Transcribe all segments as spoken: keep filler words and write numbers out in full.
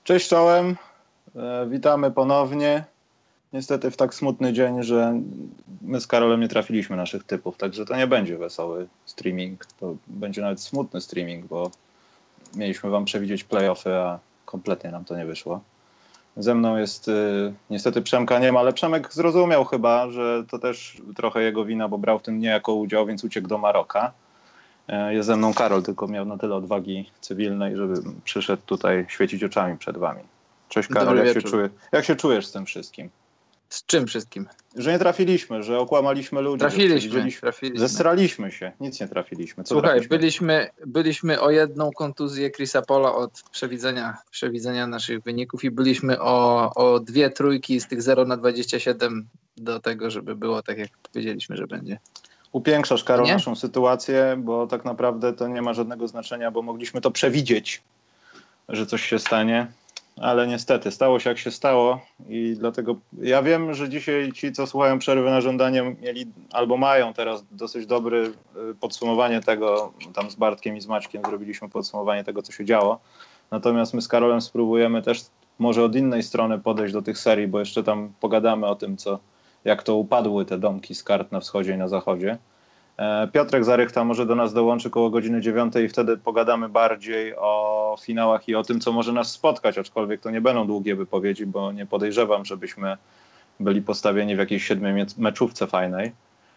Cześć czołem, e, witamy ponownie. Niestety w tak smutny dzień, że my z Karolem nie trafiliśmy naszych typów, także to nie będzie wesoły streaming, to będzie nawet smutny streaming, bo mieliśmy wam przewidzieć play-offy, a kompletnie nam to nie wyszło. Ze mną jest, y, niestety Przemka nie ma, ale Przemek zrozumiał chyba, że to też trochę jego wina, bo brał w tym niejako udział, więc uciekł do Maroka. E, jest ze mną Karol, tylko miał na tyle odwagi cywilnej, żeby przyszedł tutaj świecić oczami przed wami. Cześć Karol, jak się, czuje, jak się czujesz z tym wszystkim? Z czym wszystkim? Że nie trafiliśmy, że okłamaliśmy ludzi. Trafiliśmy, trafiliśmy. Zestraliśmy się, nic nie trafiliśmy. Co Słuchaj, trafiliśmy? byliśmy, byliśmy o jedną kontuzję Chrisa Paula od przewidzenia, przewidzenia naszych wyników i byliśmy o, o dwie trójki z tych zero na dwadzieścia siedem do tego, żeby było tak, jak powiedzieliśmy, że będzie. Upiększasz, Karol, Nie? naszą sytuację, bo tak naprawdę to nie ma żadnego znaczenia, bo mogliśmy to przewidzieć, że coś się stanie. Ale niestety, stało się jak się stało i dlatego ja wiem, że dzisiaj ci, co słuchają przerwy na żądanie, mieli albo mają teraz dosyć dobre podsumowanie tego, tam z Bartkiem i z Maćkiem zrobiliśmy podsumowanie tego, co się działo. Natomiast my z Karolem spróbujemy też może od innej strony podejść do tych serii, bo jeszcze tam pogadamy o tym, co, jak to upadły te domki z kart na wschodzie i na zachodzie. Piotrek Zarychta może do nas dołączy koło godziny dziewiątej i wtedy pogadamy bardziej o finałach i o tym, co może nas spotkać, aczkolwiek to nie będą długie wypowiedzi, bo nie podejrzewam, żebyśmy byli postawieni w jakiejś siedmiu meczówce fajnej.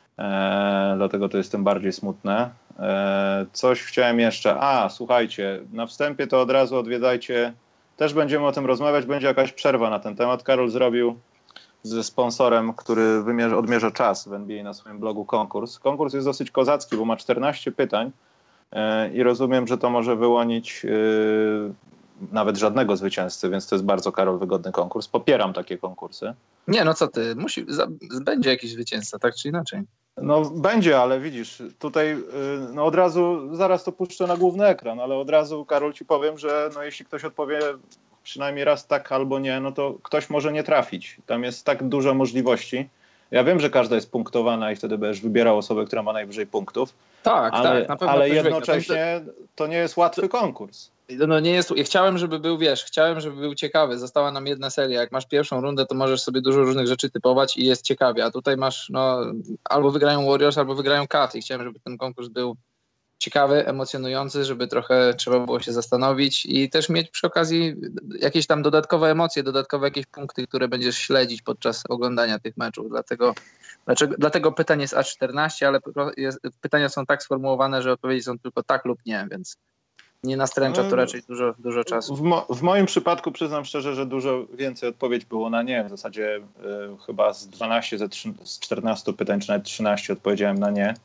E, dlatego to jest tym bardziej smutne. E, coś chciałem jeszcze. A, słuchajcie, na wstępie to od razu odwiedzajcie. Też będziemy o tym rozmawiać, będzie jakaś przerwa na ten temat. Karol zrobił ze sponsorem, który wymierza, odmierza czas w N B A na swoim blogu konkurs. Konkurs jest dosyć kozacki, bo ma czternaście pytań yy, i rozumiem, że to może wyłonić yy, nawet żadnego zwycięzcy, więc to jest bardzo, Karol, wygodny konkurs. Popieram takie konkursy. Nie, no co ty, musi, za, będzie jakiś zwycięzca, tak czy inaczej. No będzie, ale widzisz, tutaj yy, no od razu, zaraz to puszczę na główny ekran, ale od razu, Karol, ci powiem, że no jeśli ktoś odpowie przynajmniej raz tak albo nie, no to ktoś może nie trafić. Tam jest tak dużo możliwości. Ja wiem, że każda jest punktowana i wtedy będziesz wybierał osobę, która ma najwyżej punktów. Tak, ale, tak, na pewno. Ale jednocześnie to nie jest łatwy konkurs. No nie jest, ja chciałem, żeby był, wiesz, chciałem, żeby był ciekawy. Została nam jedna seria. Jak masz pierwszą rundę, to możesz sobie dużo różnych rzeczy typować i jest ciekawie. A tutaj masz, no, albo wygrają Warriors, albo wygrają Cavs. I chciałem, żeby ten konkurs był ciekawy, emocjonujący, żeby trochę trzeba było się zastanowić i też mieć przy okazji jakieś tam dodatkowe emocje, dodatkowe jakieś punkty, które będziesz śledzić podczas oglądania tych meczów. Dlatego, dlaczego, dlatego pytanie jest aż czternaście, ale jest, pytania są tak sformułowane, że odpowiedzi są tylko tak lub nie, więc nie nastręcza to raczej dużo, dużo czasu. W, mo- w moim przypadku przyznam szczerze, że dużo więcej odpowiedź było na nie. W zasadzie y, chyba z dwunastu, ze trzy, z czternastu pytań, czy nawet trzynaście odpowiedziałem na nie.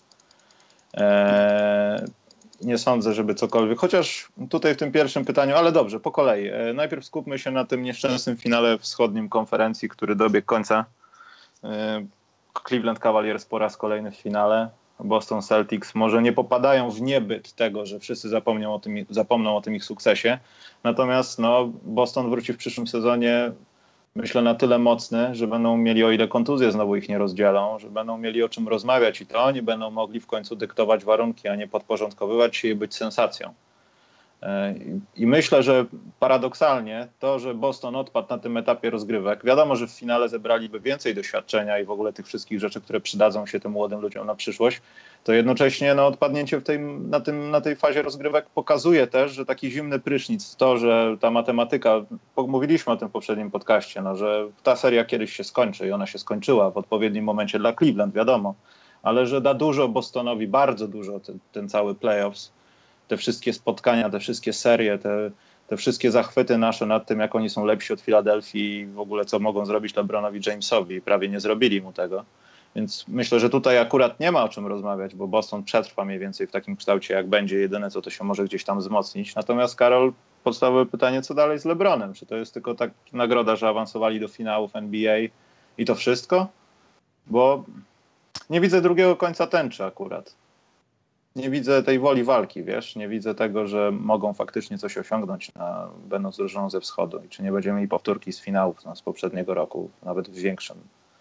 Eee, nie sądzę, żeby cokolwiek, chociaż tutaj w tym pierwszym pytaniu, ale dobrze, po kolei. Eee, najpierw skupmy się na tym nieszczęsnym finale wschodnim konferencji, który dobiegł końca. Eee, Cleveland Cavaliers po raz kolejny w finale. Boston Celtics może nie popadają w niebyt tego, że wszyscy zapomną o tym, zapomną o tym ich sukcesie. Natomiast no, Boston wróci w przyszłym sezonie, myślę, na tyle mocny, że będą mieli, o ile kontuzje znowu ich nie rozdzielą, że będą mieli o czym rozmawiać i to oni będą mogli w końcu dyktować warunki, a nie podporządkowywać się i być sensacją. I myślę, że paradoksalnie to, że Boston odpadł na tym etapie rozgrywek, wiadomo, że w finale zebraliby więcej doświadczenia i w ogóle tych wszystkich rzeczy, które przydadzą się tym młodym ludziom na przyszłość, to jednocześnie no, odpadnięcie w tej, na, tym, na tej fazie rozgrywek pokazuje też, że taki zimny prysznic, to, że ta matematyka, mówiliśmy o tym w poprzednim podcaście, no, że ta seria kiedyś się skończy i ona się skończyła w odpowiednim momencie dla Cleveland, wiadomo, ale że da dużo Bostonowi, bardzo dużo ten, ten cały playoffs, te wszystkie spotkania, te wszystkie serie, te, te wszystkie zachwyty nasze nad tym, jak oni są lepsi od Filadelfii i w ogóle co mogą zrobić LeBronowi Jamesowi. Prawie nie zrobili mu tego. Więc myślę, że tutaj akurat nie ma o czym rozmawiać, bo Boston przetrwa mniej więcej w takim kształcie, jak będzie. Jedyne, co to się może gdzieś tam wzmocnić. Natomiast, Karol, podstawowe pytanie, co dalej z LeBronem? Czy to jest tylko tak nagroda, że awansowali do finałów N B A i to wszystko? Bo nie widzę drugiego końca tęczy akurat. Nie widzę tej woli walki, wiesz, nie widzę tego, że mogą faktycznie coś osiągnąć, na, będąc drużyną ze wschodu. I czy nie będziemy mieli powtórki z finałów no, z poprzedniego roku, nawet w większym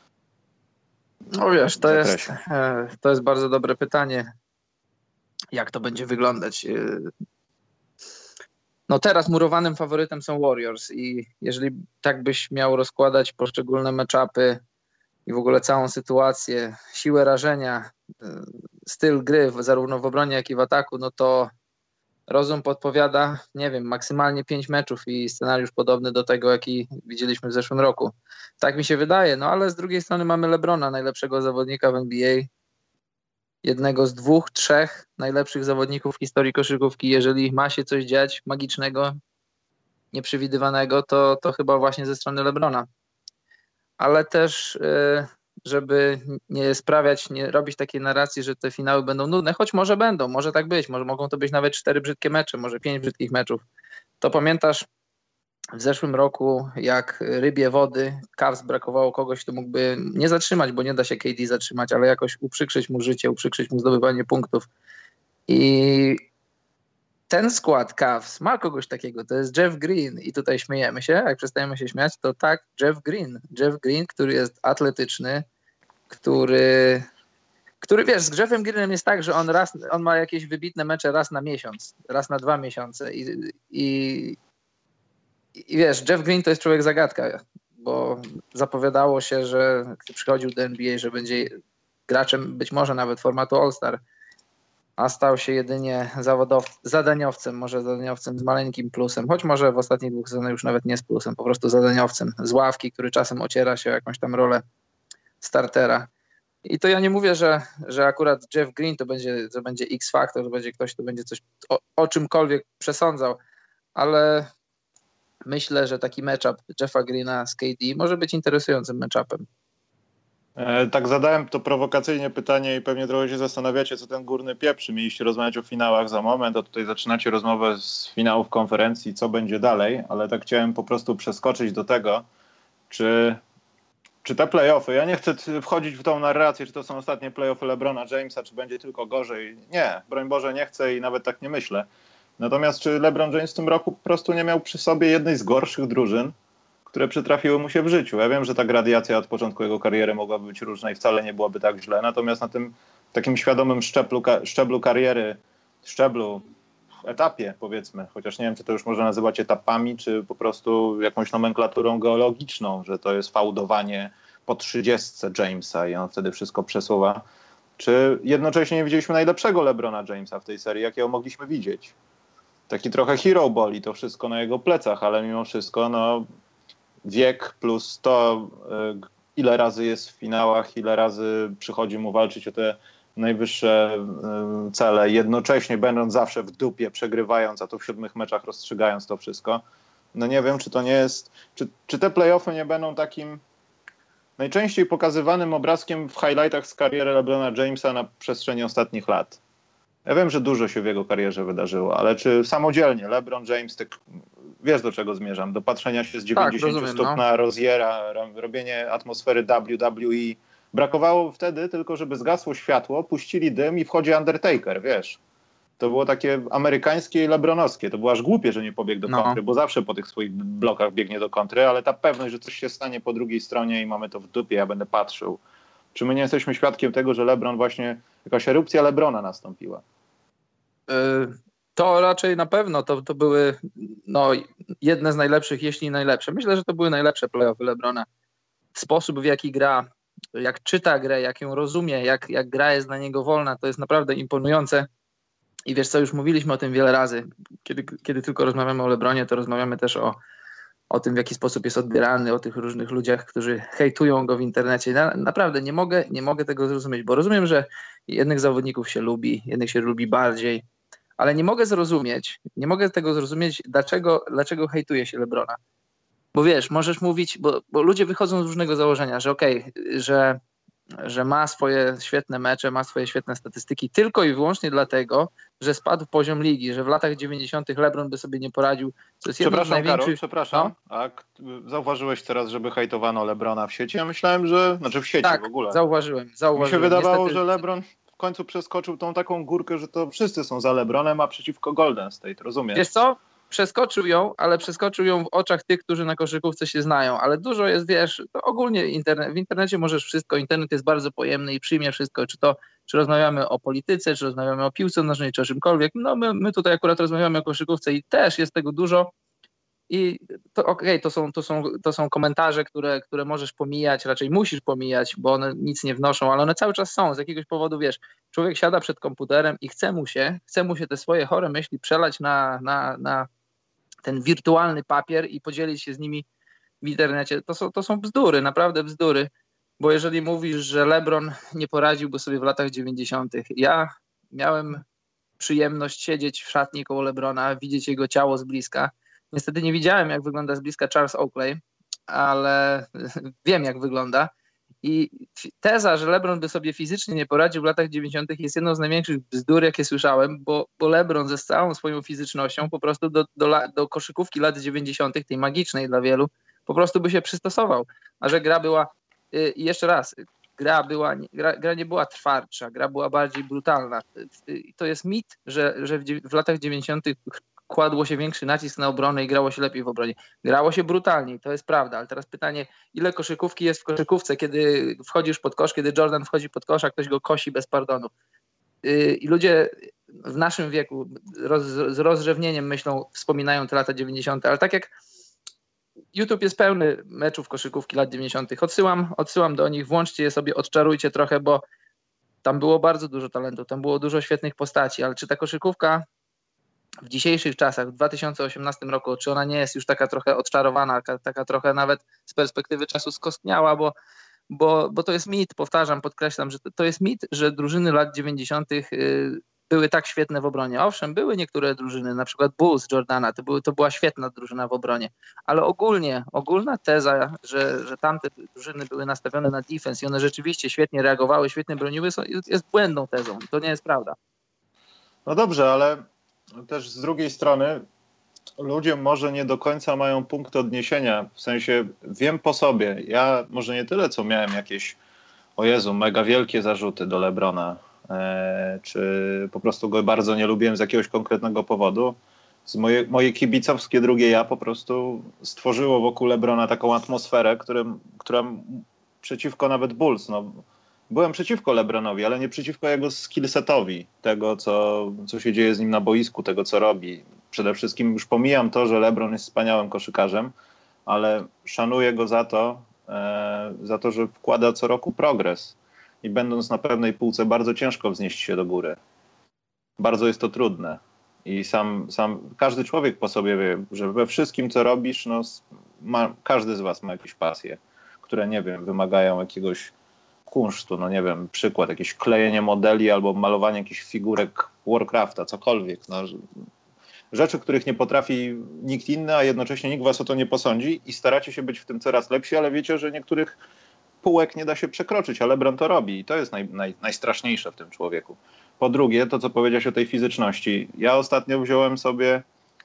No wiesz, to zakresie. jest, to jest bardzo dobre pytanie, jak to będzie wyglądać. no teraz murowanym faworytem są Warriors i jeżeli tak byś miał rozkładać poszczególne matchupy i w ogóle całą sytuację, siłę rażenia, styl gry zarówno w obronie, jak i w ataku, no to rozum podpowiada, nie wiem, maksymalnie pięć meczów i scenariusz podobny do tego, jaki widzieliśmy w zeszłym roku. Tak mi się wydaje, no ale z drugiej strony mamy LeBrona, najlepszego zawodnika w N B A, jednego z dwóch, trzech najlepszych zawodników w historii koszykówki. Jeżeli ma się coś dziać magicznego, nieprzewidywanego, to, to chyba właśnie ze strony LeBrona. Ale też, żeby nie sprawiać, nie robić takiej narracji, że te finały będą nudne, choć może będą, może tak być, może mogą to być nawet cztery brzydkie mecze, może pięć brzydkich meczów. To pamiętasz w zeszłym roku, jak rybie wody, Cavs brakowało kogoś, kto mógłby nie zatrzymać, bo nie da się K D zatrzymać, ale jakoś uprzykrzyć mu życie, uprzykrzyć mu zdobywanie punktów. I ten skład Cavs ma kogoś takiego, to jest Jeff Green i tutaj śmiejemy się, jak przestajemy się śmiać, to tak, Jeff Green. Jeff Green, który jest atletyczny, który, który wiesz, z Jeffem Greenem jest tak, że on raz, on ma jakieś wybitne mecze raz na miesiąc, raz na dwa miesiące i, i, i wiesz, Jeff Green to jest człowiek zagadka, bo zapowiadało się, że gdy przychodził do N B A, że będzie graczem być może nawet formatu All-Star, a stał się jedynie zawodow- zadaniowcem, może zadaniowcem z maleńkim plusem, choć może w ostatnich dwóch sezonach już nawet nie z plusem, po prostu zadaniowcem z ławki, który czasem ociera się o jakąś tam rolę startera. I to ja nie mówię, że, że akurat Jeff Green to będzie, to będzie X-Factor, to będzie ktoś, kto będzie coś o, o czymkolwiek przesądzał, ale myślę, że taki matchup Jeffa Greena z K D może być interesującym matchupem. Tak zadałem to prowokacyjnie pytanie i pewnie trochę się zastanawiacie, co ten górny pieprzy. Mieliście rozmawiać o finałach za moment, a tutaj zaczynacie rozmowę z finałów konferencji, co będzie dalej, ale tak chciałem po prostu przeskoczyć do tego, czy, czy te play-offy, ja nie chcę wchodzić w tą narrację, czy to są ostatnie play-offy LeBrona Jamesa, czy będzie tylko gorzej. Nie, broń Boże, nie chcę i nawet tak nie myślę. Natomiast czy LeBron James w tym roku po prostu nie miał przy sobie jednej z gorszych drużyn, które przytrafiły mu się w życiu. Ja wiem, że ta gradiacja od początku jego kariery mogłaby być różna i wcale nie byłaby tak źle, natomiast na tym takim świadomym szczeblu, szczeblu kariery, szczeblu, etapie powiedzmy, chociaż nie wiem, czy to już można nazywać etapami, czy po prostu jakąś nomenklaturą geologiczną, że to jest fałdowanie po trzydziestce Jamesa i on wtedy wszystko przesuwa. Czy jednocześnie nie widzieliśmy najlepszego LeBrona Jamesa w tej serii, jakiego mogliśmy widzieć? Taki trochę hero ball i to wszystko na jego plecach, ale mimo wszystko no wiek plus to, ile razy jest w finałach, ile razy przychodzi mu walczyć o te najwyższe cele, jednocześnie będąc zawsze w dupie, przegrywając, a to w siódmych meczach rozstrzygając to wszystko. No nie wiem, czy to nie jest, czy, czy te play-offy nie będą takim najczęściej pokazywanym obrazkiem w highlightach z kariery LeBrona Jamesa na przestrzeni ostatnich lat. Ja wiem, że dużo się w jego karierze wydarzyło, ale czy samodzielnie LeBron James, tak, wiesz do czego zmierzam, do patrzenia się z dziewięćdziesięciu tak, stóp no. na Roziera, robienie atmosfery W W E. Brakowało wtedy tylko, żeby zgasło światło, puścili dym i wchodzi Undertaker, wiesz. To było takie amerykańskie i lebronowskie. To było aż głupie, że nie pobiegł do no. kontry, bo zawsze po tych swoich blokach biegnie do kontry, ale ta pewność, że coś się stanie po drugiej stronie i mamy to w dupie, ja będę patrzył. Czy my nie jesteśmy świadkiem tego, że LeBron właśnie, jakaś erupcja LeBrona nastąpiła? To raczej na pewno. To, to były no, jedne z najlepszych, jeśli nie najlepsze. Myślę, że to były najlepsze play-offy LeBrona. Sposób, w jaki gra, jak czyta grę, jak ją rozumie, jak, jak gra jest dla niego wolna, to jest naprawdę imponujące. I wiesz co, już mówiliśmy o tym wiele razy. Kiedy, kiedy tylko rozmawiamy o LeBronie, to rozmawiamy też o o tym, w jaki sposób jest odbierany, o tych różnych ludziach, którzy hejtują go w internecie. Na, naprawdę nie mogę, nie mogę tego zrozumieć, bo rozumiem, że jednych zawodników się lubi, jednych się lubi bardziej, ale nie mogę zrozumieć, nie mogę tego zrozumieć, dlaczego, dlaczego hejtuje się LeBrona. Bo wiesz, możesz mówić, bo, bo ludzie wychodzą z różnego założenia, że okej, okay, że, że ma swoje świetne mecze, ma swoje świetne statystyki tylko i wyłącznie dlatego, że spadł poziom ligi, że w latach dziewięćdziesiątych LeBron by sobie nie poradził. To jest przepraszam, z największych... Karol, przepraszam. No? A zauważyłeś teraz, żeby hejtowano LeBrona w sieci? Ja myślałem, że... Znaczy w sieci tak, w ogóle. zauważyłem, zauważyłem. Mi się wydawało, Niestety... że LeBron w końcu przeskoczył tą taką górkę, że to wszyscy są za LeBronem, a przeciwko Golden State, rozumiesz? Wiesz co? Przeskoczył ją, ale przeskoczył ją w oczach tych, którzy na koszykówce się znają, ale dużo jest, wiesz, to ogólnie internet, w internecie możesz wszystko, internet jest bardzo pojemny i przyjmie wszystko, czy to, czy rozmawiamy o polityce, czy rozmawiamy o piłce nożnej, czy o czymkolwiek. No my, my tutaj akurat rozmawiamy o koszykówce i też jest tego dużo. I to okej, okay, to, są, to, są, to są komentarze, które, które możesz pomijać, raczej musisz pomijać, bo one nic nie wnoszą, ale one cały czas są. Z jakiegoś powodu, wiesz, człowiek siada przed komputerem i chce mu się, chce mu się te swoje chore myśli przelać na, na, na ten wirtualny papier i podzielić się z nimi w internecie. To są, to są bzdury, naprawdę bzdury, bo jeżeli mówisz, że LeBron nie poradziłby sobie w latach dziewięćdziesiątych, ja miałem przyjemność siedzieć w szatni koło LeBrona, widzieć jego ciało z bliska. Niestety nie widziałem, jak wygląda z bliska Charles Oakley, ale wiem, jak wygląda. I teza, że LeBron by sobie fizycznie nie poradził w latach dziewięćdziesiątych jest jedną z największych bzdur, jakie słyszałem, bo, bo LeBron ze całą swoją fizycznością po prostu do, do, do koszykówki lat dziewięćdziesiątych, tej magicznej dla wielu, po prostu by się przystosował. A że gra była, i jeszcze raz, gra, była, gra, gra nie była twardsza, gra była bardziej brutalna. I to jest mit, że, że w, w latach dziewięćdziesiątych kładło się większy nacisk na obronę i grało się lepiej w obronie. Grało się brutalniej, to jest prawda, ale teraz pytanie, ile koszykówki jest w koszykówce, kiedy wchodzisz pod kosz, kiedy Jordan wchodzi pod kosz, a ktoś go kosi bez pardonu. I ludzie w naszym wieku roz, z rozrzewnieniem myślą, wspominają te lata dziewięćdziesiąte, ale tak jak YouTube jest pełny meczów koszykówki lat dziewięćdziesiątych. Odsyłam, odsyłam do nich, włączcie je sobie, odczarujcie trochę, bo tam było bardzo dużo talentu, tam było dużo świetnych postaci, ale czy ta koszykówka w dzisiejszych czasach, w dwa tysiące osiemnastym roku, czy ona nie jest już taka trochę odczarowana, taka trochę nawet z perspektywy czasu skostniała, bo, bo, bo to jest mit, powtarzam, podkreślam, że to, to jest mit, że drużyny lat dziewięćdziesiątych były tak świetne w obronie. Owszem, były niektóre drużyny, na przykład Bulls Jordana, to, były, to była świetna drużyna w obronie, ale ogólnie, ogólna teza, że, że tamte drużyny były nastawione na defense i one rzeczywiście świetnie reagowały, świetnie broniły, jest błędną tezą. To nie jest prawda. No dobrze, ale też z drugiej strony ludzie może nie do końca mają punkt odniesienia, w sensie wiem po sobie, ja może nie tyle co miałem jakieś, o Jezu, mega wielkie zarzuty do LeBrona, e, czy po prostu go bardzo nie lubiłem z jakiegoś konkretnego powodu. Z moje, moje kibicowskie drugie ja po prostu stworzyło wokół LeBrona taką atmosferę, którym, która przeciwko nawet Bulls, no, byłem przeciwko LeBronowi, ale nie przeciwko jego skillsetowi, tego, co, co się dzieje z nim na boisku, tego, co robi. Przede wszystkim już pomijam to, że LeBron jest wspaniałym koszykarzem, ale szanuję go za to, e, za to, że wkłada co roku progres i będąc na pewnej półce bardzo ciężko wznieść się do góry. Bardzo jest to trudne i sam, sam każdy człowiek po sobie wie, że we wszystkim, co robisz, no, ma, każdy z was ma jakieś pasje, które, nie wiem, wymagają jakiegoś kunsztu, no nie wiem, przykład, jakieś klejenie modeli albo malowanie jakichś figurek Warcrafta, cokolwiek. No, rzeczy, których nie potrafi nikt inny, a jednocześnie nikt was o to nie posądzi i staracie się być w tym coraz lepsi, ale wiecie, że niektórych półek nie da się przekroczyć, a LeBron to robi i to jest naj, naj, najstraszniejsze w tym człowieku. Po drugie, to co powiedziałeś o tej fizyczności. Ja ostatnio wziąłem sobie,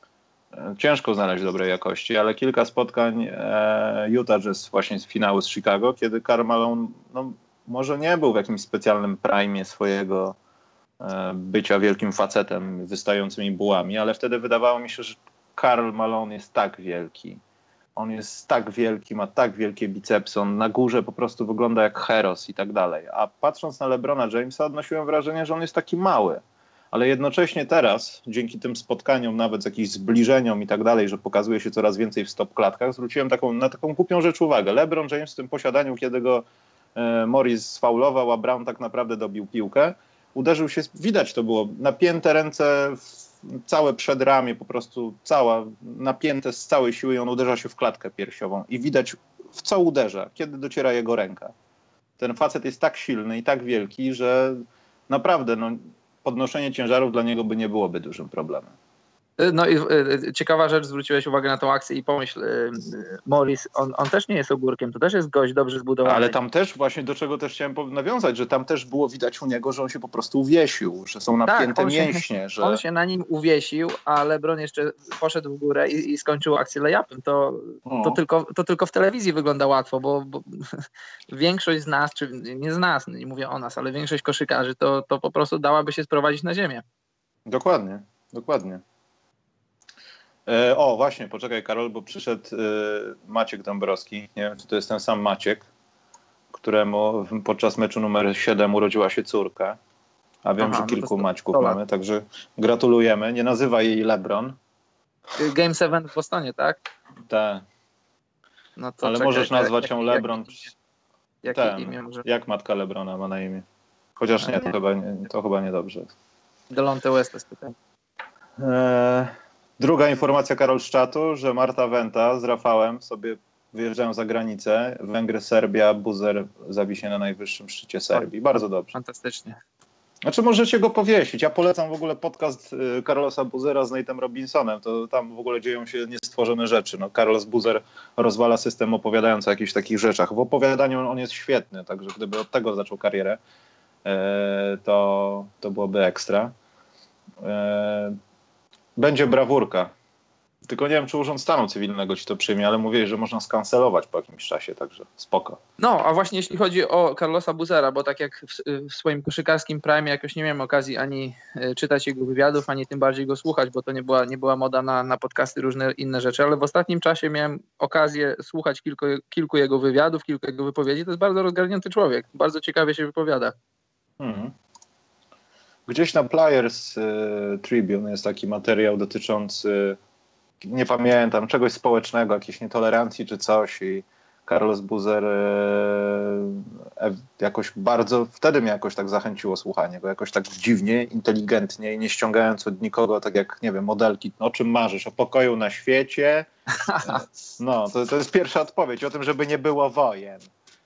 ciężko znaleźć dobrej jakości, ale kilka spotkań e, Utah Jazz właśnie z finału z Chicago, kiedy Karl Malone no, może nie był w jakimś specjalnym prime swojego e, bycia wielkim facetem wystającymi bułami, ale wtedy wydawało mi się, że Karl Malone jest tak wielki. On jest tak wielki, ma tak wielkie bicepsy, on na górze po prostu wygląda jak heros i tak dalej. A patrząc na LeBrona Jamesa odnosiłem wrażenie, że on jest taki mały. Ale jednocześnie teraz, dzięki tym spotkaniom, nawet z jakimś zbliżeniom i tak dalej, że pokazuje się coraz więcej w stop-klatkach, zwróciłem taką, na taką głupią rzecz uwagę. LeBron James w tym posiadaniu, kiedy go e, Morris sfaulował, a Brown tak naprawdę dobił piłkę, uderzył się, widać to było, napięte ręce, w, całe przedramię, po prostu cała, napięte z całej siły i on uderza się w klatkę piersiową. I widać, w co uderza, kiedy dociera jego ręka. Ten facet jest tak silny i tak wielki, że naprawdę, no, podnoszenie ciężarów dla niego by nie byłoby dużym problemem. No i y, ciekawa rzecz, zwróciłeś uwagę na tą akcję i pomyśl, y, Morris, on, on też nie jest ogórkiem, to też jest gość dobrze zbudowany. Ale tam też, właśnie do czego też chciałem nawiązać, że tam też było widać u niego, że on się po prostu uwiesił, że są napięte tak, on mięśnie. Się, że... on się na nim uwiesił, a LeBron jeszcze poszedł w górę i, i skończył akcję layupem. To, to, tylko, to tylko w telewizji wygląda łatwo, bo, bo większość z nas, czy nie z nas, nie mówię o nas, ale większość koszykarzy to, to po prostu dałaby się sprowadzić na ziemię. Dokładnie, dokładnie. O, właśnie, poczekaj Karol, bo przyszedł Maciek Dąbrowski. Nie wiem, czy to jest ten sam Maciek, któremu podczas meczu numer siedem urodziła się córka. A wiem, Aha, że no kilku to Maćków sto lat. mamy, także gratulujemy. Nie nazywaj jej LeBron. Game siedem w Bostonie, tak? Tak. No to Ale czekaj, możesz nazwać jak, ją jak, LeBron. Jakie Ten, imię może? jak matka LeBrona ma na imię. Chociaż nie, to chyba, nie, to chyba niedobrze. Delonte Westa spytałem. Eee, druga informacja, Karol, z czatu, że Marta Wenta z Rafałem sobie wyjeżdżają za granicę. Węgry, Serbia, Buzer zawiśnie na najwyższym szczycie Serbii. Bardzo dobrze. Fantastycznie. Znaczy możecie go powiesić. Ja polecam w ogóle podcast Carlosa Buzera z Nate'em Robinsonem. To tam w ogóle dzieją się niestworzone rzeczy. No, Carlos Buzer rozwala system, opowiadając o jakichś takich rzeczach. W opowiadaniu on jest świetny, także gdyby od tego zaczął karierę, to, to byłoby ekstra. Będzie brawurka. Tylko nie wiem, czy Urząd Stanu Cywilnego ci to przyjmie, ale mówili, że można skancelować po jakimś czasie, także spoko. No, a właśnie jeśli chodzi o Carlosa Buzera, bo tak jak w, w swoim koszykarskim prime jakoś nie miałem okazji ani czytać jego wywiadów, ani tym bardziej go słuchać, bo to nie była, nie była moda na, na podcasty, różne inne rzeczy, ale w ostatnim czasie miałem okazję słuchać kilku, kilku jego wywiadów, kilku jego wypowiedzi. To jest bardzo rozgarnięty człowiek, bardzo ciekawie się wypowiada. Mhm. Gdzieś na Players y, Tribune jest taki materiał dotyczący, nie pamiętam, czegoś społecznego, jakiejś nietolerancji czy coś i Carlos Buzer y, y, jakoś bardzo, wtedy mnie jakoś tak zachęciło słuchanie go, jakoś tak dziwnie, inteligentnie i nie ściągając od nikogo, tak jak, nie wiem, modelki, no, o czym marzysz, o pokoju na świecie. No, to, to jest pierwsza odpowiedź, o tym, żeby nie było wojen.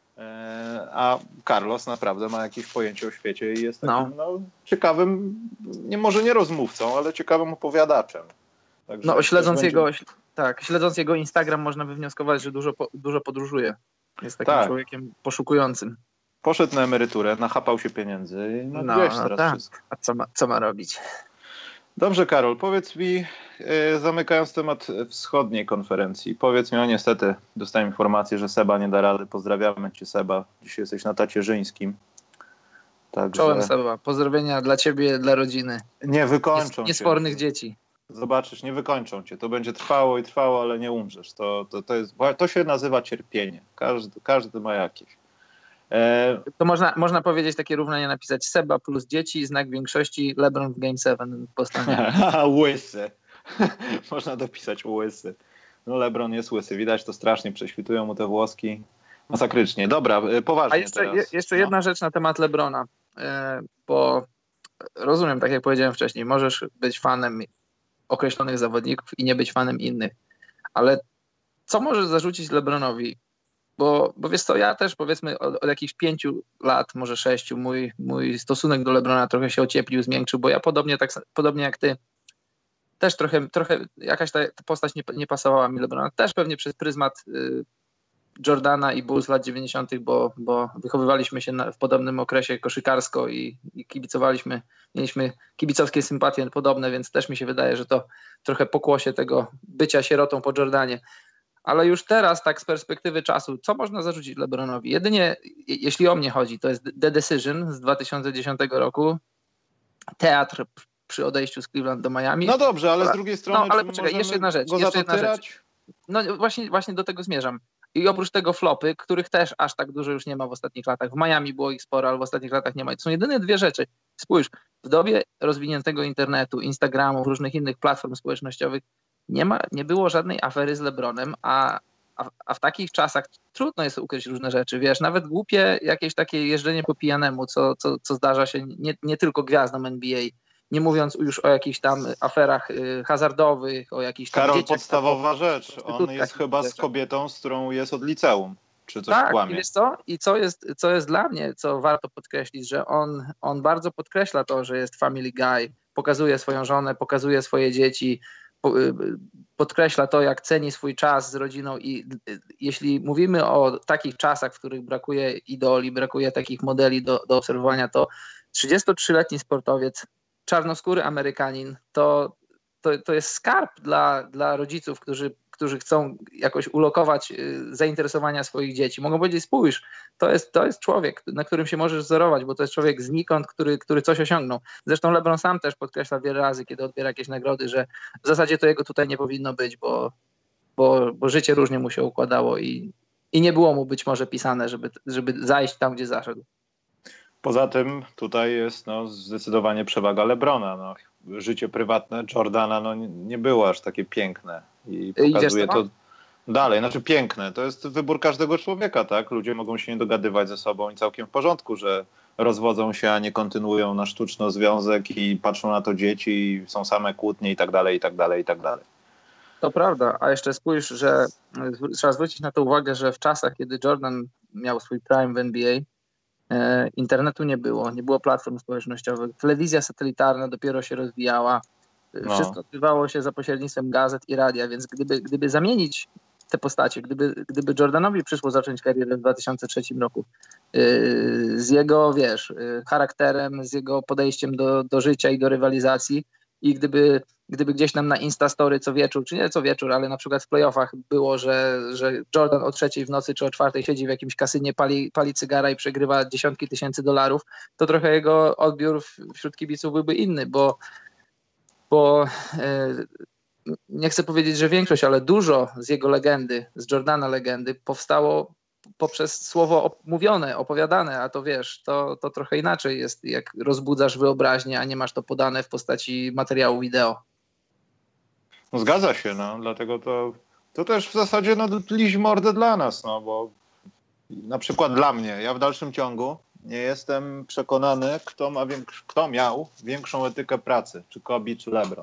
A Carlos naprawdę ma jakieś pojęcie o świecie i jest takim no. No, ciekawym, nie może nie rozmówcą, ale ciekawym opowiadaczem. Także no, śledząc będzie... jego, tak, śledząc jego Instagram można wywnioskować, że dużo, dużo podróżuje. Jest takim tak. człowiekiem poszukującym. Poszedł na emeryturę, nachapał się pieniędzy i no, no wiesz teraz tak. wszystko. A co ma, co ma robić? Dobrze, Karol, powiedz mi, yy, zamykając temat wschodniej konferencji, powiedz mi, no niestety dostałem informację, że Seba nie da rady. Pozdrawiamy cię, Seba. Dzisiaj jesteś na Tacierzyńskim. Także... Czołem, Seba. Pozdrowienia dla ciebie, dla rodziny. Nie wykończą Niesfornych dzieci. Zobaczysz, nie wykończą cię. To będzie trwało i trwało, ale nie umrzesz. To, to, to, jest, to się nazywa cierpienie. Każdy, każdy ma jakieś. To można, można powiedzieć, takie równanie napisać: Seba plus dzieci, znak większości, LeBron w Game siedem w Bostonie. Łysy. Można dopisać łysy. No LeBron jest łysy. Widać to strasznie, prześwitują mu te włoski. Masakrycznie. Dobra, poważnie A jeszcze, teraz. jeszcze no. jedna rzecz na temat LeBrona, bo rozumiem, tak jak powiedziałem wcześniej, możesz być fanem określonych zawodników i nie być fanem innych, ale co możesz zarzucić LeBronowi? Bo, bo wiesz co, ja też powiedzmy od, od jakichś pięciu lat, może sześciu, mój, mój stosunek do LeBrona trochę się ocieplił, zmiękczył, bo ja podobnie, tak, podobnie jak ty, też trochę, trochę jakaś ta, ta postać nie, nie pasowała mi LeBrona. Też pewnie przez pryzmat y, Jordana i Bulls lat dziewięćdziesiątych, bo, bo wychowywaliśmy się na, w podobnym okresie koszykarsko i, i kibicowaliśmy, mieliśmy kibicowskie sympatie podobne, więc też mi się wydaje, że to trochę pokłosie tego bycia sierotą po Jordanie. Ale już teraz, tak z perspektywy czasu, co można zarzucić LeBronowi? Jedynie, jeśli o mnie chodzi, to jest The Decision z dwa tysiące dziesiątego roku, teatr przy odejściu z Cleveland do Miami. No dobrze, ale z drugiej strony... No, ale poczekaj, jeszcze jedna rzecz. Jeszcze jedna rzecz. No właśnie, właśnie do tego zmierzam. I oprócz tego flopy, których też aż tak dużo już nie ma w ostatnich latach. W Miami było ich sporo, ale w ostatnich latach nie ma. To są jedyne dwie rzeczy. Spójrz, w dobie rozwiniętego internetu, Instagramu, różnych innych platform społecznościowych, Nie, ma, nie było żadnej afery z LeBronem, a, a, a w takich czasach trudno jest ukryć różne rzeczy, wiesz, nawet głupie jakieś takie jeżdżenie po pijanemu, co, co, co zdarza się nie, nie tylko gwiazdom N B A, nie mówiąc już o jakichś tam aferach y, hazardowych, o jakichś tam Karol, dzieciach, podstawowa rzecz, on jest chyba z kobietą, z którą jest od liceum, czy coś tak, kłamie. I wiesz co? I co jest, co jest dla mnie, co warto podkreślić, że on, on bardzo podkreśla to, że jest family guy, pokazuje swoją żonę, pokazuje swoje dzieci, podkreśla to, jak ceni swój czas z rodziną i jeśli mówimy o takich czasach, w których brakuje idoli, brakuje takich modeli do, do obserwowania, to trzydziestotrzyletni sportowiec, czarnoskóry Amerykanin, to, to, to jest skarb dla, dla rodziców, którzy, którzy chcą jakoś ulokować zainteresowania swoich dzieci. Mogą powiedzieć: spójrz, to jest, to jest człowiek, na którym się możesz wzorować, bo to jest człowiek znikąd, który, który coś osiągnął. Zresztą LeBron sam też podkreśla wiele razy, kiedy odbiera jakieś nagrody, że w zasadzie to jego tutaj nie powinno być, bo, bo, bo życie różnie mu się układało i, i nie było mu być może pisane, żeby, żeby zajść tam, gdzie zaszedł. Poza tym tutaj jest no, zdecydowanie przewaga LeBrona. No. Życie prywatne Jordana no, nie było aż takie piękne i pokazuje to dalej. Znaczy piękne, to jest wybór każdego człowieka, tak? Ludzie mogą się nie dogadywać ze sobą i całkiem w porządku, że rozwodzą się, a nie kontynuują na sztuczno związek i patrzą na to dzieci i są same kłótnie i tak dalej, i tak dalej, i tak dalej. To prawda, a jeszcze spójrz, że trzeba zwrócić na to uwagę, że w czasach, kiedy Jordan miał swój prime w N B A, e, internetu nie było, nie było platform społecznościowych, telewizja satelitarna dopiero się rozwijała, no. Wszystko odbywało się za pośrednictwem gazet i radia, więc gdyby, gdyby zamienić te postacie, gdyby, gdyby Jordanowi przyszło zacząć karierę w dwa tysiące trzecim roku yy, z jego, wiesz, yy, charakterem, z jego podejściem do, do życia i do rywalizacji i gdyby, gdyby gdzieś nam na Instastory co wieczór, czy nie co wieczór, ale na przykład w playoffach było, że, że Jordan o trzeciej w nocy czy o czwartej siedzi w jakimś kasynie, pali, pali cygara i przegrywa dziesiątki tysięcy dolarów, to trochę jego odbiór wśród kibiców byłby inny, bo bo yy, nie chcę powiedzieć, że większość, ale dużo z jego legendy, z Jordana legendy powstało poprzez słowo mówione, opowiadane, a to wiesz, to, to trochę inaczej jest, jak rozbudzasz wyobraźnię, a nie masz to podane w postaci materiału wideo. No zgadza się, no, dlatego to, to też w zasadzie no, liść mordę dla nas, no, bo na przykład dla mnie, ja w dalszym ciągu nie jestem przekonany, kto, ma większ, kto miał większą etykę pracy, czy Kobe, czy LeBron.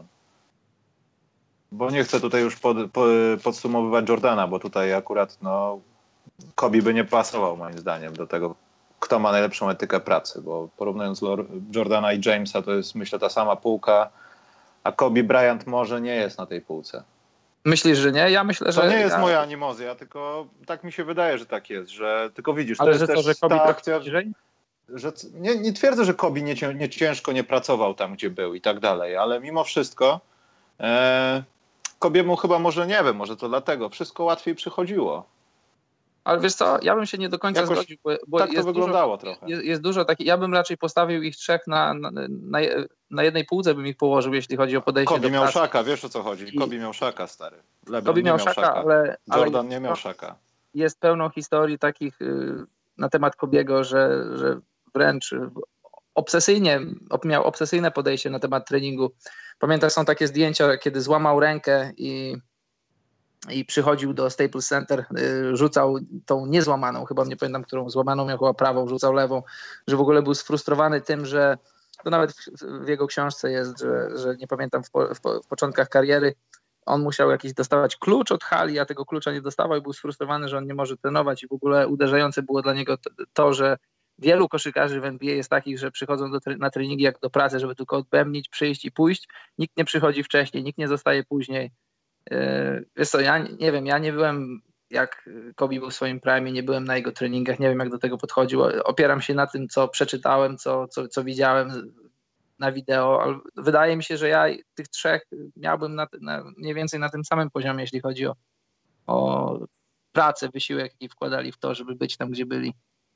Bo nie chcę tutaj już pod, po, podsumowywać Jordana, bo tutaj akurat no, Kobe by nie pasował moim zdaniem do tego, kto ma najlepszą etykę pracy, bo porównując Jordana i Jamesa to jest myślę ta sama półka, a Kobe Bryant może nie jest na tej półce. Myślisz, że nie? Ja myślę, że... To nie jest ja... moja animozja, tylko tak mi się wydaje, że tak jest, że tylko widzisz, ale to że jest to, że Kobe ta trochę akcja, bliżej? że nie, nie twierdzę, że Kobe nie, nie ciężko nie pracował tam, gdzie był i tak dalej, ale mimo wszystko e, Kobiemu chyba może, nie wiem, może to dlatego, wszystko łatwiej przychodziło. Ale wiesz co, ja bym się nie do końca Jakoś zgodził, bo, bo tak to jest wyglądało dużo, trochę. Jest, jest dużo takich, ja bym raczej postawił ich trzech na, na, na, na jednej półce, bym ich położył, jeśli chodzi o podejście Kobe do miał pracy. Szaka, wiesz o co chodzi. I... Kobe miał Szaka, stary. LeBron Kobe miał nie miał Szaka, Szaka. ale... Jordan ale nie miał Szaka. Jest pełno historii takich y, na temat Kobiego, że, że wręcz obsesyjnie, miał obsesyjne podejście na temat treningu. Pamiętasz, są takie zdjęcia, kiedy złamał rękę i i przychodził do Staples Center, rzucał tą niezłamaną, chyba nie pamiętam, którą złamaną miał, chyba prawą, rzucał lewą, że w ogóle był sfrustrowany tym, że to nawet w jego książce jest, że, że nie pamiętam, w, po, w, po, w początkach kariery on musiał jakiś dostawać klucz od hali, a tego klucza nie dostawał i był sfrustrowany, że on nie może trenować i w ogóle uderzające było dla niego to, że wielu koszykarzy w N B A jest takich, że przychodzą do, na treningi jak do pracy, żeby tylko odbębnić, przyjść i pójść. Nikt nie przychodzi wcześniej, nikt nie zostaje później. Wiesz co, ja nie wiem, ja nie byłem, jak Kobe był w swoim prime, nie byłem na jego treningach, nie wiem jak do tego podchodził. Opieram się na tym, co przeczytałem, co, co, co widziałem na wideo, ale wydaje mi się, że ja tych trzech miałbym na, na, mniej więcej na tym samym poziomie, jeśli chodzi o, o pracę, wysiłek, jaki wkładali w to, żeby być tam, gdzie byli.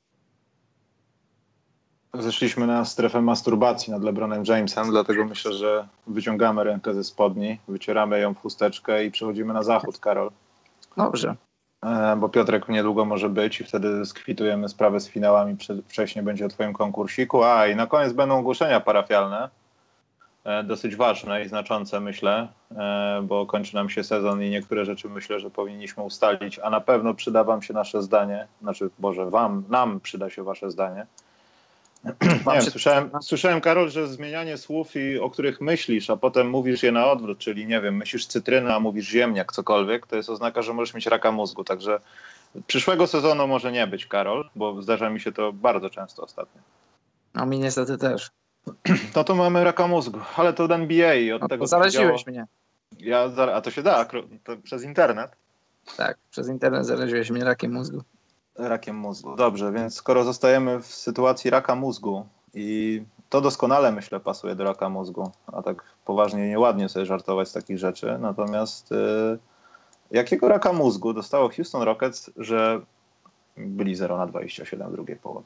Zeszliśmy na strefę masturbacji nad LeBronem Jamesem, dlatego myślę, że wyciągamy rękę ze spodni, wycieramy ją w chusteczkę i przechodzimy na zachód, Karol. Dobrze. E, bo Piotrek niedługo może być i wtedy skwitujemy sprawę z finałami. Wcześniej będzie o twoim konkursiku. A i na koniec będą ogłoszenia parafialne. E, dosyć ważne i znaczące, myślę, e, bo kończy nam się sezon i niektóre rzeczy myślę, że powinniśmy ustalić, a na pewno przyda wam się nasze zdanie. Znaczy, Boże, wam, nam przyda się wasze zdanie. Nie wiem, słyszałem, słyszałem, Karol, że zmienianie słów, i, o których myślisz, a potem mówisz je na odwrót, czyli nie wiem, myślisz cytryna, a mówisz ziemniak, cokolwiek, to jest oznaka, że możesz mieć raka mózgu. Także przyszłego sezonu może nie być, Karol, bo zdarza mi się to bardzo często ostatnio. No mi niestety też. No to mamy raka mózgu, ale to od N B A i od no, tego, zaraziłeś mnie. Ja, a to się da, to przez internet? Tak, przez internet zaraziłeś mnie rakiem mózgu. Rakiem mózgu. Dobrze, więc skoro zostajemy w sytuacji raka mózgu i to doskonale, myślę, pasuje do raka mózgu, a tak poważnie nieładnie sobie żartować z takich rzeczy, natomiast yy, jakiego raka mózgu dostało Houston Rockets, że byli zero na dwadzieścia siedem w drugiej połowie?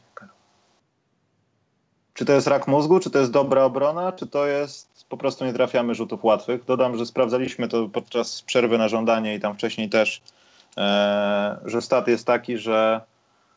Czy to jest rak mózgu, czy to jest dobra obrona, czy to jest po prostu nie trafiamy rzutów łatwych? Dodam, że sprawdzaliśmy to podczas przerwy na żądanie i tam wcześniej też, że stat jest taki, że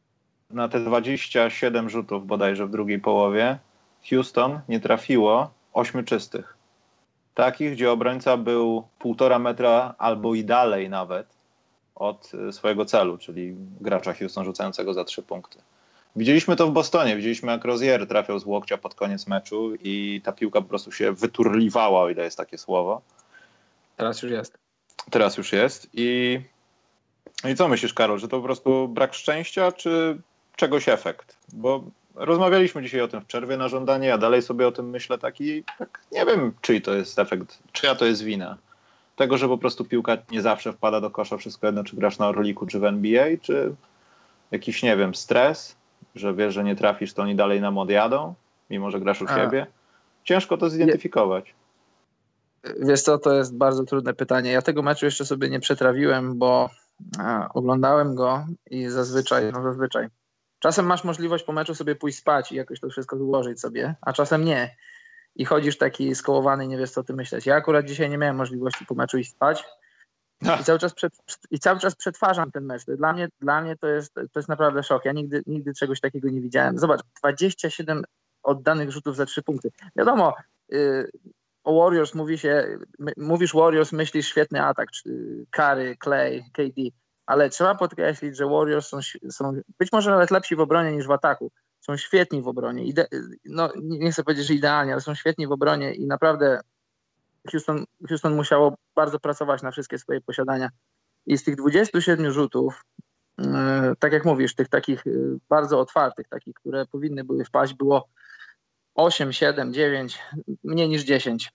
na te dwadzieścia siedem rzutów bodajże w drugiej połowie Houston nie trafiło ośmiu czystych. Takich, gdzie obrońca był półtora metra albo i dalej nawet od swojego celu, czyli gracza Houston rzucającego za trzy punkty. Widzieliśmy to w Bostonie, widzieliśmy jak Rozier trafiał z łokcia pod koniec meczu i ta piłka po prostu się wyturliwała, o ile jest takie słowo. Teraz już jest. Teraz już jest i, i co myślisz, Karol, że to po prostu brak szczęścia, czy czegoś efekt? Bo rozmawialiśmy dzisiaj o tym w przerwie na żądanie, ja dalej sobie o tym myślę taki, tak nie wiem, czyj to jest efekt, czyja to jest wina. Tego, że po prostu piłka nie zawsze wpada do kosza, wszystko jedno, czy grasz na Orliku, czy w N B A, czy jakiś, nie wiem, stres, że wiesz, że nie trafisz, to oni dalej nam odjadą, mimo że grasz u siebie. Ciężko to zidentyfikować. Wiesz co, to jest bardzo trudne pytanie. Ja tego meczu jeszcze sobie nie przetrawiłem, bo a, oglądałem go i zazwyczaj, no zazwyczaj. Czasem masz możliwość po meczu sobie pójść spać i jakoś to wszystko złożyć sobie, a czasem nie. I chodzisz taki skołowany i nie wiesz, co ty myśleć. Ja akurat dzisiaj nie miałem możliwości po meczu iść spać i cały czas, przed, i cały czas przetwarzam ten mecz. Dla mnie, dla mnie to jest, to jest naprawdę szok. Ja nigdy, nigdy czegoś takiego nie widziałem. Zobacz, dwadzieścia siedem oddanych rzutów za trzy punkty. Wiadomo, yy, o Warriors mówi się, my, mówisz Warriors, myślisz świetny atak, czy Curry, Clay, K D, ale trzeba podkreślić, że Warriors są, są być może nawet lepsi w obronie niż w ataku. Są świetni w obronie. Ide- no, nie chcę powiedzieć, że idealnie, ale są świetni w obronie i naprawdę Houston, Houston musiało bardzo pracować na wszystkie swoje posiadania. I z tych dwudziestu siedmiu rzutów, yy, tak jak mówisz, tych takich yy, bardzo otwartych, takich, które powinny były wpaść, było osiem, siedem, dziewięć, mniej niż dziesięć.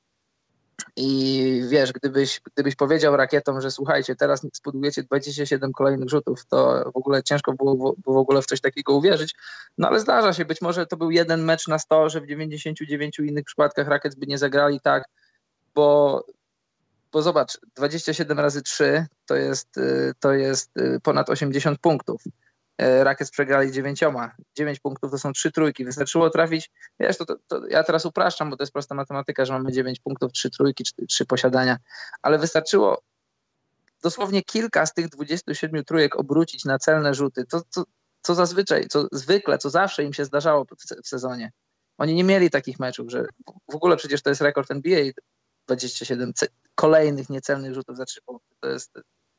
I wiesz, gdybyś, gdybyś powiedział rakietom, że słuchajcie, teraz spudujecie dwadzieścia siedem kolejnych rzutów, to w ogóle ciężko było w, w ogóle w coś takiego uwierzyć. No ale zdarza się, być może to był jeden mecz na sto, że w dziewięćdziesięciu dziewięciu innych przypadkach Rockets by nie zagrali tak, bo, bo zobacz, dwadzieścia siedem razy trzy to jest, to jest ponad osiemdziesiąt punktów. Rockets przegrali dziewięcioma. dziewięć punktów to są trzy trójki. Wystarczyło trafić, wiesz, to, to, to ja teraz upraszczam, bo to jest prosta matematyka, że mamy dziewięć punktów, trzy trójki, trzy posiadania, ale wystarczyło dosłownie kilka z tych dwudziestu siedmiu trójek obrócić na celne rzuty, co, co, co zazwyczaj, co zwykle, co zawsze im się zdarzało w, w sezonie. Oni nie mieli takich meczów, że w ogóle przecież to jest rekord N B A, dwadzieścia siedem ce- kolejnych niecelnych rzutów za trzy punkty. To jest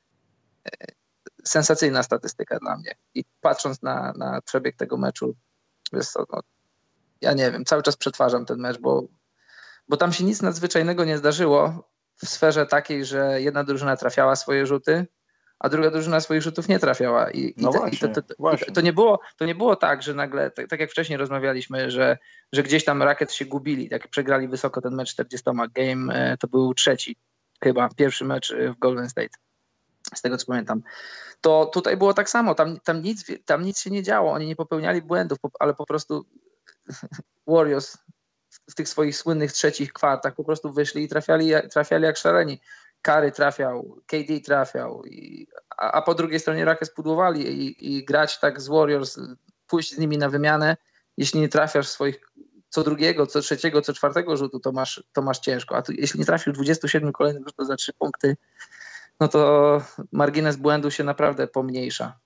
sensacyjna statystyka dla mnie. I patrząc na, na przebieg tego meczu, wiesz co, no, ja nie wiem, cały czas przetwarzam ten mecz, bo, bo tam się nic nadzwyczajnego nie zdarzyło w sferze takiej, że jedna drużyna trafiała swoje rzuty, a druga drużyna swoich rzutów nie trafiała. I, no i, te, właśnie, i to, to, właśnie. To, to, nie było, to nie było tak, że nagle, tak, tak jak wcześniej rozmawialiśmy, że, że gdzieś tam Rockets się gubili, jak przegrali wysoko ten mecz czterdziestoma. Game to był trzeci chyba, pierwszy mecz w Golden State. Z tego co pamiętam, to tutaj było tak samo, tam, tam, nic, tam nic się nie działo, oni nie popełniali błędów, ale po prostu Warriors w tych swoich słynnych trzecich kwartach po prostu wyszli i trafiali, trafiali jak szaleni. Curry trafiał, K D trafiał, i, a, a po drugiej stronie Rockets pudłowali i, i grać tak z Warriors, pójść z nimi na wymianę, jeśli nie trafiasz swoich co drugiego, co trzeciego, co czwartego rzutu, to masz, to masz ciężko, a tu, jeśli nie trafisz dwudziestu siedmiu kolejnych rzutów za trzy punkty, no to margines błędu się naprawdę pomniejsza.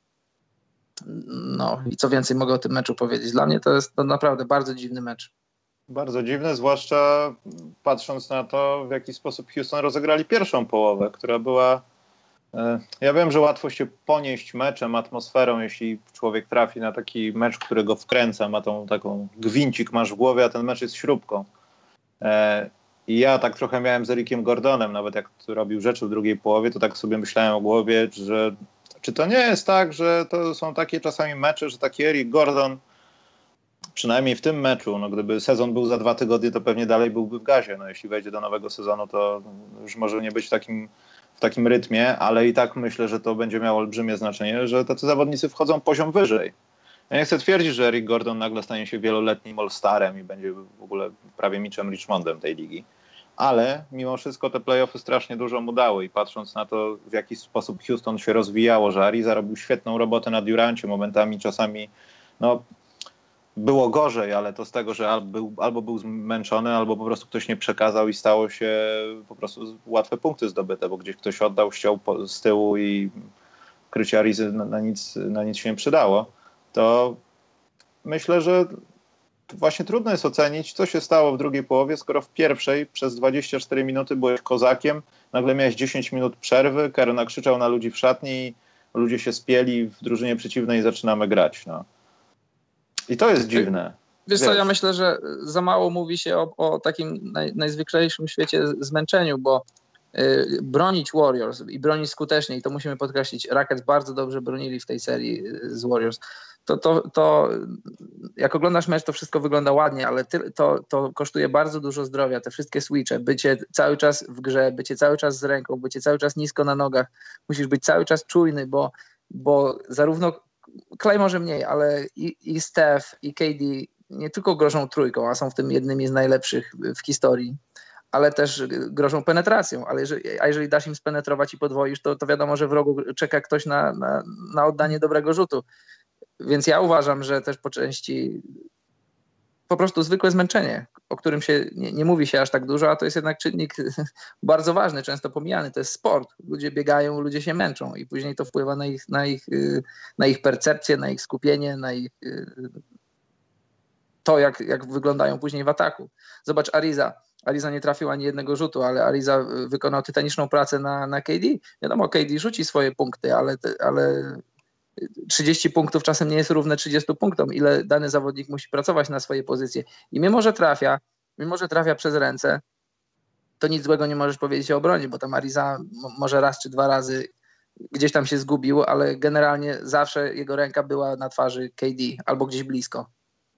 No i co więcej mogę o tym meczu powiedzieć. Dla mnie to jest to naprawdę bardzo dziwny mecz. Bardzo dziwne, zwłaszcza patrząc na to, w jaki sposób Houston rozegrali pierwszą połowę, która była... Ja wiem, że łatwo się ponieść meczem, atmosferą, jeśli człowiek trafi na taki mecz, który go wkręca, ma tą taką gwincik masz w głowie, a ten mecz jest śrubką. I ja tak trochę miałem z Ericiem Gordonem, nawet jak robił rzeczy w drugiej połowie, to tak sobie myślałem o głowie, że czy to nie jest tak, że to są takie czasami mecze, że taki Eric Gordon, przynajmniej w tym meczu, no gdyby sezon był za dwa tygodnie, to pewnie dalej byłby w gazie. No jeśli wejdzie do nowego sezonu, to już może nie być w takim, w takim rytmie, ale i tak myślę, że to będzie miało olbrzymie znaczenie, że tacy zawodnicy wchodzą poziom wyżej. Ja nie chcę twierdzić, że Eric Gordon nagle stanie się wieloletnim all-starem i będzie w ogóle prawie Mitchem Richmondem tej ligi. Ale mimo wszystko te play-offy strasznie dużo mu dały i patrząc na to, w jaki sposób Houston się rozwijało, że Ariza robił świetną robotę na Durancie, momentami czasami no, było gorzej, ale to z tego, że albo był, albo był zmęczony, albo po prostu ktoś nie przekazał i stało się po prostu łatwe punkty zdobyte, bo gdzieś ktoś oddał, ściął po, z tyłu i krycie Arizy na, na, nic, na nic się nie przydało. to myślę, że właśnie trudno jest ocenić, co się stało w drugiej połowie, skoro w pierwszej przez dwadzieścia cztery minuty byłeś kozakiem, nagle miałeś dziesięć minut przerwy, Kerr nakrzyczał na ludzi w szatni i ludzie się spieli w drużynie przeciwnej i zaczynamy grać. No. I to jest dziwne. Wiesz co, ja myślę, że za mało mówi się o, o takim naj, najzwyklejszym w świecie zmęczeniu, bo y, bronić Warriors i bronić skutecznie, i to musimy podkreślić, Rockets bardzo dobrze bronili w tej serii z Warriors. To, to, to jak oglądasz mecz, to wszystko wygląda ładnie, ale ty, to, to kosztuje bardzo dużo zdrowia, te wszystkie switche, bycie cały czas w grze, bycie cały czas z ręką, bycie cały czas nisko na nogach, musisz być cały czas czujny, bo, bo zarówno Klay może mniej, ale i, i Steph, i K D nie tylko grożą trójką, a są w tym jednymi z najlepszych w historii, ale też grożą penetracją, ale jeżeli, a jeżeli dasz im spenetrować i podwoisz, to, to wiadomo, że w rogu czeka ktoś na, na, na oddanie dobrego rzutu. Więc ja uważam, że też po części po prostu zwykłe zmęczenie, o którym się nie, nie mówi się aż tak dużo, a to jest jednak czynnik bardzo ważny, często pomijany. To jest sport. Ludzie biegają, ludzie się męczą i później to wpływa na ich, na ich, na ich percepcję, na ich skupienie, na ich to, jak, jak wyglądają później w ataku. Zobacz Ariza. Ariza nie trafił ani jednego rzutu, ale Ariza wykonał tytaniczną pracę na, na K D. Wiadomo, K D rzuci swoje punkty, ale, ale trzydzieści punktów czasem nie jest równe trzydziestu punktom, ile dany zawodnik musi pracować na swojej pozycji. I mimo, że trafia, mimo, że trafia przez ręce, to nic złego nie możesz powiedzieć o obronie, bo tam Ariza m- może raz czy dwa razy gdzieś tam się zgubił, ale generalnie zawsze jego ręka była na twarzy K D albo gdzieś blisko.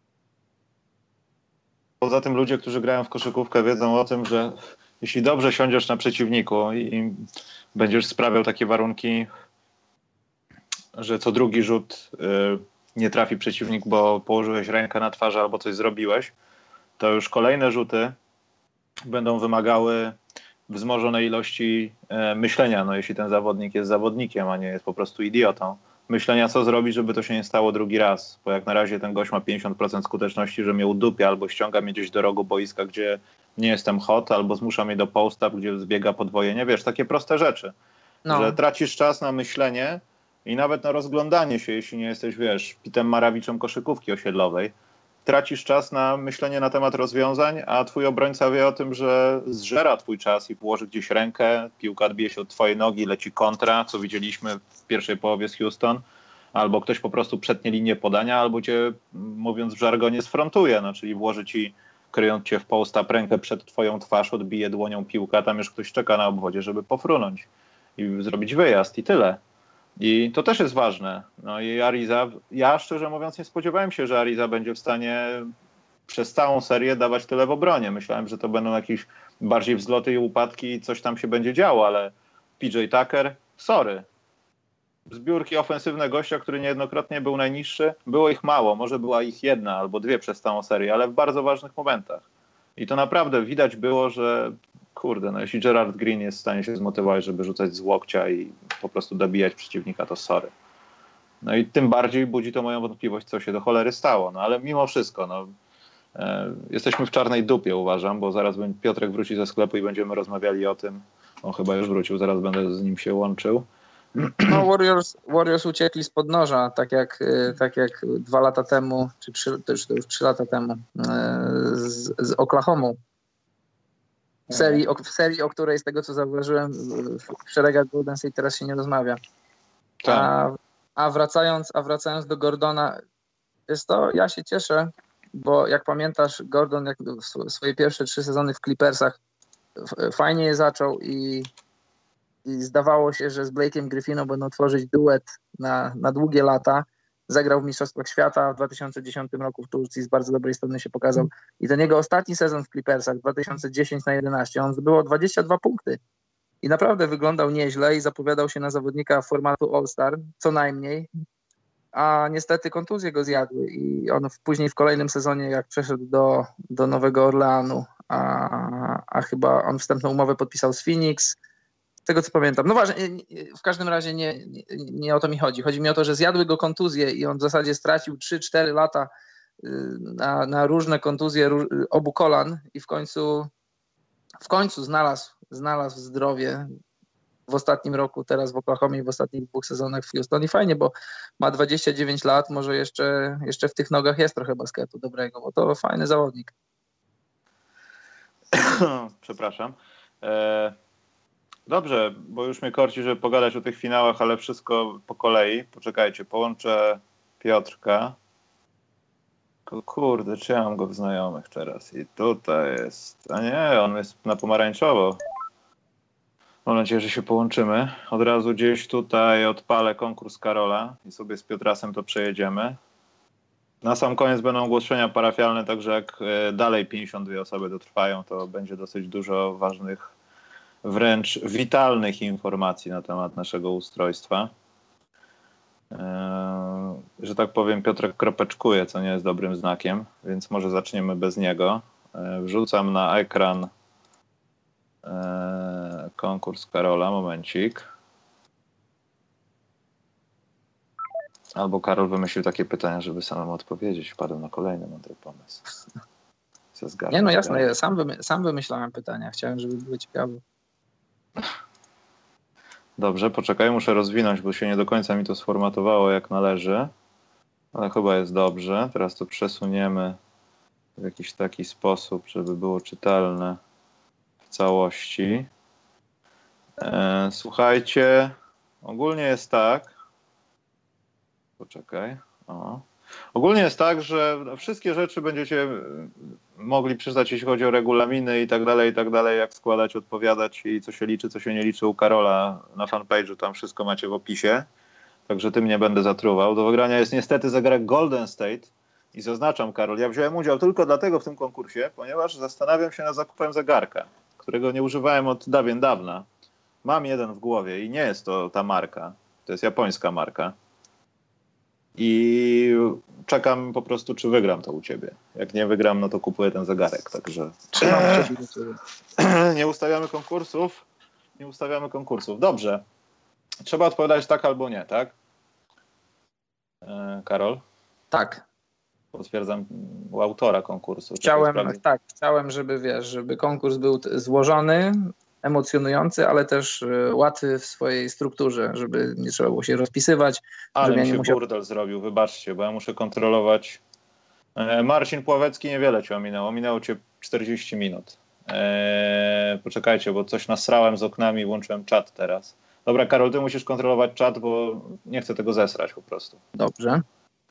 Poza tym ludzie, którzy grają w koszykówkę, wiedzą o tym, że jeśli dobrze siądziesz na przeciwniku i będziesz sprawiał takie warunki, że co drugi rzut y, nie trafi przeciwnik, bo położyłeś rękę na twarzy albo coś zrobiłeś, to już kolejne rzuty będą wymagały wzmożonej ilości y, myślenia, no jeśli ten zawodnik jest zawodnikiem, a nie jest po prostu idiotą. Myślenia, co zrobić, żeby to się nie stało drugi raz, bo jak na razie ten gość ma pięćdziesiąt procent skuteczności, że mnie udupia albo ściąga mnie gdzieś do rogu boiska, gdzie nie jestem hot, albo zmusza mnie do post-up, gdzie zbiega podwojenie, wiesz, takie proste rzeczy, no. Że tracisz czas na myślenie i nawet na rozglądanie się, jeśli nie jesteś, wiesz, Pitem Marawiczem koszykówki osiedlowej, tracisz czas na myślenie na temat rozwiązań, a twój obrońca wie o tym, że zżera twój czas i położy gdzieś rękę, piłka odbije się od twojej nogi, leci kontra, co widzieliśmy w pierwszej połowie z Houston, albo ktoś po prostu przetnie linię podania, albo cię, mówiąc w żargonie, sfrontuje, no, czyli włoży ci, kryjąc cię w post-up, rękę przed twoją twarz, odbije dłonią piłkę, a tam już ktoś czeka na obwodzie, żeby pofrunąć i zrobić wyjazd i tyle. I to też jest ważne. No i Ariza, ja szczerze mówiąc nie spodziewałem się, że Ariza będzie w stanie przez całą serię dawać tyle w obronie. Myślałem, że to będą jakieś bardziej wzloty i upadki i coś tam się będzie działo, ale P J Tucker, sorry. Zbiórki ofensywne gościa, który niejednokrotnie był najniższy, było ich mało, może była ich jedna albo dwie przez całą serię, ale w bardzo ważnych momentach. I to naprawdę widać było, że kurde, no jeśli Gerald Green jest w stanie się zmotywować, żeby rzucać z łokcia i po prostu dobijać przeciwnika, to sorry. No i tym bardziej budzi to moją wątpliwość, co się do cholery stało. No ale mimo wszystko, no, e, jesteśmy w czarnej dupie, uważam, bo zaraz Piotrek wróci ze sklepu i będziemy rozmawiali o tym. On chyba już wrócił, zaraz będę z nim się łączył. No Warriors, Warriors uciekli spod noża, tak jak, tak jak dwa lata temu, czy trzy, to już, to już trzy lata temu z, z Oklahomą. W serii, o, w serii, o której z tego co zauważyłem w szeregach Golden State teraz się nie rozmawia. A, a, wracając, a wracając do Gordona, jest to, ja się cieszę, bo jak pamiętasz, Gordon jak swoje pierwsze trzy sezony w Clippersach fajnie je zaczął i, i zdawało się, że z Blake'em Griffinem będą tworzyć duet na, na długie lata. Zagrał w Mistrzostwach Świata w dwa tysiące dziesiątym roku w Turcji, z bardzo dobrej strony się pokazał. I ten jego ostatni sezon w Clippersach, dwa tysiące dziesiąty na jedenaście, on zdobył dwadzieścia dwa punkty. I naprawdę wyglądał nieźle i zapowiadał się na zawodnika formatu All-Star, co najmniej. A niestety kontuzje go zjadły i on w, później w kolejnym sezonie, jak przeszedł do, do Nowego Orleanu, a, a chyba on wstępną umowę podpisał z Phoenix, z tego co pamiętam. No właśnie, w każdym razie nie, nie, nie o to mi chodzi. Chodzi mi o to, że zjadły go kontuzje i on w zasadzie stracił trzy cztery lata na, na różne kontuzje obu kolan i w końcu w końcu znalazł, znalazł zdrowie w ostatnim roku teraz w Oklahomie i w ostatnich dwóch sezonach w Houston i fajnie, bo ma dwadzieścia dziewięć lat, może jeszcze, jeszcze w tych nogach jest trochę basketu dobrego, bo to fajny zawodnik. Przepraszam. E, dobrze, bo już mnie korci, żeby pogadać o tych finałach, ale wszystko po kolei. Poczekajcie, połączę Piotrka. Kurde, czy ja mam go w znajomych teraz? I tutaj jest... A nie, on jest na pomarańczowo. Mam nadzieję, że się połączymy. Od razu gdzieś tutaj odpalę konkurs Karola i sobie z Piotrasem to przejedziemy. Na sam koniec będą ogłoszenia parafialne, także jak dalej pięćdziesiąt dwie osoby dotrwają, to będzie dosyć dużo ważnych, wręcz witalnych informacji na temat naszego ustrojstwa. Eee, że tak powiem, Piotrek kropeczkuje, co nie jest dobrym znakiem, więc może zaczniemy bez niego. Eee, wrzucam na ekran eee, konkurs Karola, momencik. Albo Karol wymyślił takie pytania, żeby samemu odpowiedzieć. Wpadł na kolejny mądry pomysł. Zgarnę, nie, no jasne, ja sam, wymy- sam wymyślałem pytania. Chciałem, żeby były ciekawe. Dobrze, poczekaj, muszę rozwinąć, bo się nie do końca mi to sformatowało jak należy. Ale chyba jest dobrze. Teraz to przesuniemy w jakiś taki sposób, żeby było czytelne w całości. E, słuchajcie, ogólnie jest tak. Poczekaj. O. Ogólnie jest tak, że wszystkie rzeczy będziecie mogli przeczytać, jeśli chodzi o regulaminy i tak dalej, i tak dalej, jak składać, odpowiadać i co się liczy, co się nie liczy u Karola na fanpage'u, tam wszystko macie w opisie, także tym nie będę zatruwał. Do wygrania jest niestety zegarek Golden State i zaznaczam, Karol, ja wziąłem udział tylko dlatego w tym konkursie, ponieważ zastanawiam się nad zakupem zegarka, którego nie używałem od dawien dawna. Mam jeden w głowie i nie jest to ta marka, to jest japońska marka. I czekam po prostu, czy wygram to u ciebie. Jak nie wygram, no to kupuję ten zegarek. Także nie ustawiamy konkursów. Nie ustawiamy konkursów. Dobrze. Trzeba odpowiadać tak albo nie, tak? E, Karol? Tak. Potwierdzam u autora konkursu. Chciałem, tak, chciałem, żeby wiesz, żeby konkurs był złożony, emocjonujący, ale też łatwy w swojej strukturze, żeby nie trzeba było się rozpisywać. Ale żeby mi ja się nie musiał... burdel zrobił, wybaczcie, bo ja muszę kontrolować. Marcin Pławecki, niewiele cię ominęło. Ominęło cię czterdzieści minut. Eee, poczekajcie, bo coś nasrałem z oknami i włączyłem czat teraz. Dobra, Karol, ty musisz kontrolować czat, bo nie chcę tego zesrać po prostu. Dobrze.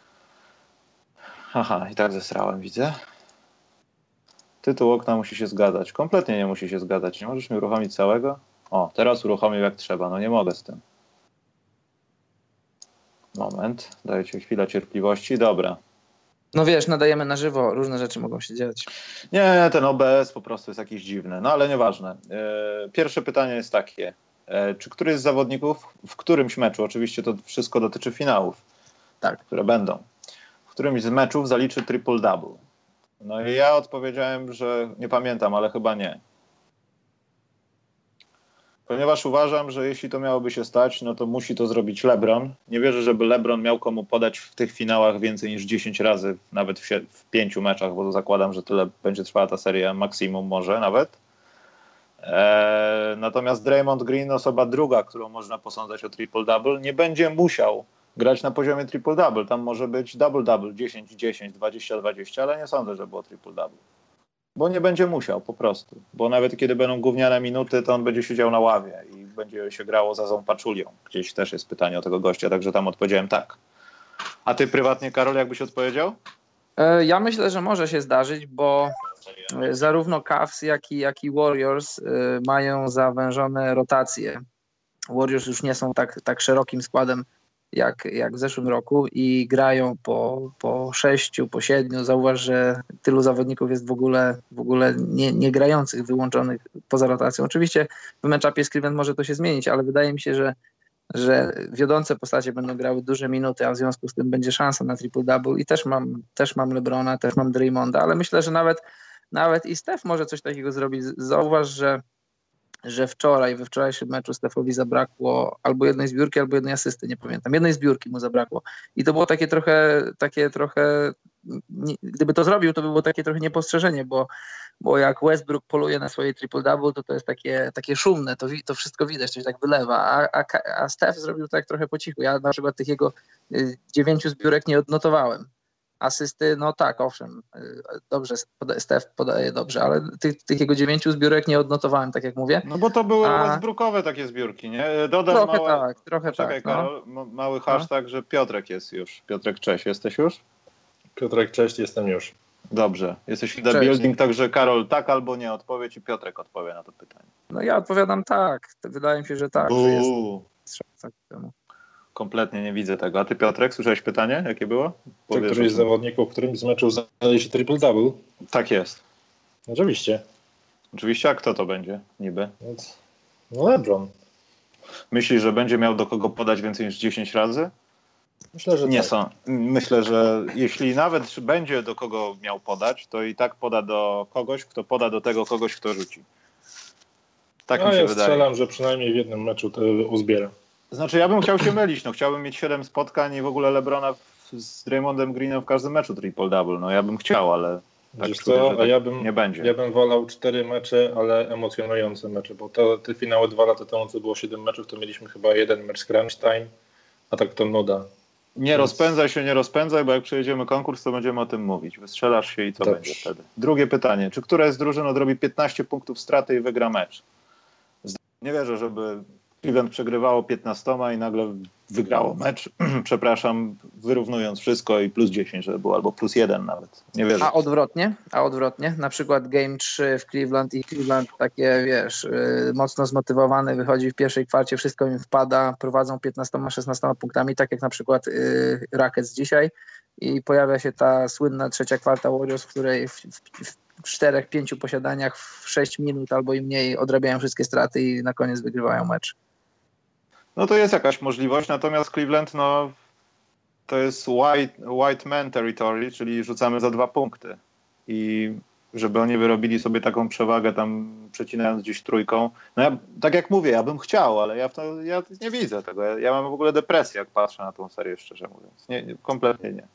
Aha, i tak zesrałem, widzę. Tytuł okna musi się zgadzać. Kompletnie nie musi się zgadzać. Nie możesz mi uruchomić całego? O, teraz uruchomił jak trzeba. No nie mogę z tym. Moment. Dajcie chwilę cierpliwości. Dobra. No wiesz, nadajemy na żywo. Różne rzeczy mogą się dziać. Nie, ten O B S po prostu jest jakiś dziwny. No ale nieważne. Pierwsze pytanie jest takie. Czy któryś z zawodników w którymś meczu, oczywiście to wszystko dotyczy finałów, tak, które będą, w którymś z meczów zaliczy triple-double? No i ja odpowiedziałem, że nie pamiętam, ale chyba nie. Ponieważ uważam, że jeśli to miałoby się stać, no to musi to zrobić LeBron. Nie wierzę, żeby LeBron miał komu podać w tych finałach więcej niż dziesięć razy, nawet w, sie- w pięciu meczach, bo to zakładam, że tyle będzie trwała ta seria, maksimum może nawet. Eee, natomiast Draymond Green, osoba druga, którą można posądzać o triple-double, nie będzie musiał grać na poziomie triple-double. Tam może być double-double, dziesięć dziesięć, dwadzieścia dwadzieścia, ale nie sądzę, że było triple-double. Bo nie będzie musiał po prostu. Bo nawet kiedy będą gówniane minuty, to on będzie siedział na ławie i będzie się grało za Zompaczulią. Gdzieś też jest pytanie o tego gościa, także tam odpowiedziałem tak. A ty prywatnie, Karol, jakbyś odpowiedział? Ja myślę, że może się zdarzyć, bo zarówno Cavs, jak i, jak i Warriors mają zawężone rotacje. Warriors już nie są tak, tak szerokim składem jak, jak w zeszłym roku i grają po, po sześciu, po siedmiu. Zauważ, że tylu zawodników jest w ogóle, w ogóle nie, nie grających, wyłączonych poza rotacją. Oczywiście w matchupie z Cleveland może to się zmienić, ale wydaje mi się, że, że wiodące postacie będą grały duże minuty, a w związku z tym będzie szansa na triple-double i też mam, też mam LeBrona, też mam Draymonda, ale myślę, że nawet, nawet i Steph może coś takiego zrobić. Zauważ, że że wczoraj, we wczorajszym meczu Stefowi zabrakło albo jednej zbiórki, albo jednej asysty, nie pamiętam. Jednej zbiórki mu zabrakło. I to było takie trochę, takie trochę, nie, gdyby to zrobił, to by było takie trochę niepostrzeżenie, bo, bo jak Westbrook poluje na swoje triple-double, to to jest takie, takie szumne, to, to wszystko widać, to się tak wylewa, a, a, a Steph zrobił tak trochę po cichu. Ja na przykład tych jego y, dziewięciu zbiórek nie odnotowałem. Asysty, no tak, owszem, y, dobrze, poda, Steph podaje dobrze, ale tych, tych jego dziewięciu zbiórek nie odnotowałem, tak jak mówię. No bo to były a... Westbrookowe takie zbiórki, nie? Dodam trochę małe... tak, trochę Poczekaj, tak. No. Karol, mały hashtag, że Piotrek jest już. Piotrek, cześć, jesteś już? Piotrek, cześć, jestem już. Dobrze, jesteś in the Cześć. building, także Karol tak albo nie odpowie ci, Piotrek odpowie na to pytanie. No ja odpowiadam tak, wydaje mi się, że tak, że jest szansa k temu. Kompletnie nie widzę tego. A ty, Piotrek, słyszałeś pytanie? Jakie było? To któryś z zawodników, w którymś z meczów znaleźli triple-double? Tak jest. Oczywiście. Oczywiście, a kto to będzie niby? No LeBron. Myślisz, że będzie miał do kogo podać więcej niż dziesięć razy? Myślę, że nie tak. są. Myślę, że jeśli nawet będzie do kogo miał podać, to i tak poda do kogoś, kto poda do tego kogoś, kto rzuci. Tak no, mi się ja wydaje. strzelam, że przynajmniej w jednym meczu to uzbiera. Znaczy ja bym chciał się mylić. No, chciałbym mieć siedem spotkań i w ogóle LeBrona w, z Draymondem Greenem w każdym meczu triple-double. No ja bym chciał, ale tak Wiesz czuję, co, że a tak ja bym, nie będzie. Ja bym wolał cztery mecze, ale emocjonujące mecze, bo to, te finały dwa lata temu, co było siedem meczów, to mieliśmy chyba jeden mecz z crunch time, a tak to nuda. Nie rozpędzaj się, nie rozpędzaj, bo jak przejedziemy konkurs, to będziemy o tym mówić. Wystrzelasz się i co Dobrze. będzie wtedy? Drugie pytanie. Czy któraś z drużyn odrobi piętnaście punktów straty i wygra mecz? Nie wierzę, żeby Cleveland przegrywało piętnastoma i nagle wygrało mecz, przepraszam, wyrównując wszystko i plus dziesięć, żeby było, albo plus jeden nawet. Nie wierzę. A odwrotnie? A odwrotnie? Na przykład Game trzy w Cleveland i Cleveland takie, wiesz, yy, mocno zmotywowany, wychodzi w pierwszej kwarcie, wszystko im wpada, prowadzą piętnastoma szesnastoma punktami, tak jak na przykład yy, Rockets dzisiaj i pojawia się ta słynna trzecia kwarta Warriors, w której w, w, w czterech, pięciu posiadaniach w sześć minut albo i mniej odrabiają wszystkie straty i na koniec wygrywają mecz. No to jest jakaś możliwość, natomiast Cleveland, no to jest white, white man territory, czyli rzucamy za dwa punkty. I żeby oni wyrobili sobie taką przewagę tam przecinając gdzieś trójką. No ja, tak jak mówię, ja bym chciał, ale ja, w to, ja nie widzę tego. Ja, ja mam w ogóle depresję, jak patrzę na tą serię, szczerze mówiąc. Nie, nie, kompletnie nie.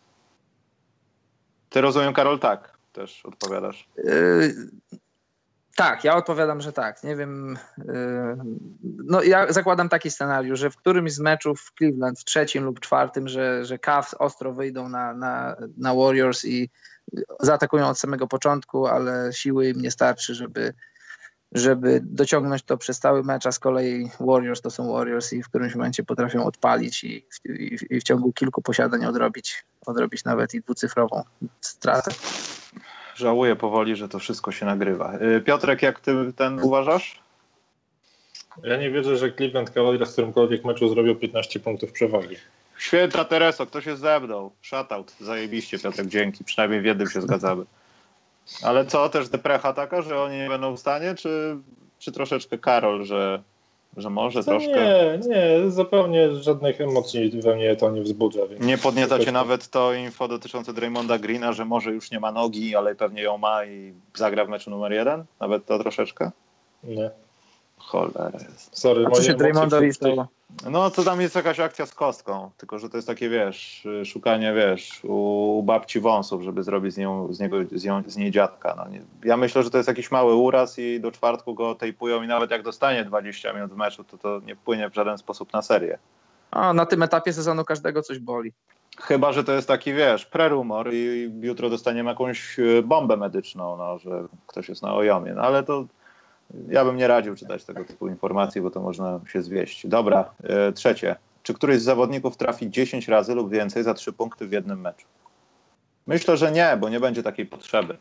Ty, rozumiem, Karol, tak też odpowiadasz. Yy... Tak, ja odpowiadam, że tak. Nie wiem. Yy, no ja zakładam taki scenariusz, że w którymś z meczów w Cleveland, w trzecim lub czwartym, że, że Cavs ostro wyjdą na, na, na Warriors i zaatakują od samego początku, ale siły im nie starczy, żeby, żeby dociągnąć to przez cały mecz, a z kolei Warriors to są Warriors i w którymś momencie potrafią odpalić i, i, i w ciągu kilku posiadań odrobić, odrobić nawet i dwucyfrową stratę. Żałuję powoli, że to wszystko się nagrywa. Piotrek, jak ty ten uważasz? Ja nie wierzę, że Cleveland Cavaliers w którymkolwiek meczu zrobił piętnaście punktów przewagi. Święta Tereso, kto się zebnął? Shoutout, zajebiście, Piotrek, dzięki. Przynajmniej w jednym się zgadzamy. Ale co, też deprecha taka, że oni nie będą w stanie? Czy, czy troszeczkę Karol, że, że może Co troszkę? Nie, nie, zupełnie żadnych emocji we mnie to nie wzbudza. Więc Nie podnieca cię to... nawet to info dotyczące Draymonda Greena, że może już nie ma nogi, ale pewnie ją ma i zagra w meczu numer jeden? Nawet to troszeczkę? Nie. Cholera. Sorry, A co się Draymondowi stało? No to tam jest jakaś akcja z kostką, tylko że to jest takie, wiesz, szukanie, wiesz, u babci wąsów, żeby zrobić z, nią, z, niego, z, nią, z niej dziadka. No nie. Ja myślę, że to jest jakiś mały uraz i do czwartku go tejpują i nawet jak dostanie dwadzieścia minut w meczu, to to nie wpłynie w żaden sposób na serię. A na tym etapie sezonu każdego coś boli. Chyba że to jest taki, wiesz, prerumor i jutro dostaniemy jakąś bombę medyczną, no, że ktoś jest na ojomie, no ale to ja bym nie radził czytać tego typu informacji, bo to można się zwieść. Dobra, yy, trzecie. Czy któryś z zawodników trafi dziesięć razy lub więcej za trzy punkty w jednym meczu? Myślę, że nie, bo nie będzie takiej potrzeby.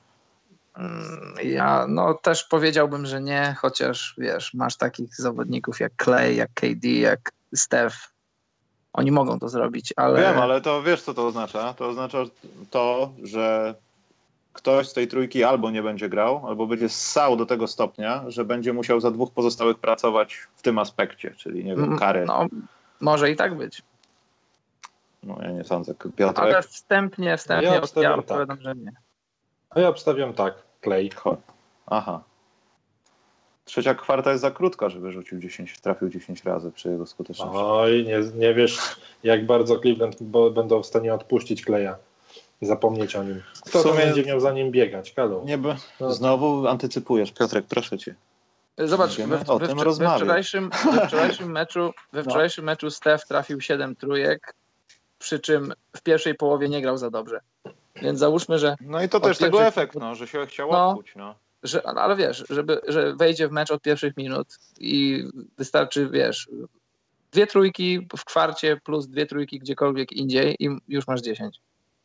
Ja no też powiedziałbym, że nie, chociaż wiesz, masz takich zawodników jak Clay, jak K D, jak Steph. Oni mogą to zrobić, ale... Wiem, ale to wiesz, co to oznacza? To oznacza to, że ktoś z tej trójki albo nie będzie grał, albo będzie ssał do tego stopnia, że będzie musiał za dwóch pozostałych pracować w tym aspekcie, czyli nie wiem, kary. No, może i tak być. No ja nie sądzę. Piotrek? Ale wstępnie, wstępnie Ja obstawiam ja tak. odpowiadam, że nie. A ja obstawiam tak, Clay. Aha. Trzecia kwarta jest za krótka, żeby rzucił dziesięć, trafił dziesięć razy przy jego skuteczności. Oj, nie, nie wiesz, jak bardzo Cleveland bo, będą w stanie odpuścić Claya. zapomnieć o nim. Kto W sumie... tam będzie miał za nim biegać? Kalo. Nie, bo znowu antycypujesz. Piotrek, proszę cię. Zobacz, we, we, we, we, wczorajszym, we wczorajszym meczu we wczorajszym no. meczu Steph trafił siedem trójek, przy czym w pierwszej połowie nie grał za dobrze. Więc załóżmy, że... No i to też tego pierwszych... efekt, no, że się chciał no, odkuć. No. Że, ale wiesz, żeby, że wejdzie w mecz od pierwszych minut i wystarczy, wiesz, dwie trójki w kwarcie plus dwie trójki gdziekolwiek indziej i już masz dziesięć.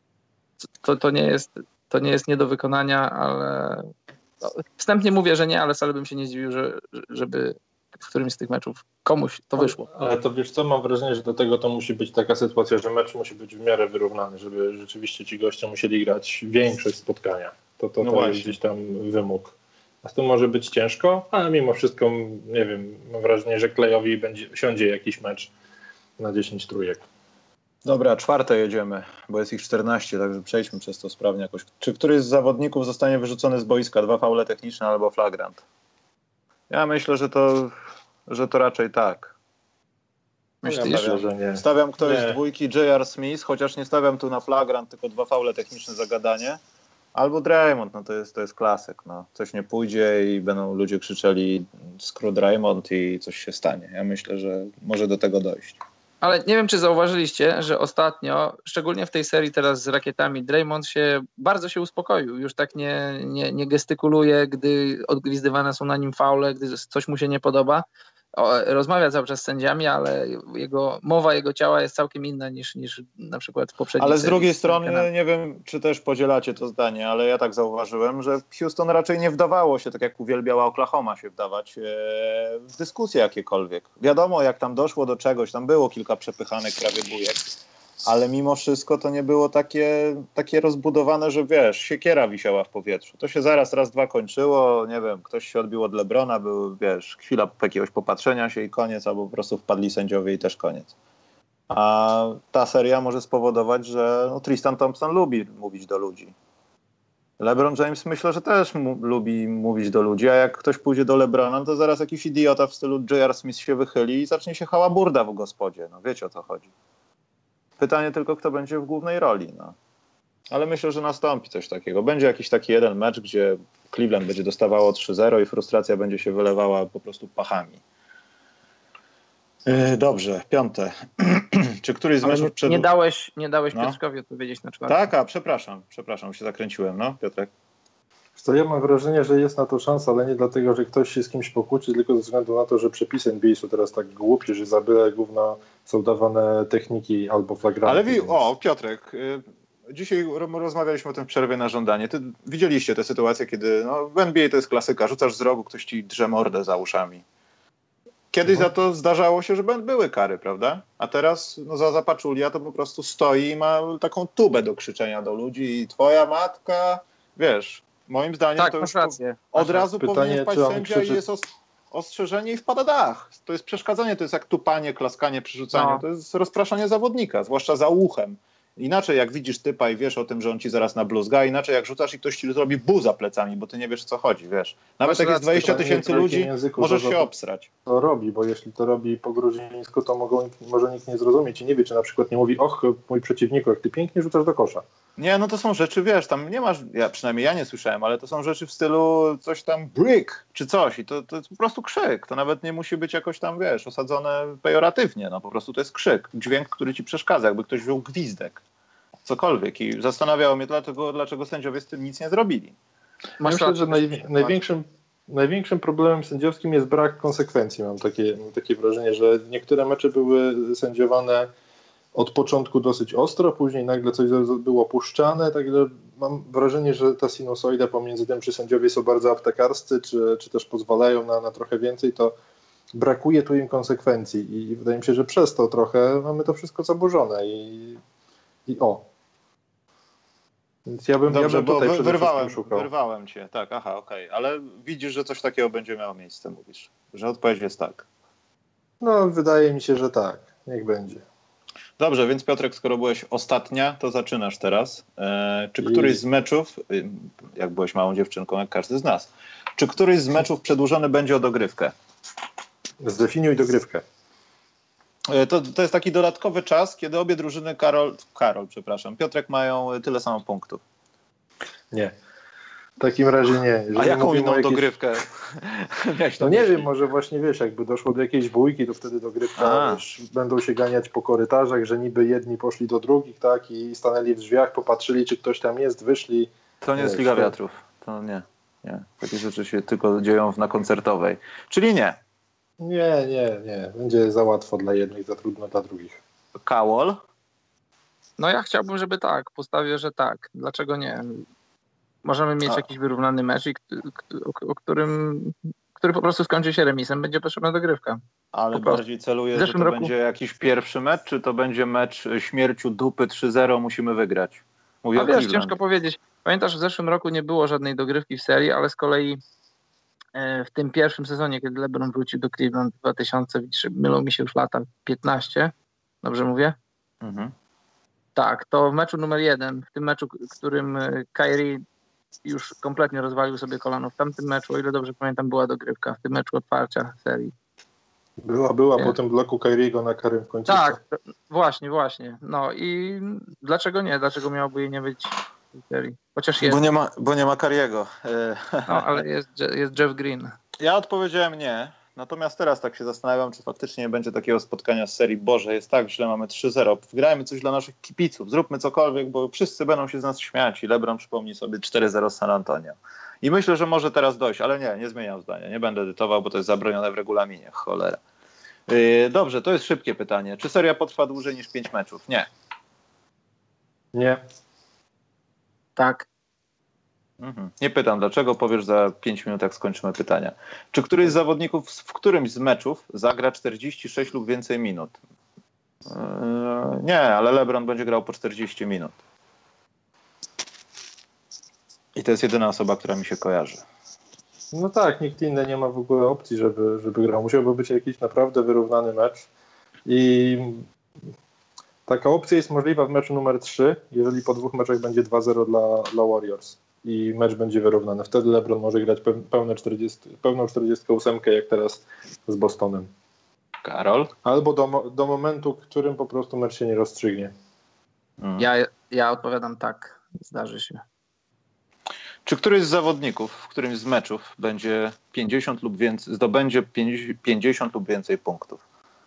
To, to, nie, jest, to nie jest nie do wykonania, ale... No, wstępnie mówię, że nie, ale wcale bym się nie zdziwił, że, żeby w którymś z tych meczów komuś to wyszło. Ale to wiesz co, mam wrażenie, że do tego to musi być taka sytuacja, że mecz musi być w miarę wyrównany, żeby rzeczywiście ci goście musieli grać większość spotkania. To, to, no to jest gdzieś tam wymóg. A z tym może być ciężko, ale mimo wszystko, nie wiem, mam wrażenie, że Klejowi będzie, siądzie jakiś mecz na dziesięć trójek. Dobra, czwarte jedziemy, bo jest ich czternaście, także przejdźmy przez to sprawnie jakoś. Czy któryś z zawodników zostanie wyrzucony z boiska? Dwa faule techniczne albo flagrant? Ja myślę, że to, że to raczej tak. Myślisz? Ja że nie. Stawiam ktoś nie. z dwójki J R. Smith, chociaż nie stawiam tu na flagrant, tylko dwa faule techniczne za gadanie. Albo Draymond, no to jest, to jest klasyk. No. Coś nie pójdzie i będą ludzie krzyczeli skrót Draymond i coś się stanie. Ja myślę, że może do tego dojść. Ale nie wiem, czy zauważyliście, że ostatnio, szczególnie w tej serii teraz z rakietami, Draymond się bardzo się uspokoił. Już tak nie, nie, nie gestykuluje, gdy odgwizdywane są na nim faule, gdy coś mu się nie podoba. O, rozmawia cały czas z sędziami, ale jego mowa jego ciała jest całkiem inna niż, niż na przykład w poprzedniej Ale z serii. drugiej strony, nie wiem, czy też podzielacie to zdanie, ale ja tak zauważyłem, że Houston raczej nie wdawało się, tak jak uwielbiała Oklahoma się wdawać, w dyskusje jakiekolwiek. Wiadomo, jak tam doszło do czegoś, tam było kilka przepychanek prawie bujek, ale mimo wszystko to nie było takie, takie rozbudowane, że wiesz, siekiera wisiała w powietrzu. To się zaraz raz, dwa kończyło, nie wiem, ktoś się odbił od LeBrona, był, wiesz, chwila jakiegoś popatrzenia się i koniec, albo po prostu wpadli sędziowie i też koniec. A ta seria może spowodować, że no, Tristan Thompson lubi mówić do ludzi. LeBron James myślę, że też mu, lubi mówić do ludzi, a jak ktoś pójdzie do LeBrona, to zaraz jakiś idiota w stylu J R. Smith się wychyli i zacznie się hałaburda w gospodzie. No wiecie, o co chodzi. Pytanie tylko, kto będzie w głównej roli. No. Ale myślę, że nastąpi coś takiego. Będzie jakiś taki jeden mecz, gdzie Cleveland będzie dostawało trzy zero i frustracja będzie się wylewała po prostu pachami. Yy, dobrze, piąte. Czy któryś z Ale meczów... Nie, przed... nie dałeś, nie dałeś no. Piotrkowi odpowiedzieć na czwartą. Tak, a przepraszam, przepraszam, się zakręciłem, no Piotrek. To ja mam wrażenie, że jest na to szansa, ale nie dlatego, że ktoś się z kimś pokłóci, tylko ze względu na to, że przepisy N B A są teraz tak głupie, że za byle gówno są dawane techniki albo flagranty. Ale wi- o, Piotrek, y- dzisiaj rozmawialiśmy o tym w przerwie na żądanie. Ty widzieliście tę sytuację, kiedy no, w N B A to jest klasyka, rzucasz z rogu, ktoś ci drze mordę za uszami. Kiedyś mhm. za to zdarzało się, że były kary, prawda? A teraz no, za zapaczulia to po prostu stoi i ma taką tubę do krzyczenia do ludzi i twoja matka, wiesz... Moim zdaniem tak, to już rację. od razu Pytanie, powinien wpaść sędzia krzyczy... i jest os- ostrzeżenie i wpada dach. To jest przeszkadzanie, to jest jak tupanie, klaskanie, przerzucanie. No. To jest rozpraszanie zawodnika, zwłaszcza za uchem. Inaczej jak widzisz typa i wiesz o tym, że on ci zaraz nabluzga, inaczej jak rzucasz i ktoś ci zrobi bu za plecami, bo ty nie wiesz, o co chodzi, wiesz. Nawet Masz jak jest rację, dwadzieścia tysięcy ludzi, języku, możesz to, się obsrać. To robi, bo jeśli to robi po gruzińsku, to mogą, może nikt nie zrozumieć i nie wie, czy na przykład nie mówi, och, mój przeciwniku, jak ty pięknie rzucasz do kosza. Nie, no to są rzeczy, wiesz, tam nie masz, ja, przynajmniej ja nie słyszałem, ale to są rzeczy w stylu coś tam brick czy coś i to, to jest po prostu krzyk. To nawet nie musi być jakoś tam, wiesz, osadzone pejoratywnie, no po prostu to jest krzyk, dźwięk, który ci przeszkadza, jakby ktoś wziął gwizdek, cokolwiek i zastanawiało mnie dlaczego, dlaczego sędziowie z tym nic nie zrobili. Myślę, że naj, największym, największym problemem sędziowskim jest brak konsekwencji, mam takie, mam takie wrażenie, że niektóre mecze były sędziowane od początku dosyć ostro, później nagle coś było puszczane, także mam wrażenie, że ta sinusoida pomiędzy tym, czy sędziowie są bardzo aptekarscy, czy, czy też pozwalają na, na trochę więcej, to brakuje tu im konsekwencji i wydaje mi się, że przez to trochę mamy to wszystko zaburzone i, i o. Więc ja bym, Dobrze, ja bym tutaj bo wyrwałem, szukał. wyrwałem cię, tak, aha, okej, okay. Ale widzisz, że coś takiego będzie miało miejsce, mówisz, że odpowiedź jest tak. No, wydaje mi się, że tak, niech będzie. Dobrze, więc Piotrek, skoro byłeś ostatnia, to zaczynasz teraz. E, czy któryś z meczów, jak byłeś małą dziewczynką, jak każdy z nas, czy któryś z meczów przedłużony będzie o dogrywkę? Zdefiniuj dogrywkę. To, to jest taki dodatkowy czas, kiedy obie drużyny, Karol, Karol, przepraszam, Piotrek mają tyle samo punktów. Nie. W takim razie nie. Jeżeli A jaką inną jakieś... dogrywkę? No nie wiem, może właśnie wiesz, jakby doszło do jakiejś bójki, to wtedy dogrywka, wiesz, będą się ganiać po korytarzach, że niby jedni poszli do drugich, tak, i stanęli w drzwiach, popatrzyli, czy ktoś tam jest, wyszli. To nie jest Liga Wiatrów. To nie. nie. Takie rzeczy się tylko dzieją na koncertowej. Czyli nie. Nie, nie, nie. Będzie za łatwo dla jednych, za trudno dla drugich. Kałol? No ja chciałbym, żeby tak. Postawię, że tak. Dlaczego nie? Możemy mieć A. jakiś wyrównany mecz, i, o, o którym, który po prostu skończy się remisem. Będzie potrzebna dogrywka. Ale bardziej celuję, że to roku... będzie jakiś pierwszy mecz, czy to będzie mecz śmierciu dupy trzy zero, musimy wygrać? Mówię A o wiesz, Cleveland. ciężko powiedzieć. Pamiętasz, w zeszłym roku nie było żadnej dogrywki w serii, ale z kolei w tym pierwszym sezonie, kiedy LeBron wrócił do Cleveland w dwa tysiące, mylą mi się już lata, piętnaście, dobrze mówię? Mhm. Tak, to w meczu numer jeden, w tym meczu, w którym Kyrie już kompletnie rozwalił sobie kolano, w tamtym meczu, o ile dobrze pamiętam, była dogrywka, w tym meczu otwarcia serii. Była, była nie? Po tym bloku Kyriego na karym w końcu. Tak, właśnie, właśnie. No i dlaczego nie? Dlaczego miałoby jej nie być w serii? Chociaż jest. Bo nie ma, bo nie ma Kariego. No, ale jest, jest Jeff Green. Ja odpowiedziałem nie. Natomiast teraz tak się zastanawiam, czy faktycznie nie będzie takiego spotkania z serii. Boże, jest tak źle, mamy trzy zero. Wgrajmy coś dla naszych kibiców. Zróbmy cokolwiek, bo wszyscy będą się z nas śmiać. I LeBron przypomni sobie cztery zero z San Antonio. I myślę, że może teraz dojść, ale nie, nie zmieniam zdania. Nie będę edytował, bo to jest zabronione w regulaminie. Cholera. Yy, dobrze, to jest szybkie pytanie. Czy seria potrwa dłużej niż pięć meczów? Nie. Nie. Tak. Mhm. Nie pytam dlaczego, powiesz za pięć minut, jak skończymy pytania. Czy któryś z zawodników w którymś z meczów zagra czterdzieści sześć lub więcej minut? Yy, nie, ale LeBron będzie grał po czterdzieści minut. I to jest jedyna osoba, która mi się kojarzy. No tak, nikt inny nie ma w ogóle opcji, żeby, żeby grał. Musiałby być jakiś naprawdę wyrównany mecz. I taka opcja jest możliwa w meczu numer trzy, jeżeli po dwóch meczach będzie dwa zero dla, dla Warriors i mecz będzie wyrównany. Wtedy LeBron może grać pełne czterdzieści, pełną czterdziestą osiem, jak teraz z Bostonem. Karol? Albo do, do momentu, w którym po prostu mecz się nie rozstrzygnie. Hmm. Ja, ja odpowiadam tak. Zdarzy się. Czy któryś z zawodników w którymś z meczów będzie pięćdziesiąt lub więcej, zdobędzie pięćdziesiąt lub więcej punktów?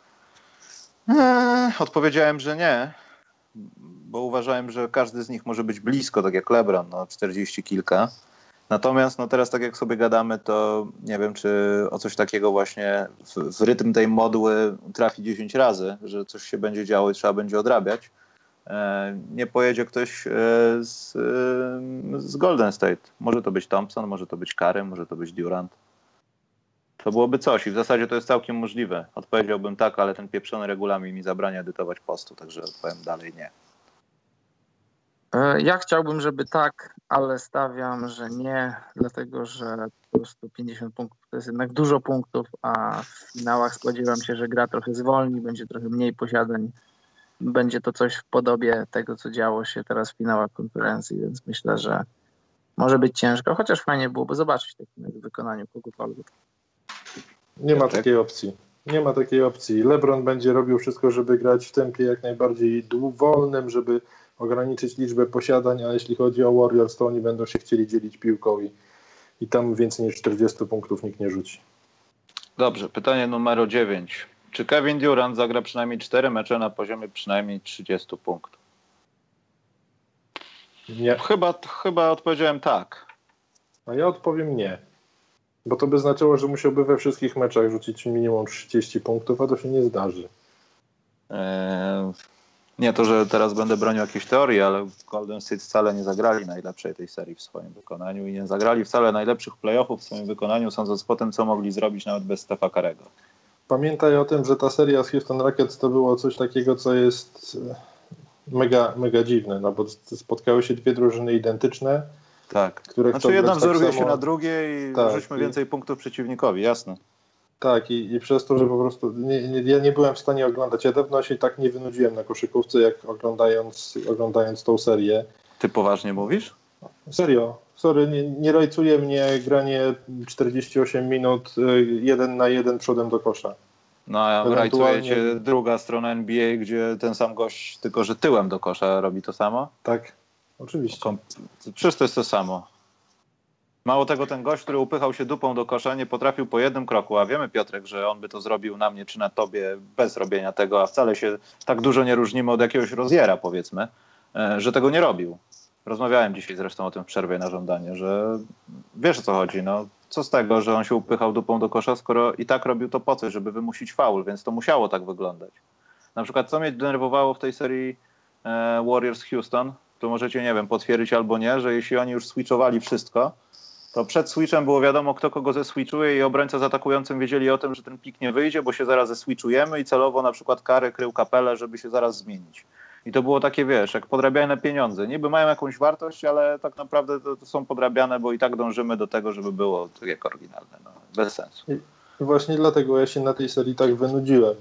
Eee, odpowiedziałem, że nie, bo uważałem, że każdy z nich może być blisko, tak jak LeBron, no czterdzieści kilka. Natomiast no teraz tak jak sobie gadamy, to nie wiem, czy o coś takiego właśnie w, w rytm tej modły trafi dziesięć razy, że coś się będzie działo i trzeba będzie odrabiać. Nie pojedzie ktoś z, z Golden State. Może to być Thompson, może to być Curry, może to być Durant. To byłoby coś i w zasadzie to jest całkiem możliwe. Odpowiedziałbym tak, ale ten pieprzony regulamin mi zabrania edytować postu, także powiem dalej nie. Ja chciałbym, żeby tak, ale stawiam, że nie, dlatego że po prostu pięćdziesiąt punktów to jest jednak dużo punktów, a w finałach spodziewam się, że gra trochę zwolni, będzie trochę mniej posiadań. Będzie to coś w podobie tego, co działo się teraz w finałach konferencji, więc myślę, że może być ciężko, chociaż fajnie byłoby zobaczyć taki w wykonaniu kogokolwiek. Nie ma takiej opcji. Nie ma takiej opcji. LeBron będzie robił wszystko, żeby grać w tempie jak najbardziej wolnym, żeby ograniczyć liczbę posiadań, a jeśli chodzi o Warriors, to oni będą się chcieli dzielić piłką i, i tam więcej niż czterdzieści punktów nikt nie rzuci. Dobrze, pytanie numer dziewięć. Czy Kevin Durant zagra przynajmniej cztery mecze na poziomie przynajmniej trzydzieści punktów? Nie. Chyba, chyba odpowiedziałem tak. A ja odpowiem nie. Bo to by znaczyło, że musiałby we wszystkich meczach rzucić minimum trzydzieści punktów, a to się nie zdarzy. Eee, nie to, że teraz będę bronił jakiejś teorii, ale Golden State wcale nie zagrali najlepszej tej serii w swoim wykonaniu i nie zagrali wcale najlepszych playoffów w swoim wykonaniu, sądząc po tym, co mogli zrobić nawet bez Stefa Curry'ego. Pamiętaj o tym, że ta seria z Houston Rockets to było coś takiego, co jest mega, mega dziwne, no bo spotkały się dwie drużyny identyczne. Tak, które znaczy jedna wzoruje tak się samo... na drugiej i tak, rzućmy i... więcej punktów przeciwnikowi, jasne. Tak, i, i przez to, że po prostu nie, nie, ja nie byłem w stanie oglądać. Ja dawno się tak nie wynudziłem na koszykówce, jak oglądając, oglądając tą serię. Ty poważnie mówisz? Serio, sorry, nie, nie rajcuje mnie granie czterdzieści osiem minut jeden na jeden przodem do kosza. No a rajcujecie druga strona N B A, gdzie ten sam gość, tylko że tyłem do kosza robi to samo? Tak, oczywiście. Przecież to jest to samo. Mało tego, ten gość, który upychał się dupą do kosza, nie potrafił po jednym kroku, a wiemy, Piotrek, że on by to zrobił na mnie czy na tobie bez robienia tego, a wcale się tak dużo nie różnimy od jakiegoś Roziera, powiedzmy, że tego nie robił. Rozmawiałem dzisiaj zresztą o tym w przerwie na żądanie, że wiesz, o co chodzi, no. Co z tego, że on się upychał dupą do kosza, skoro i tak robił to po coś, żeby wymusić faul, więc to musiało tak wyglądać. Na przykład, co mnie denerwowało w tej serii e, Warriors Houston, to możecie, nie wiem, potwierdzić albo nie, że jeśli oni już switchowali wszystko, to przed switchem było wiadomo, kto kogo zeswitchuje i obrońca z atakującym wiedzieli o tym, że ten pik nie wyjdzie, bo się zaraz zeswitchujemy i celowo na przykład Curry krył Capelę, żeby się zaraz zmienić. I to było takie, wiesz, jak podrabiane pieniądze. Niby mają jakąś wartość, ale tak naprawdę to, to są podrabiane, bo i tak dążymy do tego, żeby było tak jak oryginalne. No, bez sensu. I właśnie dlatego ja się na tej serii tak wynudziłem.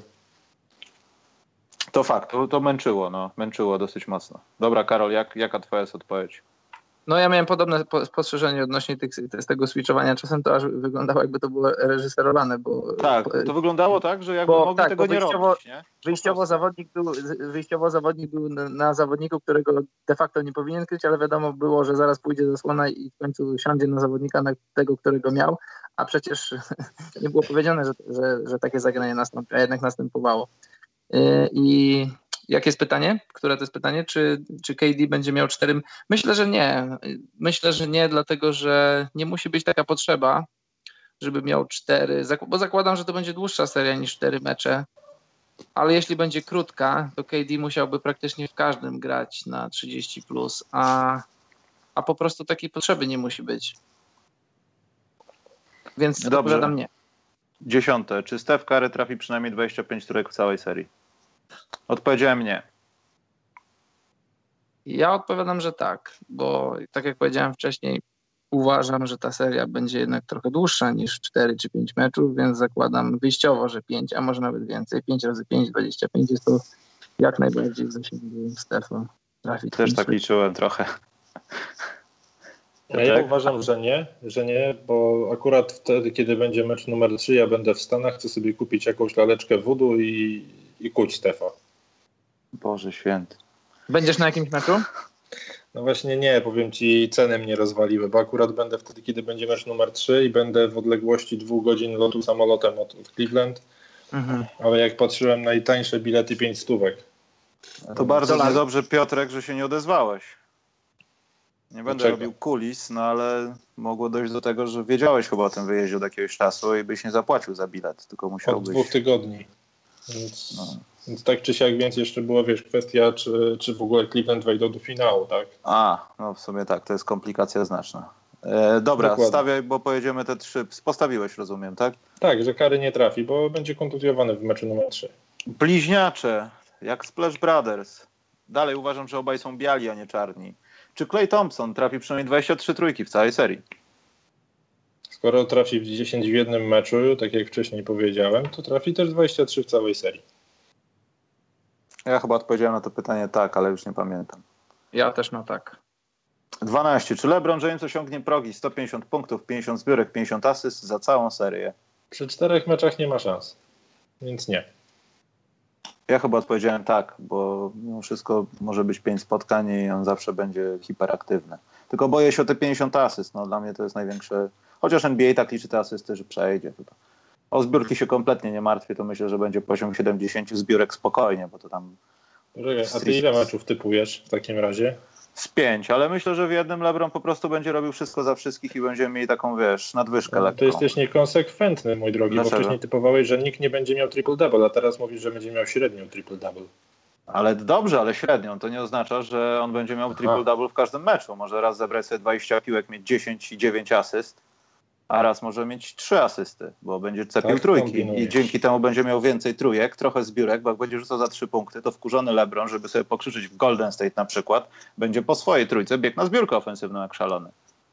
To fakt, to, to męczyło, no, męczyło dosyć mocno. Dobra, Karol, jak, jaka twoja jest odpowiedź? No ja miałem podobne spostrzeżenie odnośnie tych, z tego switchowania. Czasem to aż wyglądało, jakby to było reżyserowane, bo... Tak, to wyglądało tak, że jakby bo, mogli tak, tego nie robić, nie? Wyjściowo zawodnik, był, wyjściowo zawodnik był na, na zawodniku, którego de facto nie powinien kryć, ale wiadomo było, że zaraz pójdzie zasłona i w końcu siądzie na zawodnika, na tego, którego miał, a przecież nie było powiedziane, że, że, że takie zagranie nastąpi, a jednak następowało. I jakie jest pytanie? Które to jest pytanie? Czy, czy K D będzie miał cztery? Myślę, że nie. Myślę, że nie, dlatego że nie musi być taka potrzeba, żeby miał cztery, bo zakładam, że to będzie dłuższa seria niż cztery mecze, ale jeśli będzie krótka, to K D musiałby praktycznie w każdym grać na trzydzieści plus, a, a po prostu takiej potrzeby nie musi być. Więc odpowiadam nie. Dziesiąte. Czy Steph Curry trafi przynajmniej dwadzieścia pięć trójek w całej serii? Odpowiedziałem nie. Ja odpowiadam, że tak, bo tak jak powiedziałem wcześniej, uważam, że ta seria będzie jednak trochę dłuższa niż cztery czy pięć meczów, więc zakładam wyjściowo, że pięć, a może nawet więcej. pięć razy pięć, dwadzieścia pięć jest to jak najbardziej w zasięgu Stefa. Też tak liczyłem trochę. Ja, ja uważam, że nie, że nie, bo akurat wtedy, kiedy będzie mecz numer trzy, ja będę w Stanach, chcę sobie kupić jakąś laleczkę voodoo i, i kuć Stefa. Boże święty. Będziesz na jakimś meczu? No właśnie nie, powiem ci, ceny mnie rozwaliły, bo akurat będę wtedy, kiedy będzie mecz numer trzy i będę w odległości dwóch godzin lotu samolotem od, od Cleveland, mhm. ale jak patrzyłem najtańsze bilety, pięć stówek. To bardzo niedobrze, Piotrek, że się nie odezwałeś. Nie będę Dlaczego? robił kulis, no ale mogło dojść do tego, że wiedziałeś chyba o tym wyjeździe od jakiegoś czasu i byś nie zapłacił za bilet, tylko musiałbyś... Od dwóch tygodni. Więc, no. więc tak czy siak, więc jeszcze była, wiesz, kwestia, czy, czy w ogóle Cleveland wejdą do finału, tak? A, no w sumie tak, to jest komplikacja znaczna. E, dobra, Dokładnie. Stawiaj, bo pojedziemy te trzy. Postawiłeś, rozumiem, tak? Tak, że Curry nie trafi, bo będzie kontuzjowany w meczu numer trzy. Bliźniacze, jak Splash Brothers. Dalej uważam, że obaj są biali, a nie czarni. Czy Klay Thompson trafi przynajmniej dwadzieścia trzy trójki w całej serii? Skoro trafi w dziesięć w jednym meczu, tak jak wcześniej powiedziałem, to trafi też dwadzieścia trzy w całej serii. Ja chyba odpowiedziałem na to pytanie tak, ale już nie pamiętam. Ja też na tak. dwanaście. Czy LeBron James osiągnie progi sto pięćdziesiąt punktów, pięćdziesiąt zbiórek, pięćdziesiąt asyst za całą serię? Przy czterech meczach nie ma szans, więc nie. Ja chyba odpowiedziałem tak, bo mimo wszystko może być pięć spotkań i on zawsze będzie hiperaktywny. Tylko boję się o te pięćdziesiąt asyst. No, dla mnie to jest największe... Chociaż N B A tak liczy te asysty, że przejdzie. To to. O zbiórki się kompletnie nie martwię, to myślę, że będzie poziom siedemdziesiąt zbiórek spokojnie, bo to tam... A ty ile meczów typujesz w takim razie? Z pięć, ale myślę, że w jednym LeBron po prostu będzie robił wszystko za wszystkich i będziemy mieli taką, wiesz, nadwyżkę no, lekką. To jesteś niekonsekwentny, mój drogi, Dlaczego? Bo wcześniej typowałeś, że nikt nie będzie miał triple-double, a teraz mówisz, że będzie miał średnią triple-double. Ale dobrze, ale średnią. To nie oznacza, że on będzie miał triple-double w każdym meczu. Może raz zebrać sobie dwadzieścia piłek, mieć dziesięć i dziewięć asyst, a raz może mieć trzy asysty, bo będzie cepił tak, trójki kombinujesz. I dzięki temu będzie miał więcej trójek, trochę zbiórek, bo jak będzie rzucał za trzy punkty, to wkurzony LeBron, żeby sobie pokrzyczeć w Golden State na przykład, będzie po swojej trójce biegł na zbiórkę ofensywną jak szalony.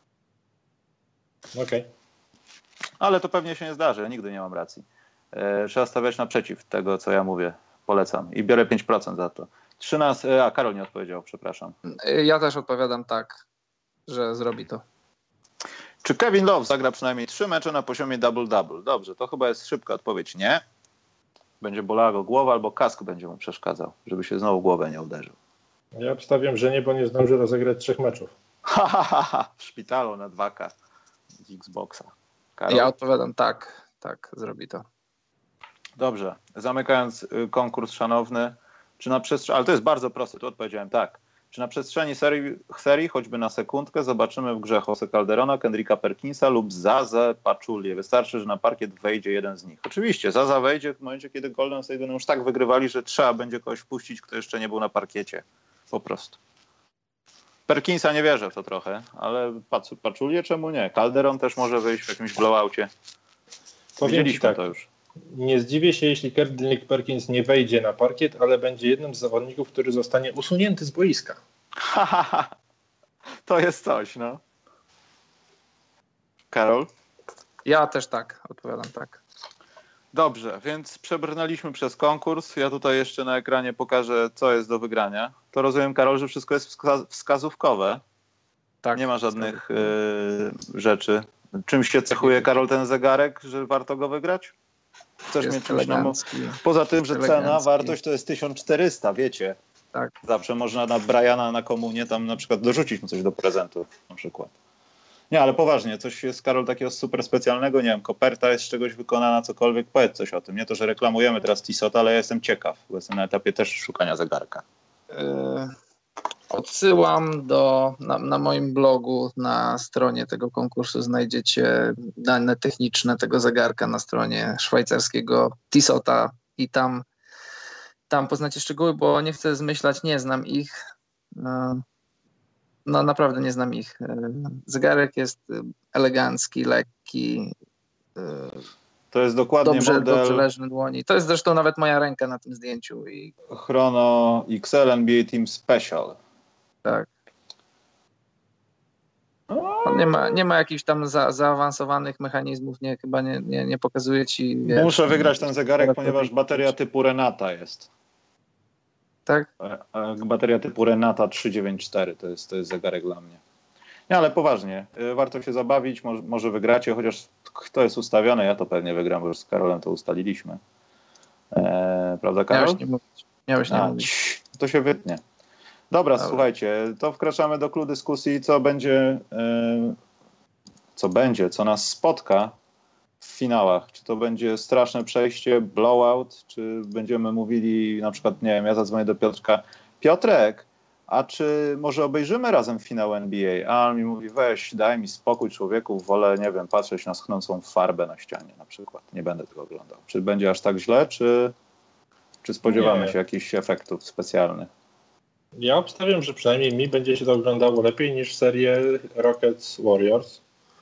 Okej. Okay. Ale to pewnie się nie zdarzy, ja nigdy nie mam racji. E, trzeba stawiać naprzeciw tego, co ja mówię. Polecam. I biorę pięć procent za to. trzynaście, a Karol nie odpowiedział, przepraszam. Ja też odpowiadam tak, że zrobi to. Czy Kevin Love zagra przynajmniej trzy mecze na poziomie double-double? Dobrze, to chyba jest szybka odpowiedź. Nie. Będzie bolała go głowa albo kask będzie mu przeszkadzał, żeby się znowu w głowę nie uderzył. Ja obstawiam, że nie, bo nie zdąży rozegrać trzech meczów. Ha, ha, ha, ha. W szpitalu na dwa K z Xboxa. Karol? Ja odpowiadam tak, tak, zrobi to. Dobrze, zamykając konkurs szanowny, czy na przestrzeni, ale to jest bardzo proste, tu odpowiedziałem tak. Czy na przestrzeni serii, serii choćby na sekundkę, zobaczymy w grze Jose Calderona, Kendricka Perkinsa lub Zazę Pachulię? Wystarczy, że na parkiet wejdzie jeden z nich. Oczywiście, Zaza wejdzie w momencie, kiedy Golden State będą już tak wygrywali, że trzeba będzie kogoś wpuścić, kto jeszcze nie był na parkiecie. Po prostu. Perkinsa nie wierzę w to trochę, ale Pachulię czemu nie? Calderon też może wyjść w jakimś blowoutie. Widzieliśmy tak. to już. Nie zdziwię się, jeśli Kendrick Perkins nie wejdzie na parkiet, ale będzie jednym z zawodników, który zostanie usunięty z boiska. Ha, ha, ha. To jest coś, no. Karol? Ja też tak, odpowiadam tak. Dobrze, więc przebrnęliśmy przez konkurs. Ja tutaj jeszcze na ekranie pokażę, co jest do wygrania. To rozumiem, Karol, że wszystko jest wska- wskazówkowe. Tak. Nie ma żadnych y, rzeczy. Czym się cechuje, Karol, ten zegarek, że warto go wygrać? Chcesz jest mieć czymś na mo- elegancki. Poza tym, że elegancki. cena, wartość to jest tysiąc czterysta, wiecie. Tak. Zawsze można na Briana na komunie tam na przykład dorzucić mu coś do prezentu na przykład. Nie, ale poważnie, coś jest, Karol, takiego super specjalnego, nie wiem, koperta jest z czegoś wykonana, cokolwiek, powiedz coś o tym. Nie to, że reklamujemy teraz Tissota, ale ja jestem ciekaw, bo jestem na etapie też szukania zegarka. Yy, odsyłam do, na, na moim blogu, na stronie tego konkursu znajdziecie dane techniczne tego zegarka na stronie szwajcarskiego Tissota i tam, tam poznacie szczegóły, bo nie chcę zmyślać, nie znam ich. Yy, no naprawdę nie znam ich. Yy, zegarek jest elegancki, lekki, yy, To jest dokładnie dobrze, model dobrze leży na dłoni. To jest zresztą nawet moja ręka na tym zdjęciu. I Chrono X L N B A Team Special. tak. On nie ma, nie ma jakichś tam za, zaawansowanych mechanizmów, nie, chyba nie, nie, nie pokazuje ci. Wiesz, Muszę wygrać ten zegarek, ponieważ bateria typu Renata jest. Tak? Bateria typu Renata trzysta dziewięćdziesiąt cztery to jest, to jest zegarek dla mnie. Nie, ale poważnie, warto się zabawić, może, może wygracie, chociaż kto jest ustawiony, ja to pewnie wygram, bo już z Karolem to ustaliliśmy. Eee, prawda, Karol? Miałeś nie mówić. Miałeś nie A, mówić. cii, to się wytnie. Dobra, Dobra, słuchajcie, to wkraczamy do clou dyskusji, co będzie, e, co będzie, co nas spotka w finałach. Czy to będzie straszne przejście, blowout, czy będziemy mówili, na przykład, nie wiem, ja zadzwonię do Piotrka, Piotrek, a czy może obejrzymy razem finał N B A? A on mi mówi, weź, daj mi spokój, człowieku, wolę, nie wiem, patrzeć na schnącą farbę na ścianie na przykład. Nie będę tego oglądał. Czy będzie aż tak źle, czy, czy spodziewamy nie. się jakichś efektów specjalnych? Ja obstawiam, że przynajmniej mi będzie się to oglądało lepiej niż serię Rockets Warriors.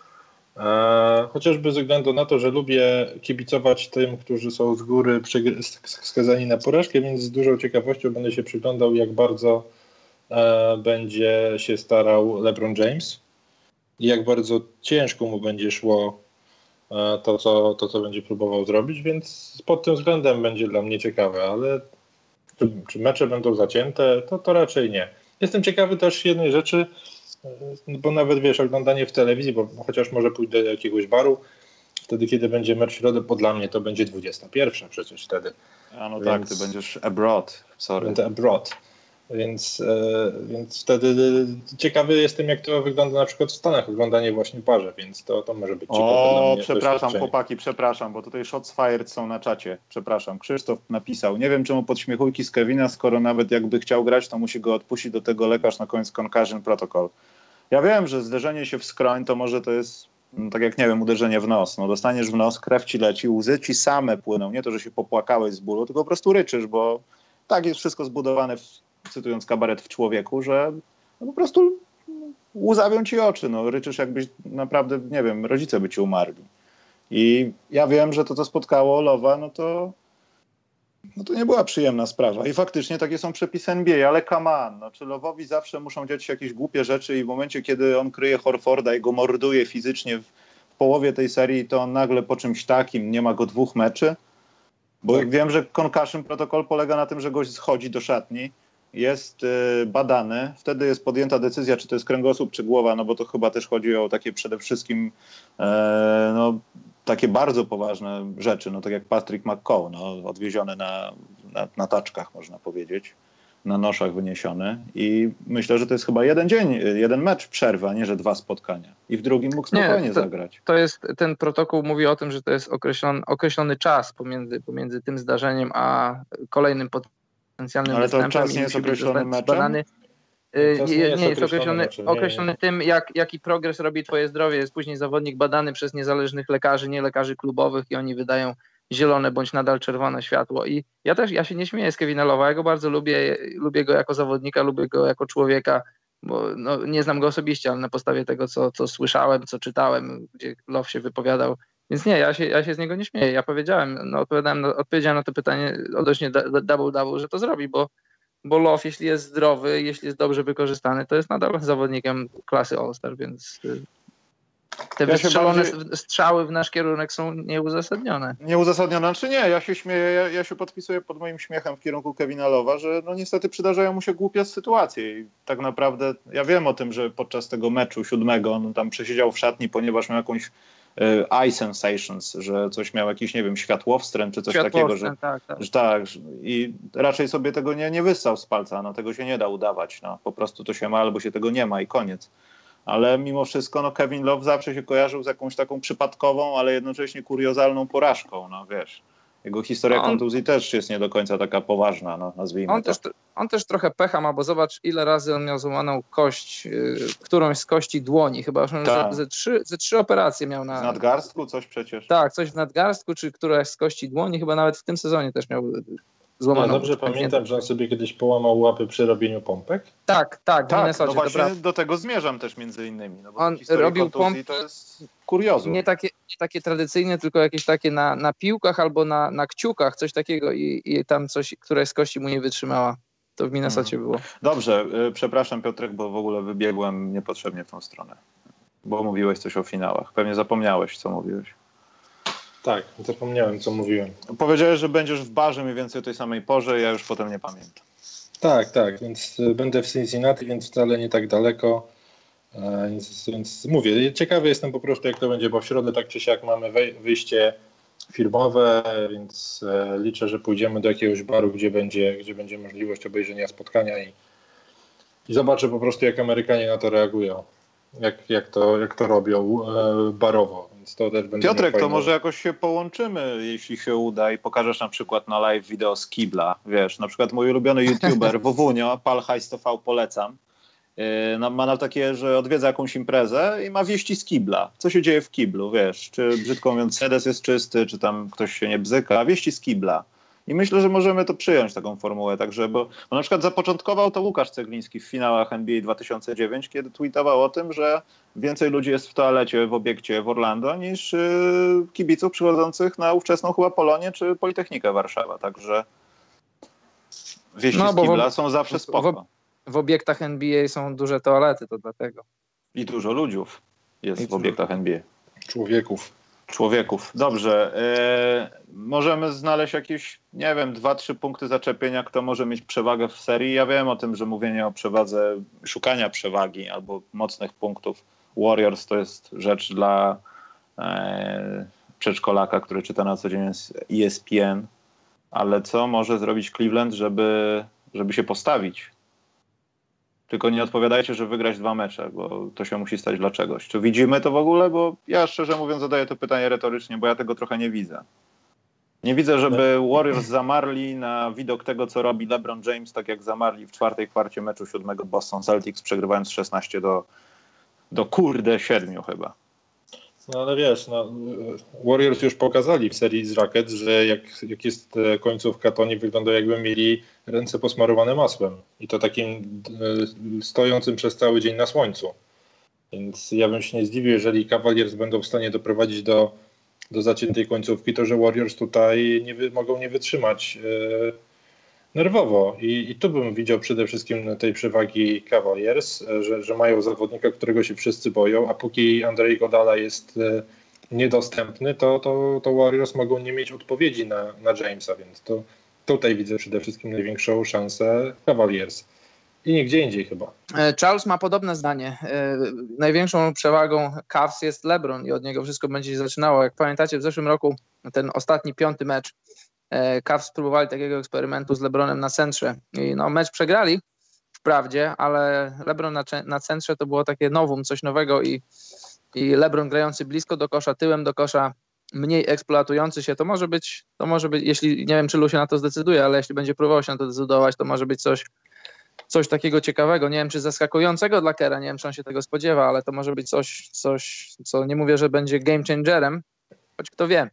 Eee, chociażby ze względu na to, że lubię kibicować tym, którzy są z góry przygry- skazani na porażkę, więc z dużą ciekawością będę się przyglądał, jak bardzo e, będzie się starał LeBron James i jak bardzo ciężko mu będzie szło e, to, co, to, co będzie próbował zrobić, więc pod tym względem będzie dla mnie ciekawe, ale czy, czy mecze będą zacięte, to, to raczej nie. Jestem ciekawy też jednej rzeczy, bo nawet wiesz, oglądanie w telewizji, bo chociaż może pójdę do jakiegoś baru, wtedy kiedy będzie mecz w środę, bo dla mnie to będzie dwudziesta pierwsza przecież wtedy. A no więc, tak, ty będziesz abroad, sorry. Będę abroad, więc, e, więc wtedy ciekawy jestem, jak to wygląda na przykład w Stanach, oglądanie właśnie w barze, więc to, to może być ciekawe o, dla mnie. Przepraszam, chłopaki, przepraszam, bo tutaj shots fired są na czacie, przepraszam. Krzysztof napisał, nie wiem czemu podśmiechujki z Kevina, skoro nawet jakby chciał grać, to musi go odpuścić do tego lekarz na koniec concussion protocol. Ja wiem, że zderzenie się w skroń to może to jest, no, tak jak nie wiem, uderzenie w nos. No, dostaniesz w nos, krew ci leci, łzy ci same płyną. Nie to, że się popłakałeś z bólu, tylko po prostu ryczysz, bo tak jest wszystko zbudowane, w, cytując kabaret, w człowieku, że no, po prostu łzawią ci oczy. No, ryczysz jakbyś naprawdę, nie wiem, rodzice by ci umarli. I ja wiem, że to, co spotkało Lowa, no to no to nie była przyjemna sprawa. I faktycznie takie są przepisy N B A, ale come on, no, czy Lowowi zawsze muszą dziać się jakieś głupie rzeczy i w momencie, kiedy on kryje Horforda i go morduje fizycznie w, w połowie tej serii, to on nagle po czymś takim nie ma go dwóch meczy? Bo tak. Wiem, że concussion protokol polega na tym, że gość schodzi do szatni, jest y, badany, wtedy jest podjęta decyzja, czy to jest kręgosłup, czy głowa, no bo to chyba też chodzi o takie przede wszystkim e, no takie bardzo poważne rzeczy, no tak jak Patrick McCaw, no, odwieziony na, na, na taczkach, można powiedzieć, na noszach wyniesiony i myślę, że to jest chyba jeden dzień, jeden mecz przerwa, nie że dwa spotkania. I w drugim mógł spokojnie nie, to, zagrać. To jest, ten protokół mówi o tym, że to jest określony, określony czas pomiędzy, pomiędzy tym zdarzeniem a kolejnym potencjalnym Ale występem. to czas nie jest określony meczem? Badany. Czas Nie, nie nie jest jest określony określony, meczem, nie, określony nie. tym, jak, jaki progres robi twoje zdrowie. Jest później zawodnik badany przez niezależnych lekarzy, nie lekarzy klubowych i oni wydają zielone bądź nadal czerwone światło. I ja też, ja się nie śmieję z Kevina Love'a, ja go bardzo lubię, lubię go jako zawodnika, lubię go jako człowieka, bo no, nie znam go osobiście, ale na podstawie tego, co, co słyszałem, co czytałem, gdzie Love się wypowiadał. Więc nie, ja się, ja się z niego nie śmieję. Ja powiedziałem, no, odpowiadałem, na, odpowiedziałem na to pytanie odnośnie double-double, że to zrobi, bo bo Love, jeśli jest zdrowy, jeśli jest dobrze wykorzystany, to jest nadal zawodnikiem klasy All-Star, więc te Ja wystrzelone bardziej... strzały w nasz kierunek są nieuzasadnione. Nieuzasadnione, czy nie? Ja się śmieję, ja, ja się podpisuję pod moim śmiechem w kierunku Kevina Love'a, że no niestety przydarzają mu się głupie sytuacje i tak naprawdę ja wiem o tym, że podczas tego meczu siódmego on tam przesiedział w szatni, ponieważ miał jakąś y, eye sensations, że coś miał jakiś, nie wiem, światłowstręt czy coś takiego, że tak, tak. że tak i raczej sobie tego nie, nie wyssał z palca, no tego się nie da udawać, no po prostu to się ma albo się tego nie ma i koniec. Ale mimo wszystko no Kevin Love zawsze się kojarzył z jakąś taką przypadkową, ale jednocześnie kuriozalną porażką, no wiesz. Jego historia on, kontuzji też jest nie do końca taka poważna, no nazwijmy on to. Też, on też trochę pecha ma, bo zobacz ile razy on miał złamaną kość, yy, którąś z kości dłoni, chyba że Ta. ze, trzy, ze trzy operacje miał na... W nadgarstku coś przecież? Tak, coś w nadgarstku, czy któraś z kości dłoni, chyba nawet w tym sezonie też miał złamaną. Ja dobrze pamiętam, że on sobie kiedyś połamał łapy przy robieniu pompek? Tak, tak, w tak, Minnesocie. no właśnie dobra. do tego zmierzam też między innymi. No bo on robił pompki, to jest kuriozum. Nie takie, nie takie tradycyjne, tylko jakieś takie na, na piłkach albo na, na kciukach, coś takiego i, i tam coś, któraś z kości mu nie wytrzymała. To w Minnesocie hmm. było. Dobrze, yy, przepraszam Piotrek, bo w ogóle wybiegłem niepotrzebnie w tą stronę. Bo mówiłeś coś o finałach. Pewnie zapomniałeś, co mówiłeś. Tak, zapomniałem, co mówiłem. Powiedziałeś, że będziesz w barze mniej więcej o tej samej porze, ja już potem nie pamiętam. Tak, tak, więc będę w Cincinnati, więc wcale nie tak daleko. Więc, więc mówię, ciekawy jestem po prostu, jak to będzie, bo w środę tak czy siak mamy wyjście firmowe, więc liczę, że pójdziemy do jakiegoś baru, gdzie będzie, gdzie będzie możliwość obejrzenia spotkania i, i zobaczę po prostu, jak Amerykanie na to reagują. Jak, jak, to, jak to robią e, barowo. Więc to też będzie Piotrek, to może jakoś się połączymy, jeśli się uda i pokażesz na przykład na live wideo z kibla. Wiesz, na przykład mój ulubiony youtuber Wowunio, Pal Hajs T V, polecam. Yy, ma na takie, że odwiedza jakąś imprezę i ma wieści z kibla. Co się dzieje w kiblu, wiesz? Czy brzydko mówiąc sedes jest czysty, czy tam ktoś się nie bzyka. Wieści z kibla. I myślę, że możemy to przyjąć, taką formułę. Także, bo, bo na przykład zapoczątkował to Łukasz Cegliński w finałach N B A dwa tysiące dziewięć, kiedy tweetował o tym, że więcej ludzi jest w toalecie w obiekcie w Orlando niż yy, kibiców przychodzących na ówczesną chyba Polonię czy Politechnikę Warszawa. Także wieści no, z kibla w, są zawsze spoko. W, w obiektach N B A są duże toalety, to dlatego. I dużo ludziów jest I w obiektach N B A. Człowieków. Człowieków. Dobrze. Yy, możemy znaleźć jakieś, nie wiem, dwa, trzy punkty zaczepienia, kto może mieć przewagę w serii. Ja wiem o tym, że mówienie o przewadze, szukania przewagi albo mocnych punktów Warriors to jest rzecz dla yy, przedszkolaka, który czyta na co dzień E S P N. Ale co może zrobić Cleveland, żeby, żeby się postawić? Tylko nie odpowiadajcie, że wygrać dwa mecze, bo to się musi stać dla czegoś. Czy widzimy to w ogóle? Bo ja szczerze mówiąc zadaję to pytanie retorycznie, bo ja tego trochę nie widzę. Nie widzę, żeby Warriors zamarli na widok tego, co robi LeBron James, tak jak zamarli w czwartej kwarcie meczu siódmego Boston Celtics, przegrywając szesnaście do, do kurde siedmiu chyba. No ale wiesz, no, Warriors już pokazali w serii z Rockets, że jak, jak jest końcówka, to oni wyglądają jakby mieli ręce posmarowane masłem. I to takim e, stojącym przez cały dzień na słońcu. Więc ja bym się nie zdziwił, jeżeli Cavaliers będą w stanie doprowadzić do, do zaciętej końcówki, to że Warriors tutaj nie wy, mogą nie wytrzymać e, nerwowo. I, I tu bym widział przede wszystkim tej przewagi Cavaliers, że, że mają zawodnika, którego się wszyscy boją, a póki Andrzej Godala jest e, niedostępny, to, to, to Warriors mogą nie mieć odpowiedzi na, na Jamesa, więc to tutaj widzę przede wszystkim największą szansę Cavaliers. I nigdzie indziej chyba. Charles ma podobne zdanie. Największą przewagą Cavs jest LeBron i od niego wszystko będzie się zaczynało. Jak pamiętacie, w zeszłym roku ten ostatni, piąty mecz Cavs spróbowali takiego eksperymentu z LeBronem na centrze. I no, mecz przegrali wprawdzie, ale LeBron na, na centrze to było takie nowum, coś nowego i, i LeBron grający blisko do kosza, tyłem do kosza, mniej eksploatujący się, to może być, to może być, jeśli, nie wiem, czy Lu się na to zdecyduje, ale jeśli będzie próbował się na to zdecydować, to może być coś coś takiego ciekawego, nie wiem czy zaskakującego dla Kera, nie wiem czy on się tego spodziewa, ale to może być coś, coś co nie mówię, że będzie game changerem, choć kto wie,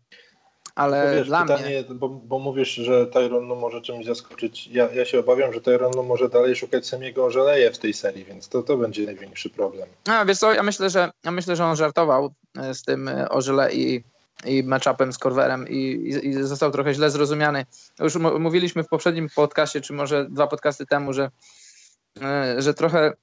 ale wiesz, dla pytanie, mnie... Bo, bo mówisz, że Tyronn Lue może czymś zaskoczyć, ja, ja się obawiam, że Tyronn Lue może dalej szukać Semiego Ożeleje w tej serii, więc to, to będzie największy problem. A, wiesz co, ja myślę, że, ja myślę, że on żartował z tym Ożele i i match-upem z Korverem i, i, i został trochę źle zrozumiany. Już m- mówiliśmy w poprzednim podcastie, czy może dwa podcasty temu, że, yy, że trochę,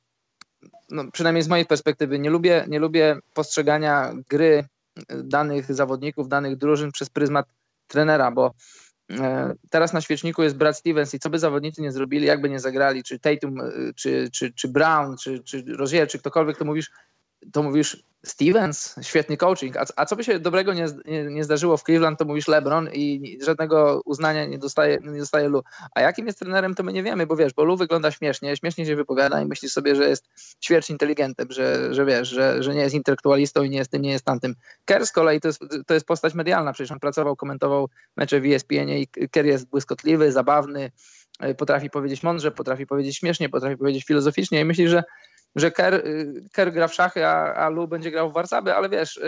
no, przynajmniej z mojej perspektywy, nie lubię, nie lubię postrzegania gry danych zawodników, danych drużyn przez pryzmat trenera, bo yy, teraz na świeczniku jest Brad Stevens i co by zawodnicy nie zrobili, jakby nie zagrali, czy Tatum, yy, czy, czy, czy Brown, czy, czy Rozier, czy ktokolwiek, to mówisz, to mówisz Stevens, świetny coaching, a, a co by się dobrego nie, nie, nie zdarzyło w Cleveland, to mówisz LeBron i żadnego uznania nie dostaje, nie dostaje Lu. A jakim jest trenerem, to my nie wiemy, bo wiesz, bo Lu wygląda śmiesznie, śmiesznie się wypowiada i myślisz sobie, że jest ćwierć inteligentem, że, że wiesz, że, że nie jest intelektualistą i nie jest tym, nie jest tamtym. Kerr z kolei to jest, to jest postać medialna, przecież on pracował, komentował mecze w E S P N ie i Kerr jest błyskotliwy, zabawny, potrafi powiedzieć mądrze, potrafi powiedzieć śmiesznie, potrafi powiedzieć filozoficznie i myślisz, że że Kerr, Kerr gra w szachy, a, a Lu będzie grał w warcaby, ale wiesz,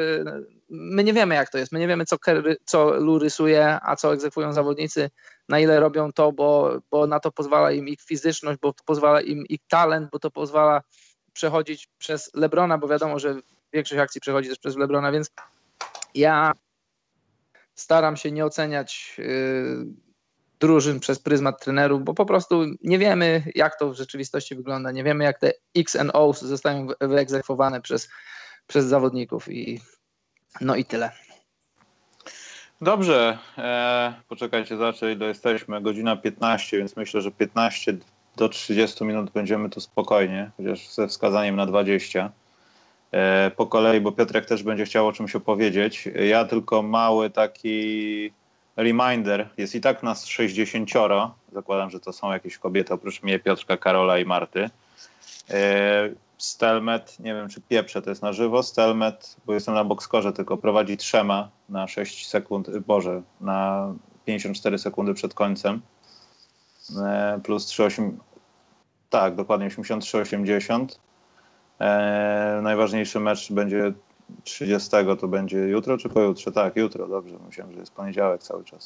my nie wiemy jak to jest, my nie wiemy co, Kerr, co Lu rysuje, a co egzekwują zawodnicy, na ile robią to, bo, bo na to pozwala im ich fizyczność, bo to pozwala im ich talent, bo to pozwala przechodzić przez LeBrona, bo wiadomo, że większość akcji przechodzi też przez LeBrona, więc ja staram się nie oceniać yy, drużyn przez pryzmat trenerów, bo po prostu nie wiemy, jak to w rzeczywistości wygląda, nie wiemy, jak te X and O's zostają wyegzekwowane przez, przez zawodników i no i tyle. Dobrze, e, poczekajcie, zobaczę ile jesteśmy, godzina piętnaście, więc myślę, że piętnaście do trzydziestu minut będziemy tu spokojnie, chociaż ze wskazaniem na dwadzieścia. E, po kolei, bo Piotrek też będzie chciał o czymś opowiedzieć. Ja tylko mały taki reminder, jest i tak nas sześćdziesięcioro, zakładam, że to są jakieś kobiety oprócz mnie, Piotrka, Karola i Marty. Stelmet, nie wiem czy pieprze, to jest na żywo, Stelmet, bo jestem na boxkorze, tylko prowadzi trzema na sześć sekund, boże, na pięćdziesiąt cztery sekundy przed końcem, plus trzy osiem, tak, dokładnie osiemdziesiąt trzy osiemdziesiąt. Najważniejszy mecz będzie trzydziestego, to będzie jutro czy pojutrze? Tak, jutro, dobrze, myślałem, że jest poniedziałek cały czas.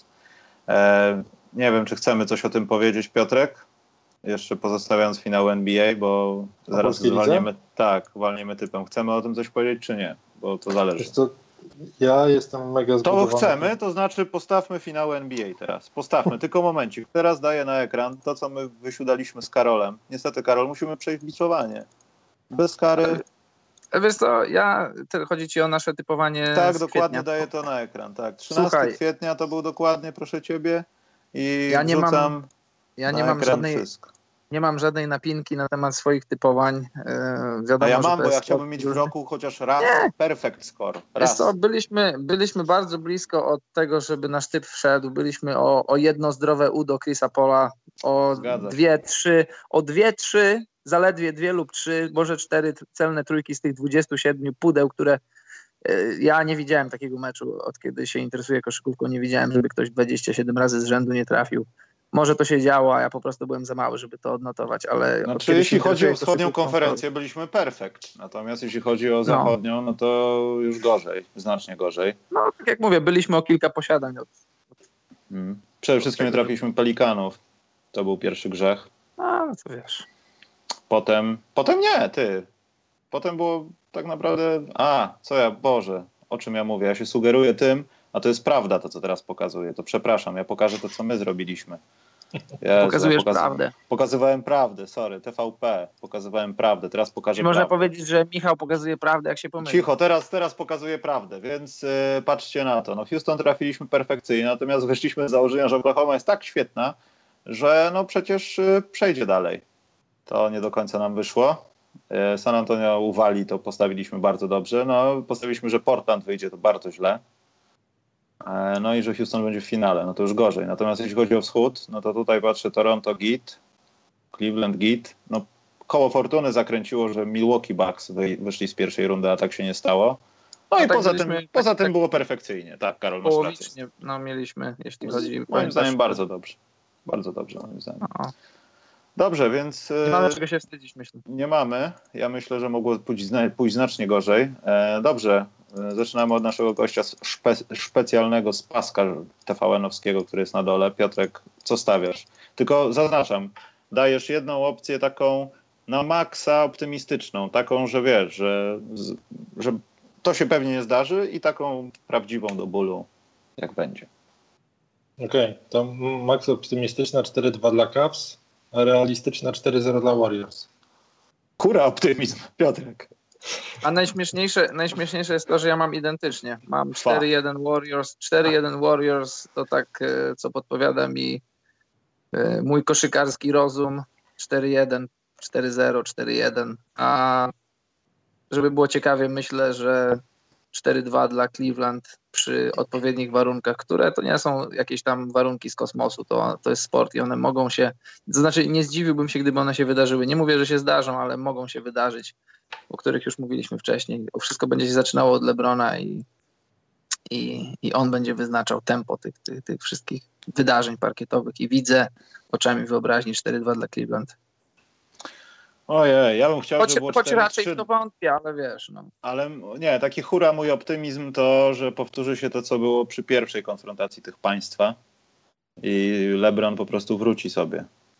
E, nie wiem, czy chcemy coś o tym powiedzieć, Piotrek? Jeszcze pozostawiając finał N B A, bo zaraz zwalniemy, tak, walniemy typem. Chcemy o tym coś powiedzieć, czy nie? Bo to zależy. Wiesz co, ja jestem mega zbudowany. To chcemy, to znaczy postawmy finał N B A teraz. Postawmy, tylko momencik. Teraz daję na ekran to, co my wysiudaliśmy z Karolem. Niestety, Karol, musimy przejść biczowanie. Bez kary... Wiesz co, ja, chodzi ci o nasze typowanie. Tak, dokładnie daję to na ekran. Tak. trzynastego Słuchaj, kwietnia to był dokładnie, proszę ciebie. I ja nie wrzucam mam, ja na nie mam ekran żadnej, wszystko. nie mam żadnej napinki na temat swoich typowań. Yy, wiadomo, A ja że mam, to bo ja jest chciałbym mieć w roku chociaż raz nie. perfect score. Wiesz Raz. co, byliśmy, byliśmy bardzo blisko od tego, żeby nasz typ wszedł. Byliśmy o, o jedno zdrowe udo Chrisa Paula, o Zgadza się. dwie, trzy, o dwie, trzy, zaledwie dwie lub trzy, może cztery celne trójki z tych dwudziestu siedmiu pudeł, które yy, ja nie widziałem takiego meczu, od kiedy się interesuję koszykówką, nie widziałem, żeby ktoś dwadzieścia siedem razy z rzędu nie trafił. Może to się działo, a ja po prostu byłem za mały, żeby to odnotować, ale... Znaczy, jeśli chodzi o wschodnią konferencję, byliśmy perfekt. Natomiast jeśli chodzi o zachodnią, no to już gorzej, znacznie gorzej. No, tak jak mówię, byliśmy o kilka posiadań od... Hmm. Przede wszystkim nie trafiliśmy Pelikanów. To był pierwszy grzech. A, no to wiesz... Potem, potem nie, ty. Potem było tak naprawdę, a, co ja, Boże, o czym ja mówię? Ja się sugeruję tym, a to jest prawda to, co teraz pokazuję. To przepraszam, ja pokażę to, co my zrobiliśmy. Jezu, Pokazujesz ja pokazy- prawdę. Pokazywałem prawdę, sorry, T V P. Pokazywałem prawdę, teraz pokażę Czyli można prawdę. powiedzieć, że Michał pokazuje prawdę, jak się pomyli. Cicho, teraz, teraz pokazuję prawdę, więc yy, patrzcie na to. No, Houston trafiliśmy perfekcyjnie, natomiast wyszliśmy z założenia, że Oklahoma jest tak świetna, że no przecież yy, przejdzie dalej. To nie do końca nam wyszło. San Antonio uwali, to postawiliśmy bardzo dobrze. No, postawiliśmy, że Portland wyjdzie, to bardzo źle. No i że Houston będzie w finale, no to już gorzej. Natomiast jeśli chodzi o wschód, no to tutaj patrzę Toronto git, Cleveland git. No, koło fortuny zakręciło, że Milwaukee Bucks wy, wyszli z pierwszej rundy, a tak się nie stało. No, no i tak poza, byliśmy, tym, tak, poza tym tak, było perfekcyjnie. Tak, Karol, masz rację. No mieliśmy, jeśli chodzi... Moim zdaniem też, bardzo dobrze. Bardzo dobrze, moim zdaniem. No. Dobrze, więc... Nie mamy czego się wstydzić, myślę. Nie mamy. Ja myślę, że mogło pójść, pójść znacznie gorzej. E, dobrze, zaczynamy od naszego gościa szpe, specjalnego z paska T V N-owskiego, który jest na dole. Piotrek, co stawiasz? Tylko zaznaczam, dajesz jedną opcję taką na maksa optymistyczną, taką, że wiesz, że, że to się pewnie nie zdarzy i taką prawdziwą do bólu, jak będzie. Okej, okay, to maks optymistyczna cztery dwa dla Cavs, a realistyczna cztery zero dla Warriors. Kura optymizm, Piotrek. A najśmieszniejsze, najśmieszniejsze jest to, że ja mam identycznie. Mam cztery jeden Warriors. cztery jeden Warriors to tak, co podpowiada mi mój koszykarski rozum. cztery jeden, cztery zero, cztery jeden. A żeby było ciekawie, myślę, że cztery dwa dla Cleveland przy odpowiednich warunkach, które to nie są jakieś tam warunki z kosmosu, to, to jest sport i one mogą się, to znaczy nie zdziwiłbym się, gdyby one się wydarzyły. Nie mówię, że się zdarzą, ale mogą się wydarzyć, o których już mówiliśmy wcześniej. Wszystko będzie się zaczynało od LeBrona i, i, i on będzie wyznaczał tempo tych, tych, tych wszystkich wydarzeń parkietowych i widzę oczami wyobraźni cztery dwa dla Cleveland. Ojej, ja bym chciał, choć, żeby było choć cztery trzy. raczej w to wątpię, ale wiesz. No. Ale nie, taki hura mój optymizm to, że powtórzy się to, co było przy pierwszej konfrontacji tych państwa i LeBron po prostu wróci sobie.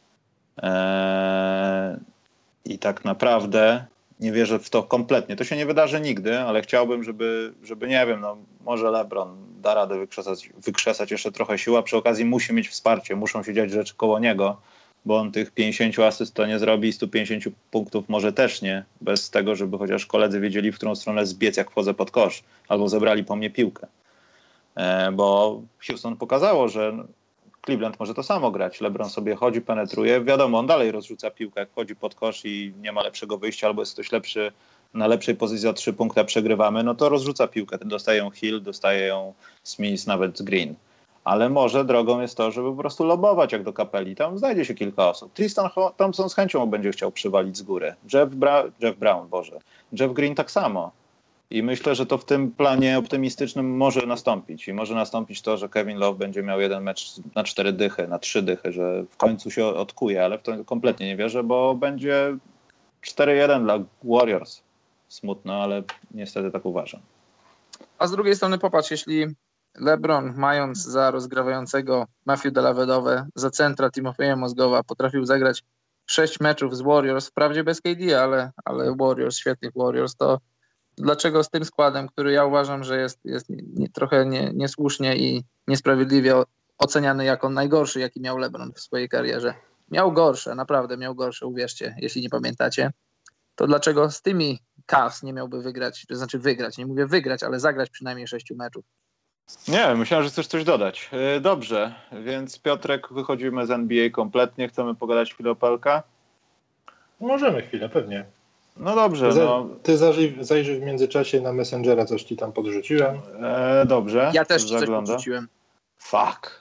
Eee, I tak naprawdę nie wierzę w to kompletnie. To się nie wydarzy nigdy, ale chciałbym, żeby, żeby nie wiem, no może LeBron da radę wykrzesać, wykrzesać jeszcze trochę sił, a przy okazji musi mieć wsparcie, muszą się dziać rzeczy koło niego, bo on tych pięćdziesiąt asyst to nie zrobi i stu pięćdziesięciu punktów może też nie, bez tego, żeby chociaż koledzy wiedzieli, w którą stronę zbiec, jak wchodzę pod kosz, albo zebrali po mnie piłkę. E, bo Houston pokazało, że Cleveland może to samo grać. LeBron sobie chodzi, penetruje, wiadomo, on dalej rozrzuca piłkę, jak wchodzi pod kosz i nie ma lepszego wyjścia, albo jest ktoś lepszy, na lepszej pozycji za trzy punkty, a przegrywamy, no to rozrzuca piłkę. Dostaje ją Hill, dostaje ją Smith, nawet Green. Ale może drogą jest to, żeby po prostu lobować jak do kapeli. Tam znajdzie się kilka osób. Tristan Thompson z chęcią będzie chciał przywalić z góry. Jeff, Bra- Jeff Brown, Boże. Jeff Green tak samo. I myślę, że to w tym planie optymistycznym może nastąpić. I może nastąpić to, że Kevin Love będzie miał jeden mecz na cztery dychy, na trzy dychy, że w końcu się odkuje, ale w to kompletnie nie wierzę, bo będzie cztery jeden dla Warriors. Smutno, ale niestety tak uważam. A z drugiej strony popatrz, jeśli LeBron, mając za rozgrywającego Matthew Dellavedove, za centra Timofeja Mozgowa, potrafił zagrać sześć meczów z Warriors, wprawdzie bez K D, ale, ale Warriors, świetnych Warriors, to dlaczego z tym składem, który ja uważam, że jest, jest nie, trochę nie, niesłusznie i niesprawiedliwie oceniany jako najgorszy, jaki miał LeBron w swojej karierze. Miał gorsze, naprawdę miał gorsze, uwierzcie, jeśli nie pamiętacie. To dlaczego z tymi Cavs nie miałby wygrać, to znaczy wygrać, nie mówię wygrać, ale zagrać przynajmniej sześciu meczów. Nie, myślałem, że chcesz coś dodać. Dobrze, więc Piotrek, wychodzimy z N B A kompletnie. Chcemy pogadać chwilę o P L K? Możemy chwilę, pewnie. No dobrze. Ty, no. ty zajrzyj, zajrzyj w międzyczasie na Messengera, coś ci tam podrzuciłem. E, dobrze. Ja też ci coś podrzuciłem. Fuck.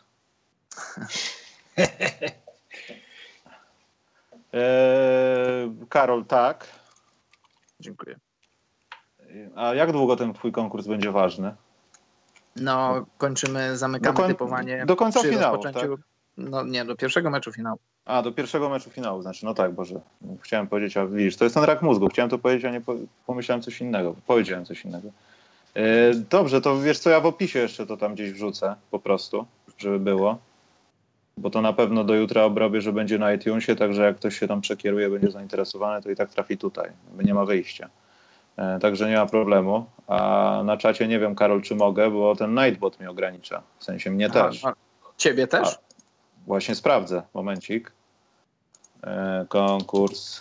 e, Karol, tak. Dziękuję. A jak długo ten twój konkurs będzie ważny? No, kończymy, zamykamy do koń- typowanie. Do końca przy finału, rozpoczęciu, tak? No nie, do pierwszego meczu finału. A, do pierwszego meczu finału, znaczy, no tak, Boże. Chciałem powiedzieć, a widzisz, to jest ten rak mózgu. Chciałem to powiedzieć, a nie po- pomyślałem coś innego. Powiedziałem coś innego. Yy, dobrze, to wiesz co, ja w opisie jeszcze to tam gdzieś wrzucę, po prostu, żeby było. Bo to na pewno do jutra obrobię, że będzie na iTunesie, także jak ktoś się tam przekieruje, będzie zainteresowany, to i tak trafi tutaj. Nie ma wyjścia. Yy, także nie ma problemu. A na czacie nie wiem, Karol, czy mogę, bo ten Nightbot mnie ogranicza. W sensie mnie Aha, też. a ciebie też? A, właśnie sprawdzę. Momencik. E, konkurs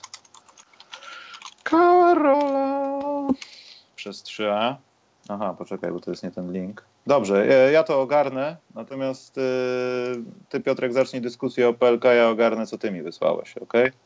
Karola przez trzy A. Aha, poczekaj, bo to jest nie ten link. Dobrze, e, ja to ogarnę. Natomiast e, ty, Piotrek, zacznij dyskusję o P L K, ja ogarnę, co ty mi wysłałeś, okej?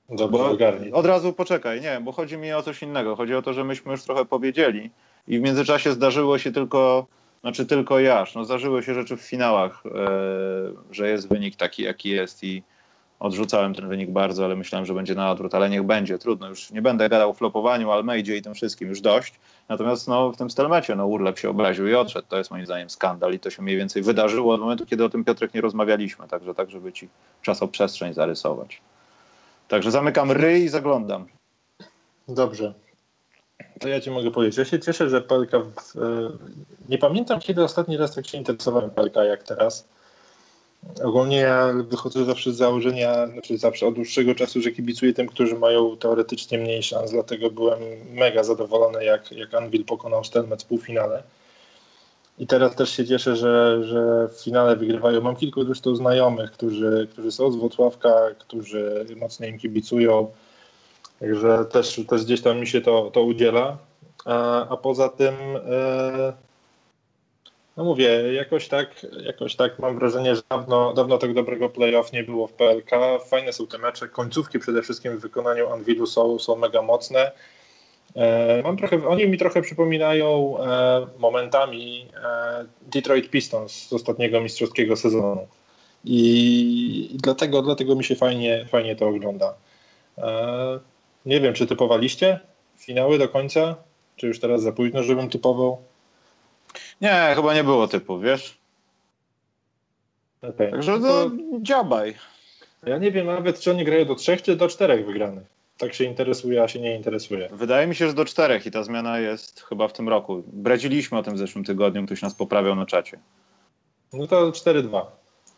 Dobrze, ogarnij. Od razu poczekaj, nie, bo chodzi mi o coś innego. Chodzi o to, że myśmy już trochę powiedzieli i w międzyczasie zdarzyło się tylko, znaczy tylko jaż, no zdarzyły się rzeczy w finałach, e, że jest wynik taki, jaki jest i odrzucałem ten wynik bardzo, ale myślałem, że będzie na odwrót, ale niech będzie, trudno, już nie będę gadał o flopowaniu, Almeidzie i tym wszystkim, już dość. Natomiast no, w tym Stelmecie no, Urlep się obraził i odszedł, to jest moim zdaniem skandal i to się mniej więcej wydarzyło od momentu, kiedy o tym, Piotrek, nie rozmawialiśmy, także tak, żeby ci czasoprzestrzeń zarysować. Także zamykam ryj i zaglądam. Dobrze. To ja ci mogę powiedzieć. Ja się cieszę, że P L K... W, nie pamiętam, kiedy ostatni raz tak się interesowałem P L K jak teraz. Ogólnie ja wychodzę zawsze z założenia, znaczy zawsze od dłuższego czasu, że kibicuję tym, którzy mają teoretycznie mniej szans, dlatego byłem mega zadowolony, jak, jak Anvil pokonał Stelmet w półfinale. I teraz też się cieszę, że, że w finale wygrywają. Mam kilku zresztą znajomych, którzy, którzy są z Włocławka, którzy mocno im kibicują. Także też, też gdzieś tam mi się to, to udziela. A, a poza tym, e, no mówię, jakoś tak, jakoś tak mam wrażenie, że dawno, dawno tak dobrego play-off nie było w P L K. Fajne są te mecze. Końcówki przede wszystkim w wykonaniu Anvilu są, są mega mocne. E, mam trochę, oni mi trochę przypominają e, momentami e, Detroit Pistons z ostatniego mistrzowskiego sezonu. I, i dlatego, dlatego mi się fajnie, fajnie to ogląda. E, nie wiem, czy typowaliście finały do końca? Czy już teraz za późno, żebym typował? Nie, chyba nie było typu, wiesz? Okay. Także no, dziabaj. Ja nie wiem nawet, czy oni grają do trzech, czy do czterech wygranych. Tak się interesuje, a się nie interesuje. Wydaje mi się, że do czterech i ta zmiana jest chyba w tym roku. Bredziliśmy o tym w zeszłym tygodniu, ktoś nas poprawiał na czacie. No to cztery dwa.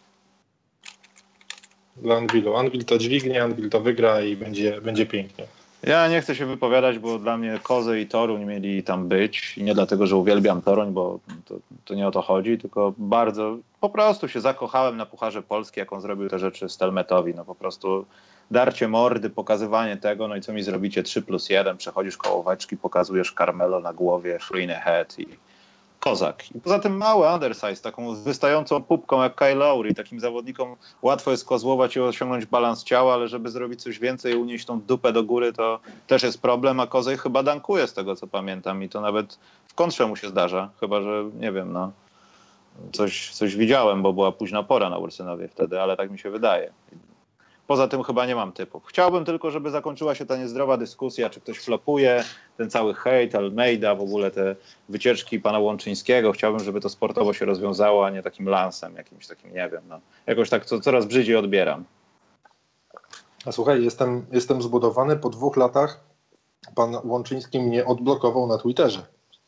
Dla Anvilu. Anvil to dźwignie, Anvil to wygra i będzie, będzie pięknie. Ja nie chcę się wypowiadać, bo dla mnie Kozy i Toruń mieli tam być. I nie dlatego, że uwielbiam Toruń, bo to, to nie o to chodzi, tylko bardzo po prostu się zakochałem na Pucharze Polski, jak on zrobił te rzeczy Stelmetowi. No po prostu darcie mordy, pokazywanie tego, no i co mi zrobicie trzy plus jeden, przechodzisz koło Ławeczki, pokazujesz Carmelo na głowie, Free Head i kozak. I poza tym mały undersize, taką wystającą pupką jak Kyle Lowry. Takim zawodnikom łatwo jest kozłować i osiągnąć balans ciała, ale żeby zrobić coś więcej i unieść tą dupę do góry, to też jest problem, a Kozej chyba dankuje z tego, co pamiętam i to nawet w kontrze mu się zdarza, chyba że, nie wiem, no coś, coś widziałem, bo była późna pora na Ursynowie wtedy, ale tak mi się wydaje. Poza tym chyba nie mam typów. Chciałbym tylko, żeby zakończyła się ta niezdrowa dyskusja, czy ktoś flopuje, ten cały hejt, Almeida, w ogóle te wycieczki pana Łączyńskiego. Chciałbym, żeby to sportowo się rozwiązało, a nie takim lansem jakimś takim, nie wiem, no. Jakoś tak co, coraz brzydziej odbieram. A słuchaj, jestem, jestem zbudowany po dwóch latach. Pan Łączyński mnie odblokował na Twitterze.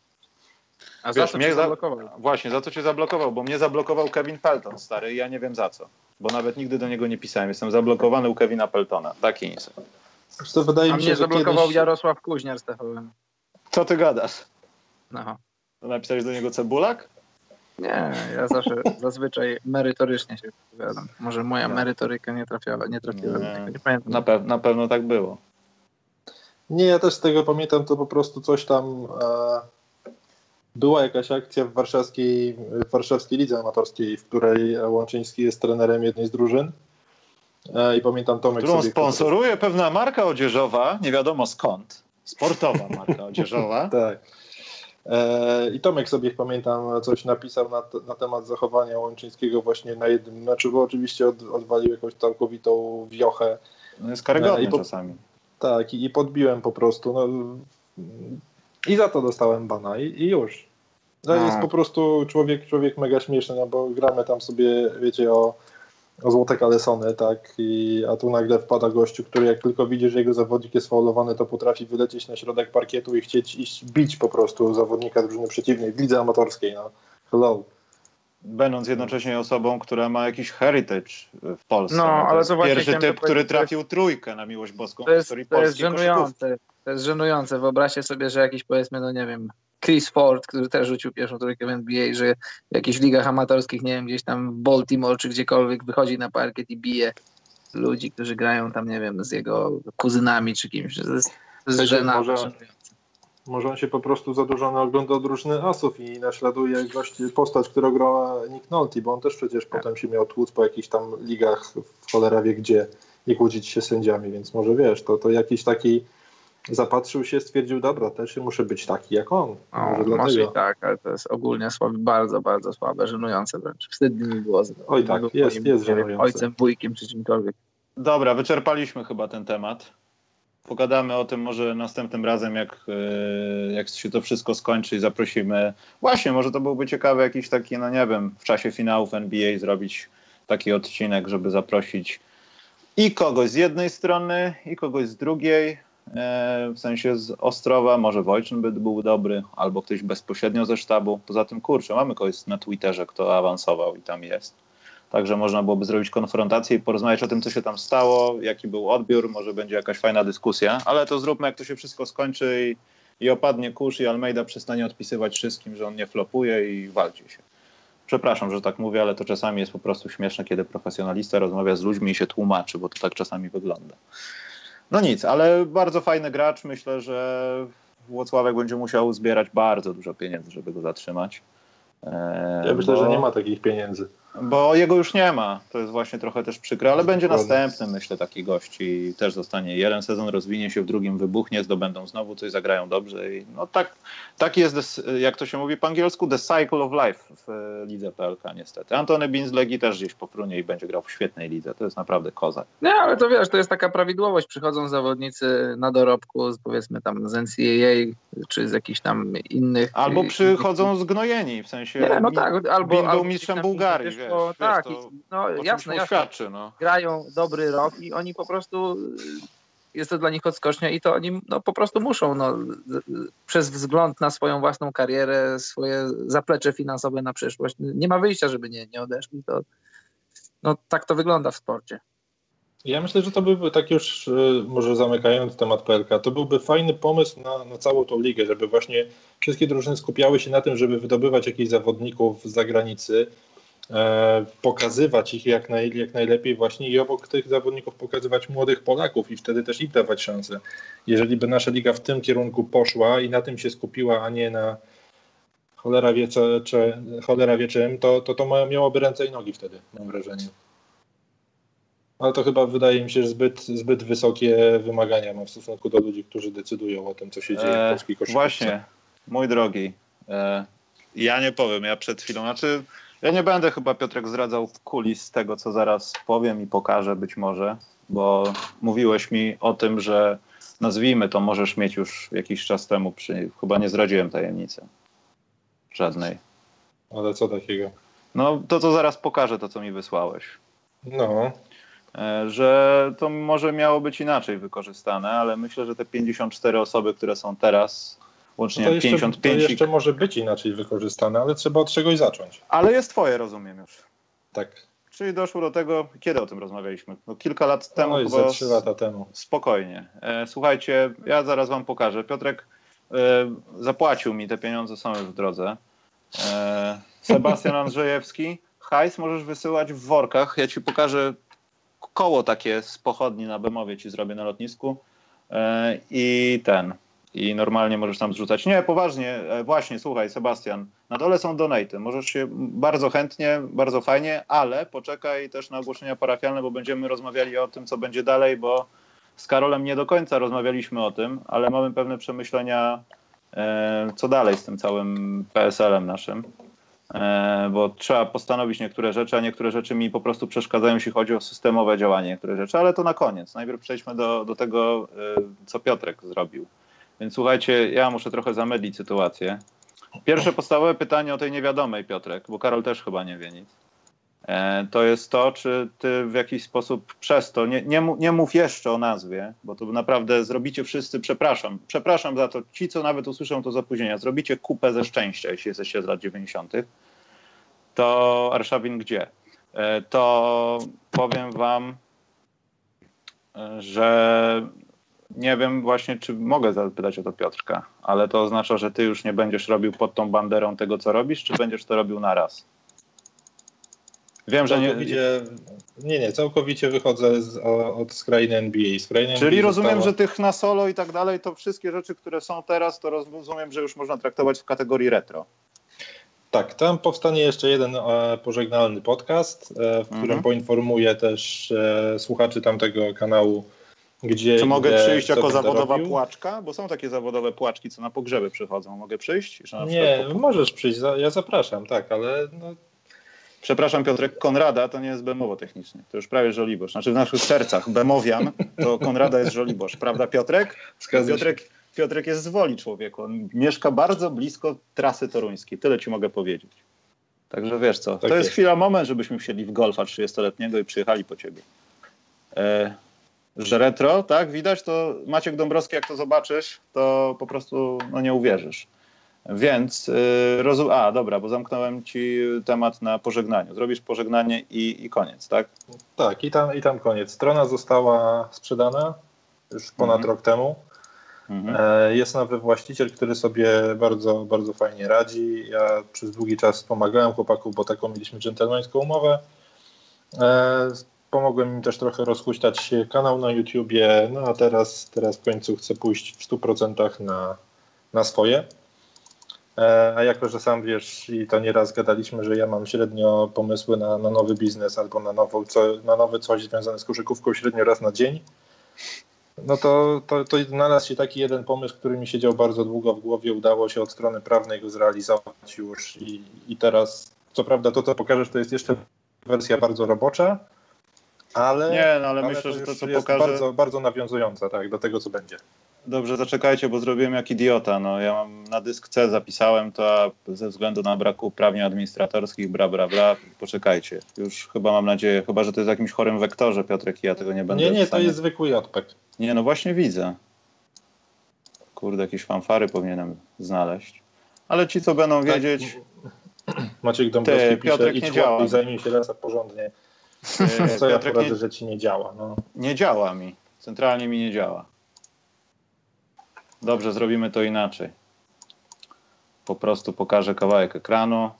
A za co cię zablokował? Właśnie, za co cię zablokował, bo mnie zablokował Kevin Pelton, stary, i ja nie wiem za co. Bo nawet nigdy do niego nie pisałem. Jestem zablokowany u Kevina Peltona. Taki nic. To wydaje A mi się, mnie że zablokował kiedyś... Jarosław Kuźniar z T V N. Co ty gadasz? No. Napisałeś do niego cebulak? Nie, ja zawsze zazwyczaj merytorycznie się wypowiadam. Może moja No. merytoryka nie trafiała, nie trafiła. Nie. Nie pamiętam. Na, pe- na pewno tak było. Nie, ja też z tego pamiętam, to po prostu coś tam... E... Była jakaś akcja w warszawskiej, w warszawskiej lidze amatorskiej, w której Łączyński jest trenerem jednej z drużyn. E, I pamiętam Tomek Którą sobie... sponsoruje pewna marka odzieżowa, nie wiadomo skąd. Sportowa marka odzieżowa. Tak. E, I Tomek sobie, pamiętam, coś napisał na, na temat zachowania Łączyńskiego właśnie na jednym meczu, bo oczywiście od, odwalił jakąś całkowitą wiochę. No jest karygodny E, i po, czasami. Tak, i, i podbiłem po prostu. No, i za to dostałem bana i, i już. To No. jest po prostu człowiek, człowiek mega śmieszny, no bo gramy tam sobie, wiecie, o, o złote kalesony, tak, i, a tu nagle wpada gościu, który jak tylko widzi, że jego zawodnik jest faulowany, to potrafi wylecieć na środek parkietu i chcieć iść bić po prostu zawodnika drużyny przeciwnej w lidze amatorskiej, no. Hello. Będąc jednocześnie osobą, która ma jakiś heritage w Polsce. No, to ale jest to właśnie pierwszy chciałem typ, to który powiedzieć, trafił trójkę na miłość boską To w jest, historii to jest polskiej koszykówki. żenujące. To jest żenujące. Wyobraźcie sobie, że jakiś, powiedzmy, no nie wiem, Chris Ford, który też rzucił pierwszą trójkę w N B A, że w jakichś ligach amatorskich, nie wiem, gdzieś tam w Baltimore czy gdziekolwiek wychodzi na parkiet i bije ludzi, którzy grają tam, nie wiem, z jego kuzynami czy kimś. To jest, to jest żena, może, żenujące. może on się po prostu za dużo oglądał drużyny asów i naśladuje gość, postać, którą grała Nick Nolte, bo on też przecież potem się miał tłuc po jakichś tam ligach w cholera wie gdzie nie kłócić się z sędziami, więc może wiesz, to, to jakiś taki zapatrzył się, stwierdził, dobra, też muszę być taki jak on. O, Może może dlatego. i tak, ale to jest ogólnie słabe, bardzo, bardzo słabe, żenujące wręcz. Wstydnie mi było. Oj tak, był jest, moim, jest nie wiem, żenujące. ojcem, wujkiem czy czymkolwiek. Dobra, wyczerpaliśmy chyba ten temat. Pogadamy o tym może następnym razem, jak, jak się to wszystko skończy i zaprosimy. Właśnie, może to byłby ciekawy jakiś taki, no nie wiem, w czasie finałów N B A zrobić taki odcinek, żeby zaprosić i kogoś z jednej strony, i kogoś z drugiej, w sensie z Ostrowa, może Wojczyn by był dobry, albo ktoś bezpośrednio ze sztabu. Poza tym, kurczę, mamy kogoś na Twitterze, kto awansował i tam jest. Także można byłoby zrobić konfrontację i porozmawiać o tym, co się tam stało, jaki był odbiór, może będzie jakaś fajna dyskusja, ale to zróbmy, jak to się wszystko skończy i, i opadnie kurz i Almeida przestanie odpisywać wszystkim, że on nie flopuje i walczy się. Przepraszam, że tak mówię, ale to czasami jest po prostu śmieszne, kiedy profesjonalista rozmawia z ludźmi i się tłumaczy, bo to tak czasami wygląda. No nic, ale bardzo fajny gracz. Myślę, że Włocławek będzie musiał zbierać bardzo dużo pieniędzy, żeby go zatrzymać. Ja myślę, bo, że nie ma takich pieniędzy. Bo jego już nie ma. To jest właśnie trochę też przykre, ale będzie Dokładnie. następny, myślę, taki gość i też zostanie jeden sezon, rozwinie się, w drugim wybuchnie, zdobędą znowu coś, zagrają dobrze i no tak, taki jest, jak to się mówi po angielsku, the cycle of life w lidze P L K niestety. Antony Bean z Legii też gdzieś poprunie i będzie grał w świetnej lidze. To jest naprawdę kozak. Nie, ale to wiesz, to jest taka prawidłowość. Przychodzą zawodnicy na dorobku, z, powiedzmy tam z N C A A czy z jakichś tam innych... Albo przychodzą zgnojeni, w sensie nie, no tak, albo, Bean albo był mistrzem Bułgarii, wiesz, to, wiesz, tak, to no, o jasne, jasne. świadczy, no. Grają dobry rok i oni po prostu, jest to dla nich odskocznia i to oni no, po prostu muszą no, przez wzgląd na swoją własną karierę, swoje zaplecze finansowe na przyszłość. Nie ma wyjścia, żeby nie, nie odeszli. To, no, tak to wygląda w sporcie. Ja myślę, że to byłby, tak już może zamykając temat P L K, to byłby fajny pomysł na, na całą tą ligę, żeby właśnie wszystkie drużyny skupiały się na tym, żeby wydobywać jakichś zawodników z zagranicy, e, pokazywać ich jak, naj, jak najlepiej właśnie i obok tych zawodników pokazywać młodych Polaków i wtedy też im dawać szansę. Jeżeli by nasza liga w tym kierunku poszła i na tym się skupiła, a nie na cholera wie, czy, czy, cholera wie czym, to, to to miałoby ręce i nogi wtedy, mam wrażenie. Ale to chyba wydaje mi się, że zbyt, zbyt wysokie wymagania mam w stosunku do ludzi, którzy decydują o tym, co się dzieje w polskiej koszykówce. Właśnie, mój drogi, e, ja nie powiem, ja przed chwilą, znaczy ja nie będę chyba, Piotrek, zdradzał kulis tego, co zaraz powiem i pokażę być może, bo mówiłeś mi o tym, że nazwijmy to, możesz mieć już jakiś czas temu, przy, chyba nie zdradziłem tajemnicy żadnej. Ale co takiego? No to, co zaraz pokażę, to, co mi wysłałeś. No... Że to może miało być inaczej wykorzystane, ale myślę, że te pięćdziesiąt cztery osoby, które są teraz, łącznie no to jeszcze, pięćdziesiąt pięć... To jeszcze może być inaczej wykorzystane, ale trzeba od czegoś zacząć. Ale jest twoje, rozumiem już. Tak. Czyli doszło do tego, kiedy o tym rozmawialiśmy? No, kilka lat temu. No i chyba ze trzy lata temu. Spokojnie. E, słuchajcie, ja zaraz wam pokażę. Piotrek e, zapłacił mi, te pieniądze są już w drodze. E, Sebastian Andrzejewski, hajs możesz wysyłać w workach. Ja ci pokażę koło takie z pochodni na Bemowie ci zrobię na lotnisku e, i ten. I normalnie możesz tam zrzucać. Nie, poważnie, e, właśnie, słuchaj, Sebastian, na dole są donaty. Możesz się bardzo chętnie, bardzo fajnie, ale poczekaj też na ogłoszenia parafialne, bo będziemy rozmawiali o tym, co będzie dalej, bo z Karolem nie do końca rozmawialiśmy o tym, ale mamy pewne przemyślenia, e, co dalej z tym całym P S L-em naszym. Bo trzeba postanowić niektóre rzeczy, a niektóre rzeczy mi po prostu przeszkadzają, jeśli chodzi o systemowe działanie niektórych rzeczy, ale to na koniec. Najpierw przejdźmy do, do tego, co Piotrek zrobił. Więc słuchajcie, ja muszę trochę zamydlić sytuację. Pierwsze podstawowe pytanie o tej niewiadomej, Piotrek, bo Karol też chyba nie wie nic. To jest to, czy ty w jakiś sposób przez to, nie, nie, nie mów jeszcze o nazwie, bo to naprawdę zrobicie wszyscy, przepraszam, przepraszam za to, ci co nawet usłyszą to z opóźnienia, zrobicie kupę ze szczęścia, jeśli jesteście z lat dziewięćdziesiątych. To Arszawin gdzie? To powiem wam, że nie wiem właśnie, czy mogę zapytać o to Piotrka, ale to oznacza, że ty już nie będziesz robił pod tą banderą tego, co robisz, czy będziesz to robił na raz? Wiem, że nie... Nie, nie, całkowicie wychodzę z, od skrajny N B A. Skrajny Czyli N B A rozumiem, została... że tych na solo i tak dalej, to wszystkie rzeczy, które są teraz, to rozumiem, że już można traktować w kategorii retro. Tak, tam powstanie jeszcze jeden e, pożegnalny podcast, e, w którym mhm. poinformuję też e, słuchaczy tamtego kanału, gdzie... Czy mogę gdzie, przyjść jako zawodowa robił. płaczka? Bo są takie zawodowe płaczki, co na pogrzeby przychodzą. Mogę przyjść? Nie, po... możesz przyjść, ja zapraszam, tak, ale... No... Przepraszam, Piotrek, Konrada to nie jest Bemowo technicznie, to już prawie Żoliborz. Znaczy w naszych sercach Bemowian to Konrada jest Żoliborz, prawda Piotrek? Piotrek, Piotrek jest z Woli człowieku, on mieszka bardzo blisko trasy toruńskiej, tyle ci mogę powiedzieć. Także wiesz co, tak to jest, jest chwila, moment, żebyśmy wsiedli w Golfa trzydziestoletniego i przyjechali po ciebie. E, że retro, tak, widać, to Maciek Dąbrowski, jak to zobaczysz, to po prostu no, nie uwierzysz. Więc yy, rozum... A, dobra, bo zamknąłem ci temat na pożegnaniu. Zrobisz pożegnanie i, i koniec, tak? Tak, i tam, i tam koniec. Strona została sprzedana już ponad mm-hmm. rok temu. Mm-hmm. E, jest nowy właściciel, który sobie bardzo, bardzo fajnie radzi. Ja przez długi czas pomagałem chłopaków, bo taką mieliśmy dżentelmeńską umowę. E, pomogłem im też trochę rozhuśtać kanał na YouTubie, no a teraz, teraz w końcu chcę pójść w stu procentach na, na swoje. A jako, że sam wiesz i to nieraz gadaliśmy, że ja mam średnio pomysły na, na nowy biznes albo na, nową, co, na nowe coś związane z koszykówką średnio raz na dzień, no to, to, to znalazł się taki jeden pomysł, który mi siedział bardzo długo w głowie, udało się od strony prawnej go zrealizować już i, i teraz, co prawda to, co pokażesz, to jest jeszcze wersja bardzo robocza, ale, Nie, no, ale, ale myślę, to że to, co jest pokaże... bardzo, bardzo nawiązująca tak, do tego, co będzie. Dobrze, zaczekajcie, bo zrobiłem jak idiota. No, ja mam na dysk C zapisałem to, a ze względu na brak uprawnień administratorskich, bra, bra, bra, poczekajcie. Już chyba mam nadzieję, chyba że to jest w jakimś chorym wektorze, Piotrek, i ja tego nie będę Nie, nie, w stanie... to jest zwykły J P E G. Nie, no właśnie widzę. Kurde, jakieś fanfary powinienem znaleźć. Ale ci, co będą tak, wiedzieć... Maciek Dąbrowski Ty, pisze, Piotrek idź nie działa. I zajmij się raz porządnie. Co ja poradzę, nie... że ci nie działa. No. Nie działa mi. Centralnie mi nie działa. Dobrze, zrobimy to inaczej. Po prostu pokażę kawałek ekranu.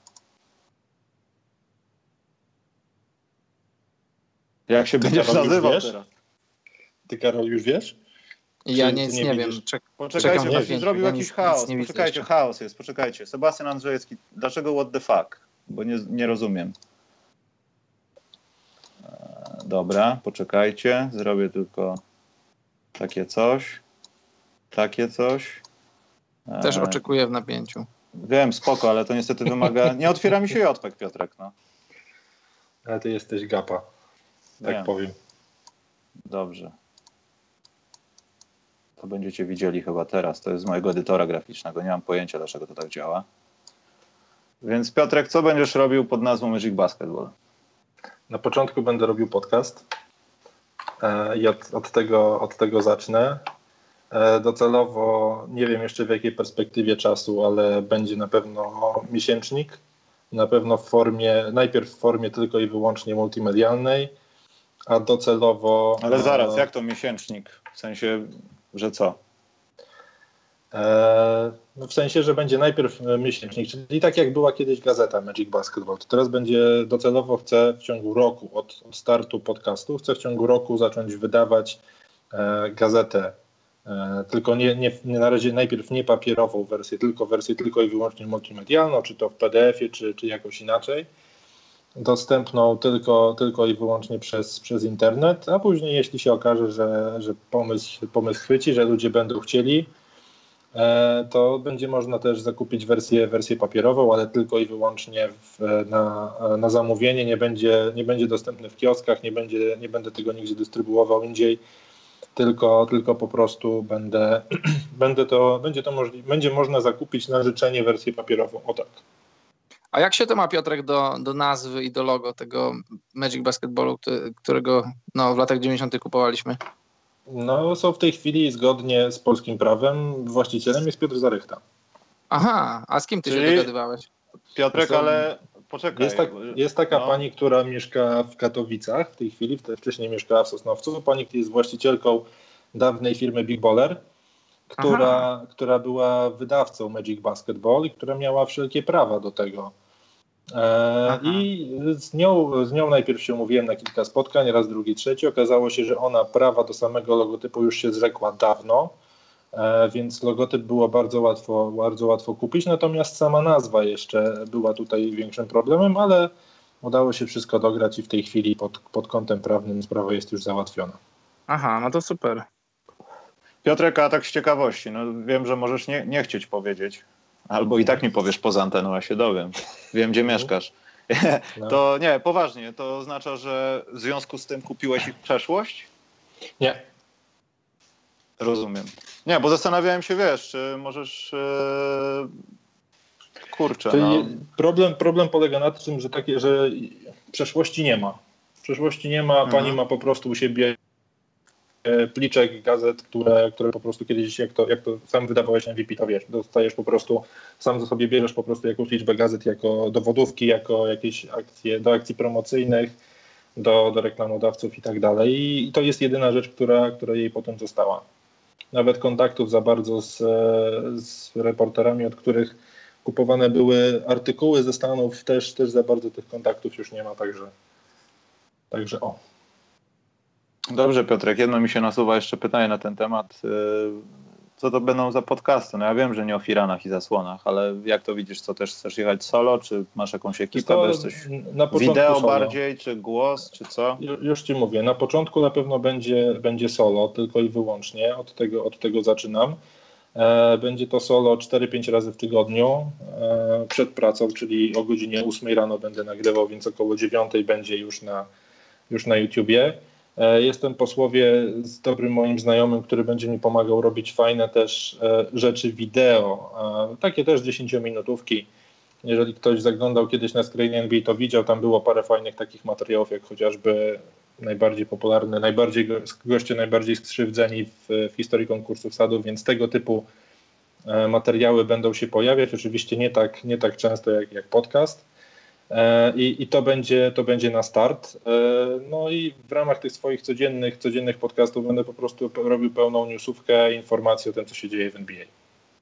Jak się Ty, będziesz Karol, nazywał wiesz? teraz? Ty, Karol, już wiesz? Ja Czy nic nie, nie widzisz? wiem. Czek- Poczekajcie, czekam właśnie zrobił ja jakiś nic, chaos. nic Poczekajcie, widzę chaos jest, poczekajcie. Sebastian Andrzejewski, dlaczego what the fuck? Bo nie, nie rozumiem. Dobra, poczekajcie. Zrobię tylko takie coś. Takie coś. Też oczekuję w napięciu. Wiem, spoko, ale to niestety wymaga... Nie otwiera mi się J P E G, Piotrek, no. Ale ty jesteś gapa, tak Wiem. powiem. Dobrze. To będziecie widzieli chyba teraz. To jest z mojego edytora graficznego. Nie mam pojęcia, dlaczego to tak działa. Więc Piotrek, co będziesz robił pod nazwą Magic Basketball? Na początku będę robił podcast e, i od, od, tego, od tego zacznę. E, docelowo, nie wiem jeszcze w jakiej perspektywie czasu, ale będzie na pewno miesięcznik. Na pewno w formie, najpierw w formie tylko i wyłącznie multimedialnej, a docelowo... Ale zaraz, jak to miesięcznik? W sensie, że co? E, no w sensie, że będzie najpierw miesięcznik, czyli tak jak była kiedyś gazeta Magic Basketball, to teraz będzie docelowo, chcę w ciągu roku, od, od startu podcastu, chcę w ciągu roku zacząć wydawać e, gazetę, e, tylko nie, nie, nie na razie najpierw nie papierową wersję, tylko wersję tylko i wyłącznie multimedialną, czy to w P D F ie, czy, czy jakoś inaczej, dostępną tylko, tylko i wyłącznie przez, przez internet, a później jeśli się okaże, że, że pomysł, pomysł chwyci, że ludzie będą chcieli, to będzie można też zakupić wersję, wersję papierową, ale tylko i wyłącznie w, na, na zamówienie, nie będzie, nie będzie dostępny w kioskach, nie, będzie, nie będę tego nigdzie dystrybuował indziej, tylko, tylko po prostu będę, będę to, będzie to możli- będzie można zakupić na życzenie wersję papierową, o tak. A jak się to ma, Piotrek, do, do nazwy i do logo tego Magic Basketballu, którego no, w latach dziewięćdziesiątych kupowaliśmy? No, są w tej chwili zgodnie z polskim prawem, właścicielem jest Piotr Zarychta. Aha, a z kim ty Czyli... się dogadywałeś? Piotrek, Są... ale poczekaj. Jest, tak, jest taka no. pani, która mieszka w Katowicach w tej chwili, wcześniej mieszkała w Sosnowcu. Pani, która jest właścicielką dawnej firmy Big Baller, która, która była wydawcą Magic Basketball i która miała wszelkie prawa do tego. E, I z nią, z nią najpierw się umówiłem na kilka spotkań, raz, drugi, trzeci. Okazało się, że ona prawa do samego logotypu już się zrzekła dawno, więc logotyp było bardzo łatwo, bardzo łatwo kupić, natomiast sama nazwa jeszcze była tutaj większym problemem, ale udało się wszystko dograć i w tej chwili pod, pod kątem prawnym sprawa jest już załatwiona. Aha, no to super. Piotrek, a tak z ciekawości, no wiem, że możesz nie, nie chcieć powiedzieć, albo i tak mi powiesz poza anteną, a się dowiem. Wiem, gdzie mieszkasz. No. To nie, poważnie, to oznacza, że w związku z tym kupiłeś ich przeszłość? Nie. Rozumiem. Nie, bo zastanawiałem się, wiesz, czy możesz... Yy... Kurczę, no. problem, problem polega na tym, że takie, że przeszłości nie ma. Przeszłości nie ma, Mhm. pani ma po prostu u siebie pliczek gazet, które, które po prostu kiedyś, jak to, jak to sam wydawałeś M V P, to wiesz, dostajesz po prostu, sam ze sobie bierzesz po prostu jakąś liczbę gazet jako dowodówki, jako jakieś akcje, do akcji promocyjnych, do, do reklamodawców i tak dalej. I to jest jedyna rzecz, która, która jej potem została. Nawet kontaktów za bardzo z, z reporterami, od których kupowane były artykuły ze Stanów, też, też za bardzo tych kontaktów już nie ma, także, także o. Dobrze, Piotrek, jedno mi się nasuwa jeszcze pytanie na ten temat. Co to będą za podcasty? No ja wiem, że nie o firanach i zasłonach, ale jak to widzisz, co też chcesz jechać solo, czy masz jakąś ekipę, to, bez coś na wideo solo. bardziej, czy głos, czy co? Już ci mówię, na początku na pewno będzie, będzie solo, tylko i wyłącznie, od tego, od tego zaczynam. E, będzie to solo cztery pięć razy w tygodniu e, przed pracą, czyli o godzinie ósmej rano będę nagrywał, więc około dziewiątej będzie już na, już na YouTubie. Jestem po słowie z dobrym moim znajomym, który będzie mi pomagał robić fajne też rzeczy wideo, takie też dziesięciominutówki. Jeżeli ktoś zaglądał kiedyś na Screen N B A, to widział, tam było parę fajnych takich materiałów, jak chociażby najbardziej popularne, najbardziej goście najbardziej skrzywdzeni w, w historii konkursów sadów, więc tego typu materiały będą się pojawiać. Oczywiście nie tak, nie tak często jak, jak podcast. I, i to będzie, to będzie na start. No i w ramach tych swoich codziennych, codziennych podcastów będę po prostu robił pełną newsówkę, informacje o tym, co się dzieje w N B A.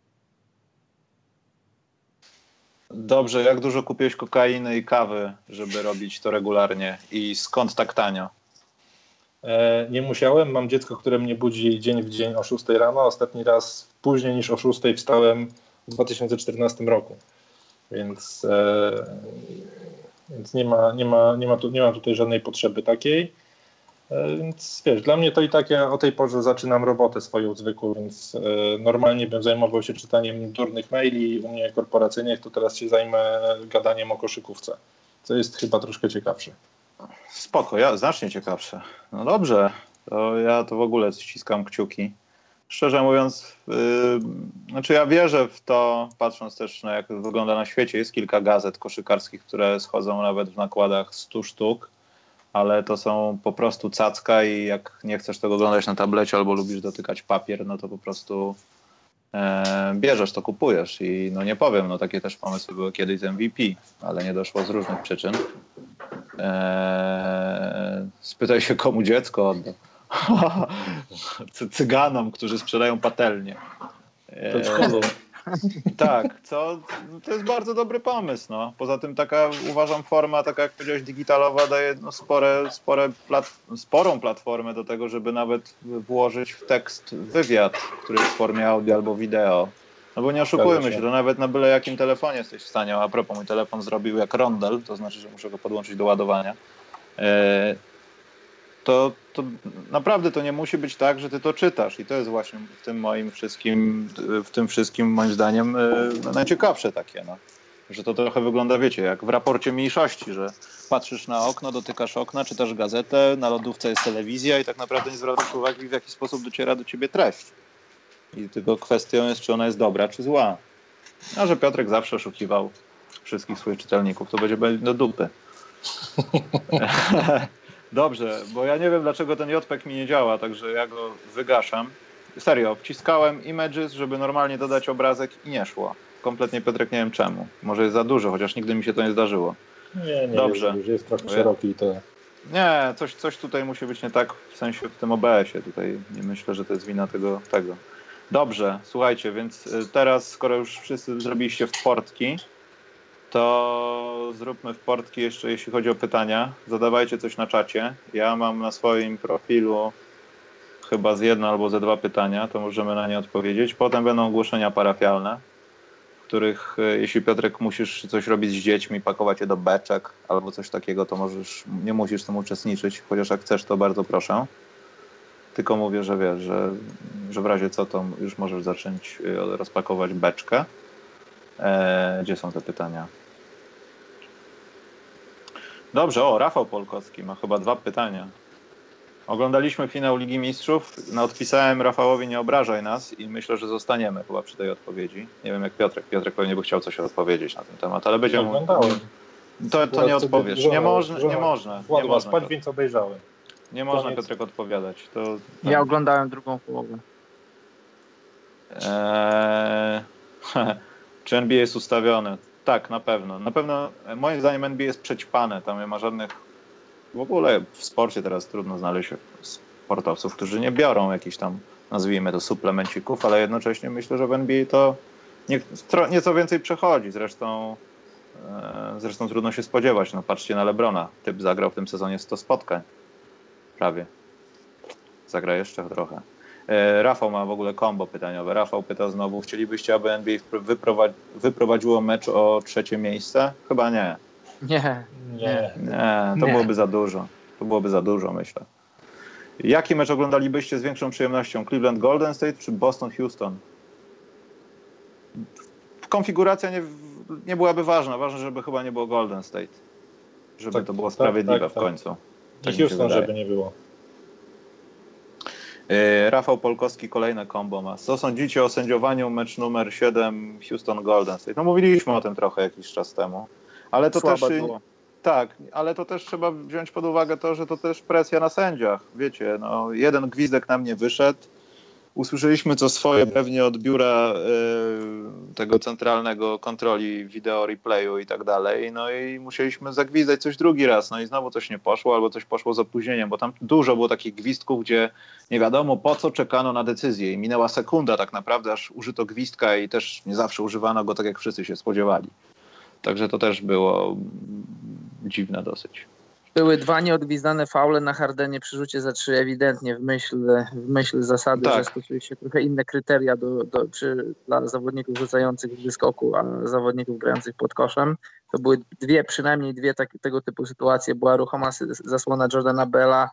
Dobrze, jak dużo kupiłeś kokainy i kawy, żeby robić to regularnie i skąd tak tanio? Nie musiałem, mam dziecko, które mnie budzi dzień w dzień o szóstej rano. Ostatni raz później niż o szóstej wstałem w dwa tysiące czternastym roku. Więc, e, więc nie, ma, nie, ma, nie, ma tu, nie ma tutaj żadnej potrzeby takiej. E, więc wiesz, dla mnie to i tak ja o tej porze zaczynam robotę swoją zwykłą, więc e, normalnie bym zajmował się czytaniem durnych maili u mnie korporacyjnych, to teraz się zajmę gadaniem o koszykówce, co jest chyba troszkę ciekawsze. Spoko, ja znacznie ciekawsze. No dobrze, to ja to w ogóle ściskam kciuki. Szczerze mówiąc, yy, znaczy ja wierzę w to, patrząc też na jak wygląda na świecie, jest kilka gazet koszykarskich, które schodzą nawet w nakładach stu sztuk, ale to są po prostu cacka i jak nie chcesz tego oglądać na tablecie albo lubisz dotykać papier, no to po prostu e, bierzesz to, kupujesz i no nie powiem, no takie też pomysły były kiedyś z M V P, ale nie doszło z różnych przyczyn. E, spytaj się, komu dziecko odda. Cyganom, którzy sprzedają patelnie. To szkoda. Tak, co, to jest bardzo dobry pomysł. No. Poza tym taka, uważam, forma, taka jak powiedziałeś, digitalowa daje no, spore, spore plat, sporą platformę do tego, żeby nawet włożyć w tekst wywiad, który jest w formie audio albo wideo. No bo nie oszukujmy się, to nawet na byle jakim telefonie jesteś w stanie. A propos, mój telefon zrobił jak rondel, to znaczy, że muszę go podłączyć do ładowania. E, To, to naprawdę to nie musi być tak, że ty to czytasz i to jest właśnie w tym moim wszystkim, w tym wszystkim moim zdaniem no, najciekawsze takie, no. Że to trochę wygląda, wiecie, jak w raporcie mniejszości, że patrzysz na okno, dotykasz okna, czytasz gazetę, na lodówce jest telewizja i tak naprawdę nie zwracasz uwagi, w jaki sposób dociera do ciebie treść. I tylko kwestią jest, czy ona jest dobra, czy zła. A że Piotrek zawsze oszukiwał wszystkich swoich czytelników, to będzie do dupy. Dobrze, bo ja nie wiem, dlaczego ten J P E G mi nie działa, także ja go wygaszam. Serio, wciskałem images, żeby normalnie dodać obrazek i nie szło. Kompletnie, Piotrek, nie wiem czemu. Może jest za dużo, chociaż nigdy mi się to nie zdarzyło. Nie, nie, Dobrze. Jest, jest trochę szeroki i to... Nie, coś, coś tutaj musi być nie tak w sensie w tym O B S ie. Tutaj nie myślę, że to jest wina tego. tego. Dobrze, słuchajcie, więc teraz, skoro już wszyscy zrobiliście w portki, to zróbmy w portki jeszcze, jeśli chodzi o pytania. Zadawajcie coś na czacie. Ja mam na swoim profilu chyba z jedno albo ze dwa pytania, to możemy na nie odpowiedzieć. Potem będą ogłoszenia parafialne, w których jeśli Piotrek musisz coś robić z dziećmi, pakować je do beczek albo coś takiego, to możesz, nie musisz w tym uczestniczyć, chociaż jak chcesz, to bardzo proszę. Tylko mówię, że wiesz, że, że w razie co, to już możesz zacząć rozpakować beczkę. Eee, gdzie są te pytania? Dobrze, o, Rafał Polkowski ma chyba dwa pytania. Oglądaliśmy finał Ligi Mistrzów. No, odpisałem Rafałowi, nie obrażaj nas i myślę, że zostaniemy chyba przy tej odpowiedzi. Nie wiem jak Piotrek. Piotrek pewnie by chciał coś odpowiedzieć na ten temat, ale będzie mu... To, to nie odpowiesz. Nie można, nie można. Nie można spać, więc obejrzałem. Nie można, Piotrek, odpowiadać. To, to... Ja oglądałem drugą połowę. Eee... Czy N B A jest ustawione? Tak, na pewno. Na pewno, moim zdaniem N B A jest przećpane. Tam nie ma żadnych... W ogóle w sporcie teraz trudno znaleźć sportowców, którzy nie biorą jakichś tam, nazwijmy to, suplemencików, ale jednocześnie myślę, że w N B A to nie, nieco więcej przechodzi. Zresztą, e, zresztą trudno się spodziewać. No, patrzcie na LeBrona. Typ zagrał w tym sezonie sto spotkań. Prawie. Zagra jeszcze trochę. E, Rafał ma w ogóle combo pytaniowe. Rafał pyta znowu, chcielibyście, aby N B A wyprowadzi, wyprowadziło mecz o trzecie miejsce? Chyba nie. Nie, nie. Nie, to nie. byłoby za dużo. To byłoby za dużo, myślę. Jaki mecz oglądalibyście z większą przyjemnością? Cleveland Golden State czy Boston Houston? Konfiguracja nie, nie byłaby ważna. Ważne, żeby chyba nie było Golden State. Żeby tak, to było tak, sprawiedliwe tak, w tak. końcu. I Houston, żeby nie było. Yy, Rafał Polkowski kolejne combo ma. Co sądzicie o sędziowaniu mecz numer siedem Houston Golden State? No mówiliśmy o tym trochę jakiś czas temu. Ale to Słabe też... było. Tak, ale to też trzeba wziąć pod uwagę to, że to też presja na sędziach. Wiecie, no, jeden gwizdek nam nie wyszedł. Usłyszeliśmy co swoje pewnie od biura y, tego centralnego kontroli wideo replayu i tak dalej. No i musieliśmy zagwizdać coś drugi raz. No i znowu coś nie poszło, albo coś poszło z opóźnieniem, bo tam dużo było takich gwizdków, gdzie nie wiadomo po co czekano na decyzję i minęła sekunda tak naprawdę, aż użyto gwizdka i też nie zawsze używano go tak, jak wszyscy się spodziewali. Także to też było dziwne dosyć. Były dwa nieodgwizdane faule na Hardenie przy rzucie za trzy, ewidentnie w myśl, w myśl zasady, Tak. że stosuje się trochę inne kryteria do, do, przy, dla zawodników rzucających z wyskoku, a zawodników grających pod koszem. To były dwie, przynajmniej dwie tak, tego typu sytuacje. Była ruchoma zasłona Jordana Bella,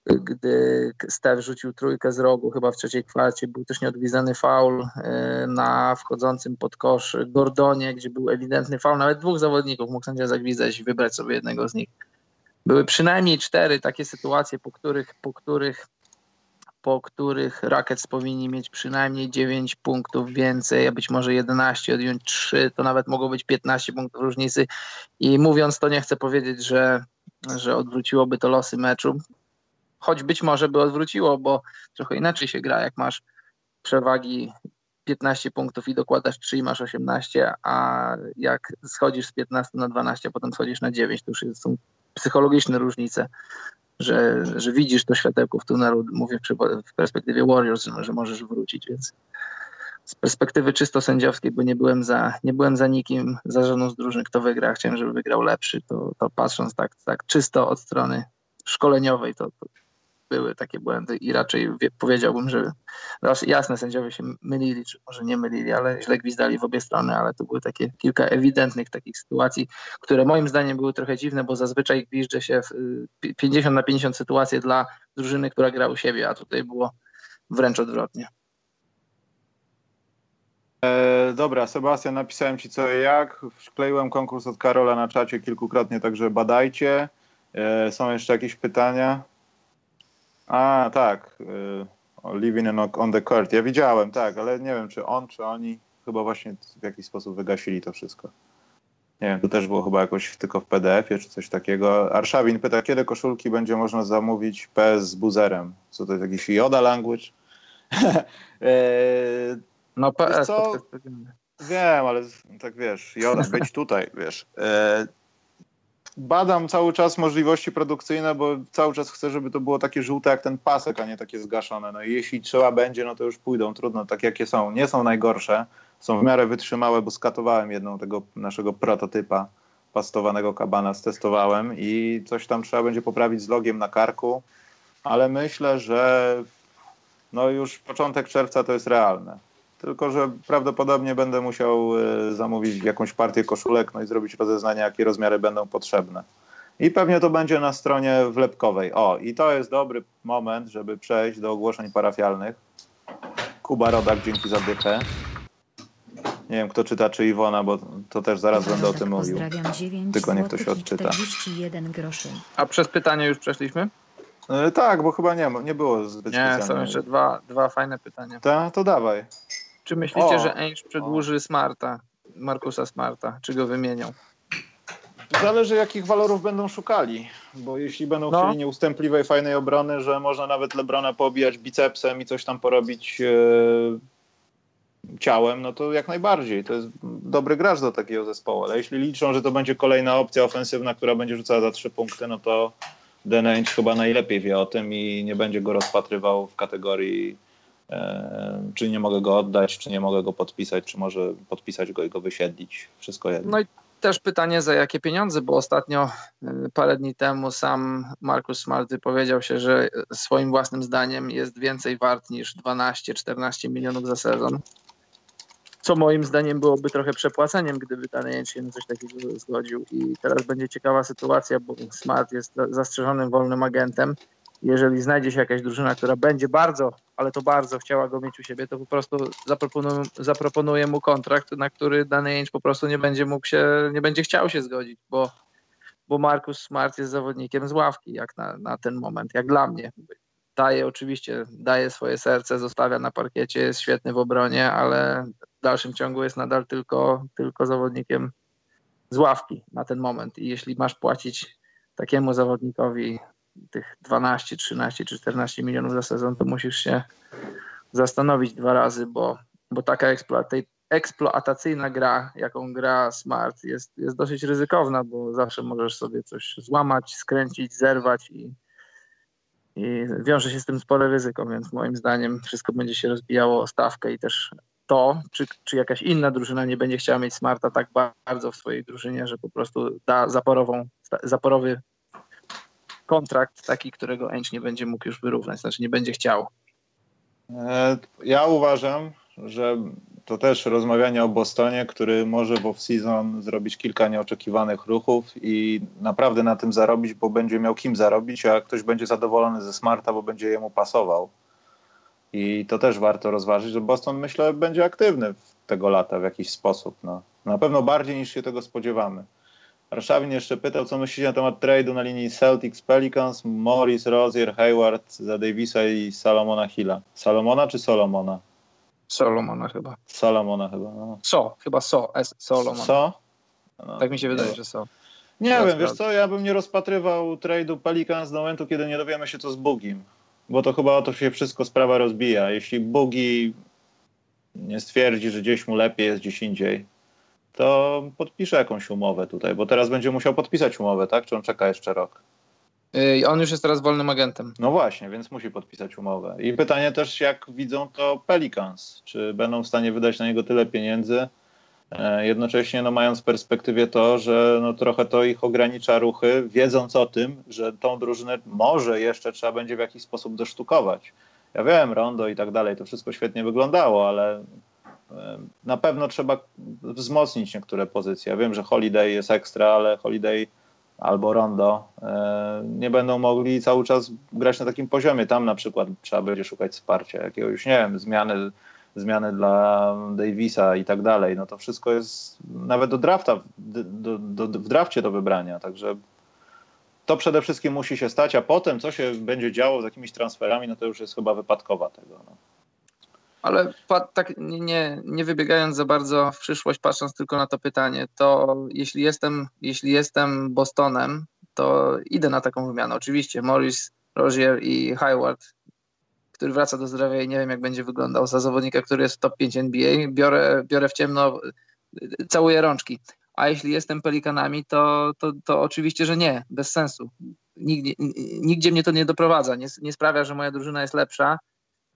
gdy Steph rzucił trójkę z rogu, chyba w trzeciej kwarcie. Był też nieodgwizdany faul na wchodzącym pod kosz Gordonie, gdzie był ewidentny faul. Nawet dwóch zawodników mógł sędzia zagwizdać i wybrać sobie jednego z nich. Były przynajmniej cztery takie sytuacje, po których, po których, po których Rockets powinni mieć przynajmniej dziewięć punktów więcej, a być może jedenaście, odjąć trzy, to nawet mogło być piętnaście punktów różnicy. I mówiąc to, nie chcę powiedzieć, że, że odwróciłoby to losy meczu. Choć być może by odwróciło, bo trochę inaczej się gra, jak masz przewagi piętnaście punktów i dokładasz trzy i masz osiemnaście, a jak schodzisz z piętnastu na dwanaście, a potem schodzisz na dziewięć, to już są psychologiczne różnice, że, że widzisz to światełko w tunelu, mówię w perspektywie Warriors, że możesz wrócić, więc z perspektywy czysto sędziowskiej, bo nie byłem za, nie byłem za nikim, za żadną z drużyn, kto wygra, chciałem, żeby wygrał lepszy, to, to patrząc tak, tak czysto od strony szkoleniowej, to, to były takie błędy i raczej wie, powiedziałbym, że jasne, sędziowie się mylili, czy może nie mylili, ale źle gwizdali w obie strony, ale to były takie kilka ewidentnych takich sytuacji, które moim zdaniem były trochę dziwne, bo zazwyczaj gwizdże się w pięćdziesiąt na pięćdziesiąt sytuacje dla drużyny, która gra u siebie, a tutaj było wręcz odwrotnie. E, dobra, Sebastian, napisałem ci co i jak. Wkleiłem konkurs od Karola na czacie kilkukrotnie, także badajcie. E, są jeszcze jakieś pytania? A, tak. E, Living on the Court. Ja widziałem, tak, ale nie wiem, czy on, czy oni chyba właśnie w jakiś sposób wygasili to wszystko. Nie wiem, to też było chyba jakoś tylko w P D F ie, czy coś takiego. Arszawin pyta, kiedy koszulki będzie można zamówić P S z buzerem? Co to jest, jakiś Yoda language? e, No P S. Co? Wiem, ale tak wiesz, Joda, być tutaj, wiesz. E, badam cały czas możliwości produkcyjne, bo cały czas chcę, żeby to było takie żółte jak ten pasek, a nie takie zgaszone. No i jeśli trzeba będzie, no to już pójdą, trudno, tak jakie są. Nie są najgorsze, są w miarę wytrzymałe, bo skatowałem jedną tego naszego prototypa pastowanego kabana, stestowałem i coś tam trzeba będzie poprawić z logiem na karku, ale myślę, że no już początek czerwca to jest realne. Tylko że prawdopodobnie będę musiał zamówić jakąś partię koszulek, no i zrobić rozeznanie, jakie rozmiary będą potrzebne. I pewnie to będzie na stronie wlepkowej. O, i to jest dobry moment, żeby przejść do ogłoszeń parafialnych. Kuba Rodak, dzięki za dychę. Nie wiem, kto czyta, czy Iwona, bo to też zaraz Kuba będę Rodak, o tym mówił. Tylko niech to się odczyta. czterdzieści jeden groszy. A przez pytanie już przeszliśmy? Yy, tak, bo chyba nie, nie było zbyt Nie, specjalnie. są jeszcze dwa, dwa fajne pytania. Ta, to dawaj. Czy myślicie, O, że Ainge przedłuży o. Smarta, Marcusa Smarta? Czy go wymienią? Zależy, jakich walorów będą szukali, bo jeśli będą no. chcieli nieustępliwej, fajnej obrony, że można nawet LeBrona poobijać bicepsem i coś tam porobić e, ciałem, no to jak najbardziej. To jest dobry gracz do takiego zespołu, ale jeśli liczą, że to będzie kolejna opcja ofensywna, która będzie rzucała za trzy punkty, no to Dan Ainge chyba najlepiej wie o tym i nie będzie go rozpatrywał w kategorii e, czy nie mogę go oddać, czy nie mogę go podpisać, czy może podpisać go i go wysiedlić. Wszystko jedno. No i też pytanie, za jakie pieniądze, bo ostatnio parę dni temu sam Marcus Smart wypowiedział się, że swoim własnym zdaniem jest więcej wart niż dwanaście czternaście milionów za sezon. Co moim zdaniem byłoby trochę przepłaceniem, gdyby Dan Ainge się na coś takiego zgodził. I teraz będzie ciekawa sytuacja, bo Smart jest zastrzeżonym wolnym agentem. Jeżeli znajdzie się jakaś drużyna, która będzie bardzo, ale to bardzo chciała go mieć u siebie, to po prostu zaproponuję, zaproponuję mu kontrakt, na który Dan Ainge po prostu nie będzie mógł się, nie będzie chciał się zgodzić, bo, bo Marcus Smart jest zawodnikiem z ławki, jak na, na ten moment, jak dla mnie. Daje oczywiście, daje swoje serce, zostawia na parkiecie, jest świetny w obronie, ale w dalszym ciągu jest nadal tylko, tylko zawodnikiem z ławki na ten moment. I jeśli masz płacić takiemu zawodnikowi tych dwanaście, trzynaście czy czternaście milionów za sezon, to musisz się zastanowić dwa razy, bo, bo taka eksploata- eksploatacyjna gra, jaką gra Smart, jest, jest dosyć ryzykowna, bo zawsze możesz sobie coś złamać, skręcić, zerwać i, i wiąże się z tym spore ryzyko, więc moim zdaniem wszystko będzie się rozbijało o stawkę i też to, czy, czy jakaś inna drużyna nie będzie chciała mieć Smarta tak bardzo w swojej drużynie, że po prostu da zaporową, zaporowy kontrakt taki, którego Ainge nie będzie mógł już wyrównać, znaczy nie będzie chciał. Ja uważam, że to też rozmawianie o Bostonie, który może w off-season zrobić kilka nieoczekiwanych ruchów i naprawdę na tym zarobić, bo będzie miał kim zarobić, a ktoś będzie zadowolony ze Smarta, bo będzie jemu pasował. I to też warto rozważyć, że Boston, myślę, będzie aktywny tego lata w jakiś sposób. No. Na pewno bardziej niż się tego spodziewamy. Warszawin jeszcze pytał, co myślicie na temat trade'u na linii Celtics-Pelicans, Morris, Rozier, Hayward za Davisa i Salomona Hilla. Salomona czy Solomona? Solomona chyba. Solomona chyba, no. So, chyba So, S, Solomon. So? No, tak mi się wydaje, no. że So. Nie Teraz wiem, wiesz co, ja bym nie rozpatrywał trade'u Pelicans do momentu, kiedy nie dowiemy się, co z Boogiem. Bo to chyba o to się wszystko sprawa rozbija. Jeśli Boogie nie stwierdzi, że gdzieś mu lepiej jest gdzieś indziej, to podpisze jakąś umowę tutaj, bo teraz będzie musiał podpisać umowę, tak? Czy on czeka jeszcze rok? Yy, on już jest teraz wolnym agentem. No właśnie, więc musi podpisać umowę. I pytanie też, jak widzą to Pelicans. Czy będą w stanie wydać na niego tyle pieniędzy, e, jednocześnie no, mając w perspektywie to, że no, trochę to ich ogranicza ruchy, wiedząc o tym, że tą drużynę może jeszcze trzeba będzie w jakiś sposób dosztukować. Ja wiem, Rondo i tak dalej, to wszystko świetnie wyglądało, ale na pewno trzeba wzmocnić niektóre pozycje. Ja wiem, że Holiday jest ekstra, ale Holiday albo Rondo e, nie będą mogli cały czas grać na takim poziomie. Tam na przykład trzeba będzie szukać wsparcia, jakiegoś, nie wiem, zmiany, zmiany dla Davisa i tak dalej. No to wszystko jest nawet do drafta, do, do, do, w drafcie do wybrania. Także to przede wszystkim musi się stać, a potem co się będzie działo z jakimiś transferami, no to już jest chyba wypadkowa tego. No. Ale tak nie, nie wybiegając za bardzo w przyszłość, patrząc tylko na to pytanie, to jeśli jestem, jeśli jestem Bostonem, to idę na taką wymianę. Oczywiście Morris, Rozier i Hayward, który wraca do zdrowia i nie wiem, jak będzie wyglądał, za zawodnika, który jest w top pięć N B A, biorę, biorę w ciemno, całuję rączki. A jeśli jestem Pelikanami, to, to, to oczywiście, że nie, bez sensu. Nigdzie, nigdzie mnie to nie doprowadza, nie, nie sprawia, że moja drużyna jest lepsza.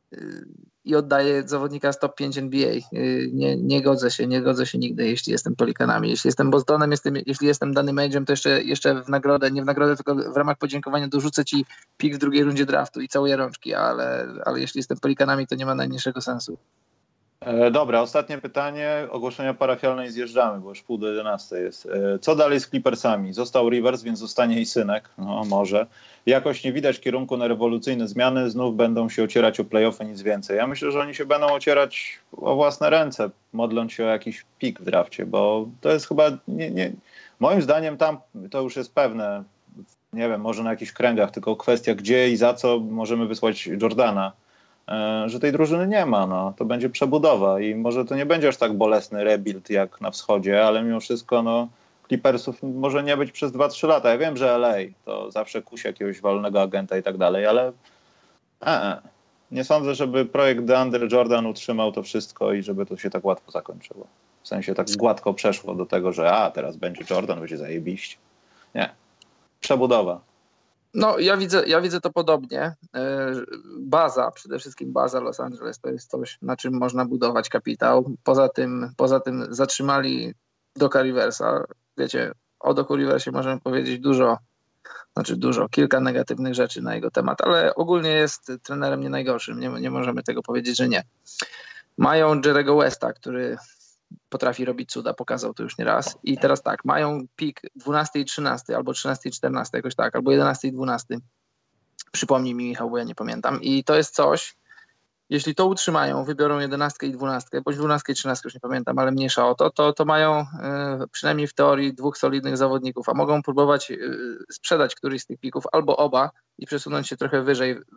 i oddaję zawodnika z top pięć N B A. Nie, nie godzę się, nie godzę się nigdy, jeśli jestem Pelikanami. Jeśli jestem Bostonem, jestem, jeśli jestem Danny Mage'em, to jeszcze, jeszcze w nagrodę, nie w nagrodę, tylko w ramach podziękowania dorzucę ci pik w drugiej rundzie draftu i całuję rączki, ale, ale jeśli jestem Pelikanami, to nie ma najmniejszego sensu. E, dobra, ostatnie pytanie. Ogłoszenia parafialne i zjeżdżamy, bo już pół do jedenastej jest. E, co dalej z Clippersami? Został Rivers, więc zostanie i Synek. No może. Jakoś nie widać kierunku na rewolucyjne zmiany. Znów będą się ocierać o play-offy, nic więcej. Ja myślę, że oni się będą ocierać o własne ręce, modląc się o jakiś pik w drafcie, bo to jest chyba... Nie, nie, moim zdaniem tam to już jest pewne. Nie wiem, może na jakichś kręgach, tylko kwestia gdzie i za co możemy wysłać Jordana. Że tej drużyny nie ma, no. To będzie przebudowa i może to nie będzie aż tak bolesny rebuild jak na wschodzie, ale mimo wszystko no, Clippersów może nie być przez dwa trzy lata. Ja wiem, że L A to zawsze kusi jakiegoś wolnego agenta i tak dalej, ale e, e. nie sądzę, żeby projekt DeAndre Jordan utrzymał to wszystko i żeby to się tak łatwo zakończyło. W sensie tak gładko przeszło do tego, że a, teraz będzie Jordan, będzie zajebiście. Nie. Przebudowa. No, ja widzę, ja widzę to podobnie. Baza, przede wszystkim baza Los Angeles to jest coś, na czym można budować kapitał. Poza tym, poza tym zatrzymali Doka Riversa. Wiecie, o Doku Riversie możemy powiedzieć dużo, znaczy dużo, kilka negatywnych rzeczy na jego temat, ale ogólnie jest trenerem nie najgorszym. Nie, nie możemy tego powiedzieć, że nie. Mają Jerry'ego Westa, który potrafi robić cuda, pokazał to już nie raz. I teraz tak, mają pik dwunasty i trzynasty, albo trzynasty i czternasty, jakoś tak, albo jedenasty i dwunasty. Przypomnij mi, Michał, bo ja nie pamiętam. I to jest coś, jeśli to utrzymają, wybiorą jedenastkę i dwunastkę, bądź dwunastkę i trzynastkę, już nie pamiętam, ale mniejsza o to, to, to mają y, przynajmniej w teorii dwóch solidnych zawodników, a mogą próbować y, sprzedać któryś z tych pików, albo oba i przesunąć się trochę wyżej w,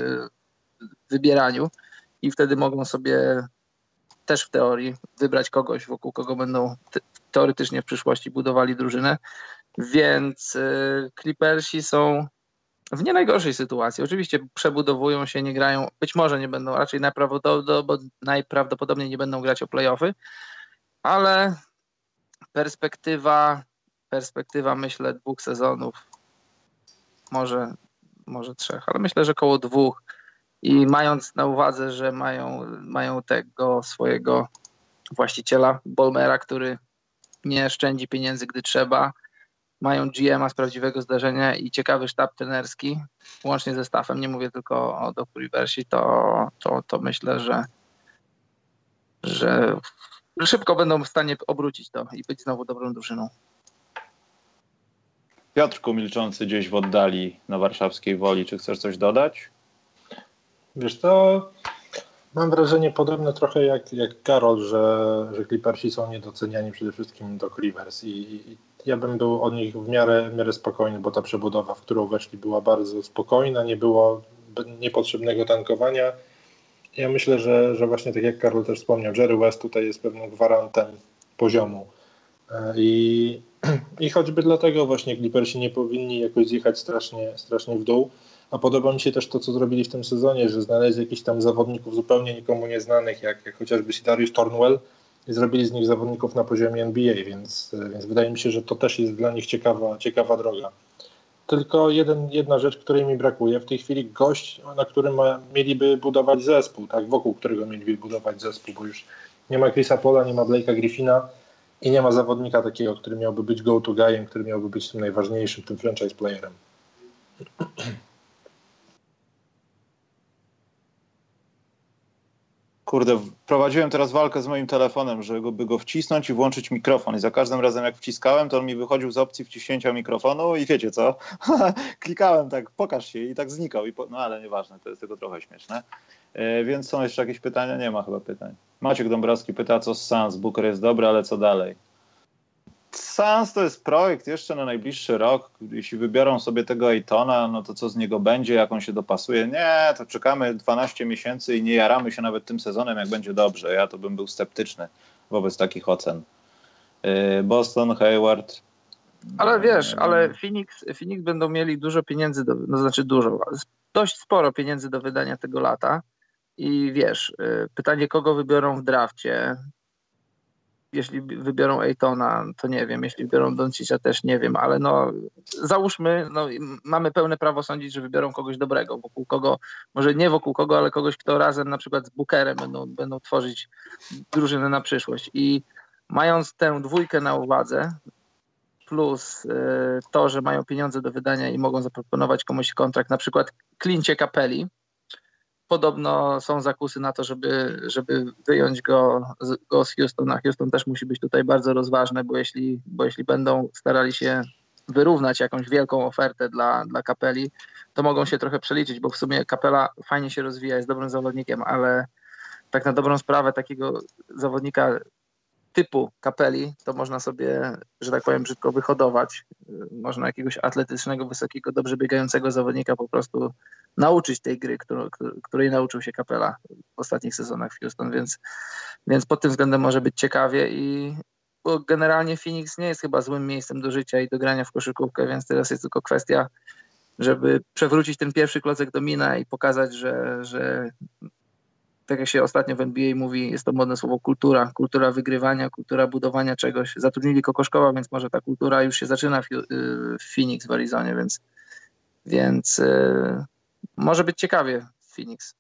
w wybieraniu i wtedy mogą sobie też w teorii wybrać kogoś, wokół kogo będą te, teoretycznie w przyszłości budowali drużynę, więc y, Clippersi są w nie najgorszej sytuacji. Oczywiście przebudowują się, nie grają, być może nie będą, raczej najprawdopodobniej, najprawdopodobniej nie będą grać o play-offy, ale perspektywa, perspektywa myślę dwóch sezonów, może, może trzech, ale myślę, że koło dwóch. I mając na uwadze, że mają, mają tego swojego właściciela, Ballmera, który nie szczędzi pieniędzy, gdy trzeba, mają G M a z prawdziwego zdarzenia i ciekawy sztab trenerski, łącznie ze staffem, nie mówię tylko o Doku Riversi, to, to, to myślę, że, że szybko będą w stanie obrócić to i być znowu dobrą drużyną. Piotrku milczący gdzieś w oddali na warszawskiej Woli, czy chcesz coś dodać? Wiesz, to mam wrażenie podobne trochę jak, jak Karol, że, że Clippersi są niedoceniani przede wszystkim Doc Rivers i, i ja bym był od nich w miarę, w miarę spokojny, bo ta przebudowa, w którą weszli, była bardzo spokojna, nie było niepotrzebnego tankowania. Ja myślę, że, że właśnie tak jak Karol też wspomniał, Jerry West tutaj jest pewnym gwarantem poziomu i, i choćby dlatego właśnie Clippersi nie powinni jakoś zjechać strasznie, strasznie w dół. A podoba mi się też to, co zrobili w tym sezonie, że znaleźli jakichś tam zawodników zupełnie nikomu nieznanych, jak, jak chociażby Darius Thornwell i zrobili z nich zawodników na poziomie N B A, więc, więc wydaje mi się, że to też jest dla nich ciekawa, ciekawa droga. Tylko jeden, jedna rzecz, której mi brakuje, w tej chwili gość, na którym mieliby budować zespół, tak, wokół którego mieliby budować zespół, bo już nie ma Chrisa Paula, nie ma Blake'a Griffina i nie ma zawodnika takiego, który miałby być go-to guy'em, który miałby być tym najważniejszym, tym franchise playerem. Kurde, prowadziłem teraz walkę z moim telefonem, żeby go wcisnąć i włączyć mikrofon i za każdym razem jak wciskałem, to on mi wychodził z opcji wciśnięcia mikrofonu i wiecie co, klikałem tak, pokaż się i tak znikał, i po... no ale nieważne, to jest tylko trochę śmieszne. Yy, więc są jeszcze jakieś pytania? Nie ma chyba pytań. Maciek Dąbrowski pyta, co z Suns, Booker jest dobry, ale co dalej? Suns to jest projekt jeszcze na najbliższy rok. Jeśli wybiorą sobie tego Aytona, no to co z niego będzie, jak on się dopasuje? Nie, to czekamy dwanaście miesięcy i nie jaramy się nawet tym sezonem, jak będzie dobrze. Ja to bym był sceptyczny wobec takich ocen. Boston, Hayward. Ale wiesz, ale Phoenix, Phoenix będą mieli dużo pieniędzy, do, no znaczy dużo, dość sporo pieniędzy do wydania tego lata i wiesz, pytanie, kogo wybiorą w drafcie. jeśli wybiorą Aytona, to nie wiem, jeśli wybiorą Doncicza, też nie wiem, ale no załóżmy, no, mamy pełne prawo sądzić, że wybiorą kogoś dobrego, wokół kogo, może nie wokół kogo, ale kogoś, kto razem na przykład z Bookerem będą, będą tworzyć drużynę na przyszłość. I mając tę dwójkę na uwadze, plus y, to, że mają pieniądze do wydania i mogą zaproponować komuś kontrakt, na przykład Clintcie Capelli, podobno są zakusy na to, żeby, żeby wyjąć go z, go z Houstona. Houston też musi być tutaj bardzo rozważny, bo jeśli, bo jeśli będą starali się wyrównać jakąś wielką ofertę dla, dla Capelli, to mogą się trochę przeliczyć, bo w sumie Capela fajnie się rozwija, jest dobrym zawodnikiem, ale tak na dobrą sprawę takiego zawodnika typu Capelli, to można sobie, że tak powiem, brzydko wyhodować. Można jakiegoś atletycznego, wysokiego, dobrze biegającego zawodnika po prostu nauczyć tej gry, którą, której nauczył się Capela w ostatnich sezonach w Houston, więc, więc pod tym względem może być ciekawie i bo generalnie Phoenix nie jest chyba złym miejscem do życia i do grania w koszykówkę, więc teraz jest tylko kwestia, żeby przewrócić ten pierwszy klocek domina i pokazać, że, że tak jak się ostatnio w N B A mówi, jest to modne słowo kultura, kultura wygrywania, kultura budowania czegoś. Zatrudnili Kokoszkowa, więc może ta kultura już się zaczyna w, w Phoenix, w Arizonie, więc, więc yy, może być ciekawie w Phoenix.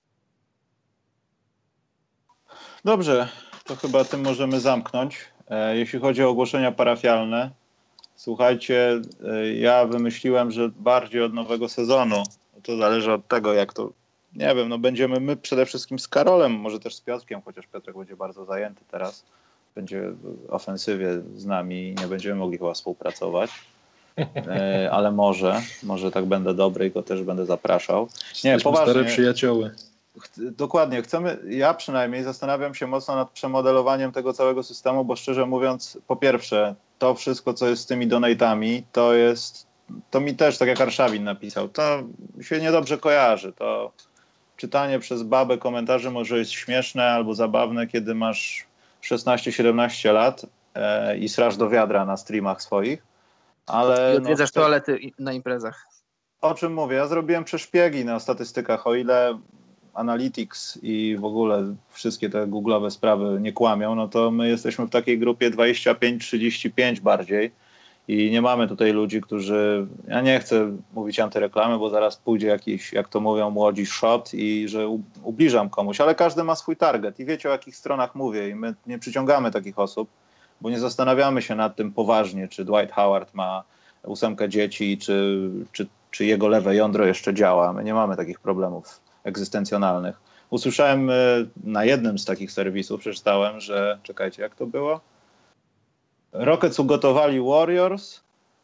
Dobrze, to chyba tym możemy zamknąć. E, jeśli chodzi o ogłoszenia parafialne, słuchajcie, e, ja wymyśliłem, że bardziej od nowego sezonu, to zależy od tego, jak to nie wiem, no będziemy my przede wszystkim z Karolem, może też z Piotrkiem, chociaż Piotrek będzie bardzo zajęty teraz. Będzie w ofensywie z nami i nie będziemy mogli chyba współpracować. E, ale może, może tak będę dobry i go też będę zapraszał. Nie, Jesteśmy poważnie. stare przyjacioły. Ch- dokładnie, chcemy, ja przynajmniej zastanawiam się mocno nad przemodelowaniem tego całego systemu, bo szczerze mówiąc, po pierwsze, to wszystko, co jest z tymi donatami, to jest, to mi też, tak jak Arszawin napisał, to się niedobrze kojarzy, to czytanie przez babę komentarzy może jest śmieszne albo zabawne, kiedy masz szesnaście siedemnaście lat e, i srasz do wiadra na streamach swoich, ale... I odwiedzasz no, toalety na imprezach. O czym mówię? Ja zrobiłem przeszpiegi na statystykach, o ile Analytics i w ogóle wszystkie te googlowe sprawy nie kłamią, no to my jesteśmy w takiej grupie dwadzieścia pięć trzydzieści pięć bardziej. I nie mamy tutaj ludzi, którzy, ja nie chcę mówić antyreklamy, bo zaraz pójdzie jakiś, jak to mówią młodzi, shot i że u, ubliżam komuś, ale każdy ma swój target i wiecie, o jakich stronach mówię i my nie przyciągamy takich osób, bo nie zastanawiamy się nad tym poważnie, czy Dwight Howard ma ósemkę dzieci, czy, czy, czy jego lewe jądro jeszcze działa. My nie mamy takich problemów egzystencjonalnych. Usłyszałem na jednym z takich serwisów, przeczytałem, że, czekajcie, jak to było? Rockets ugotowali Warriors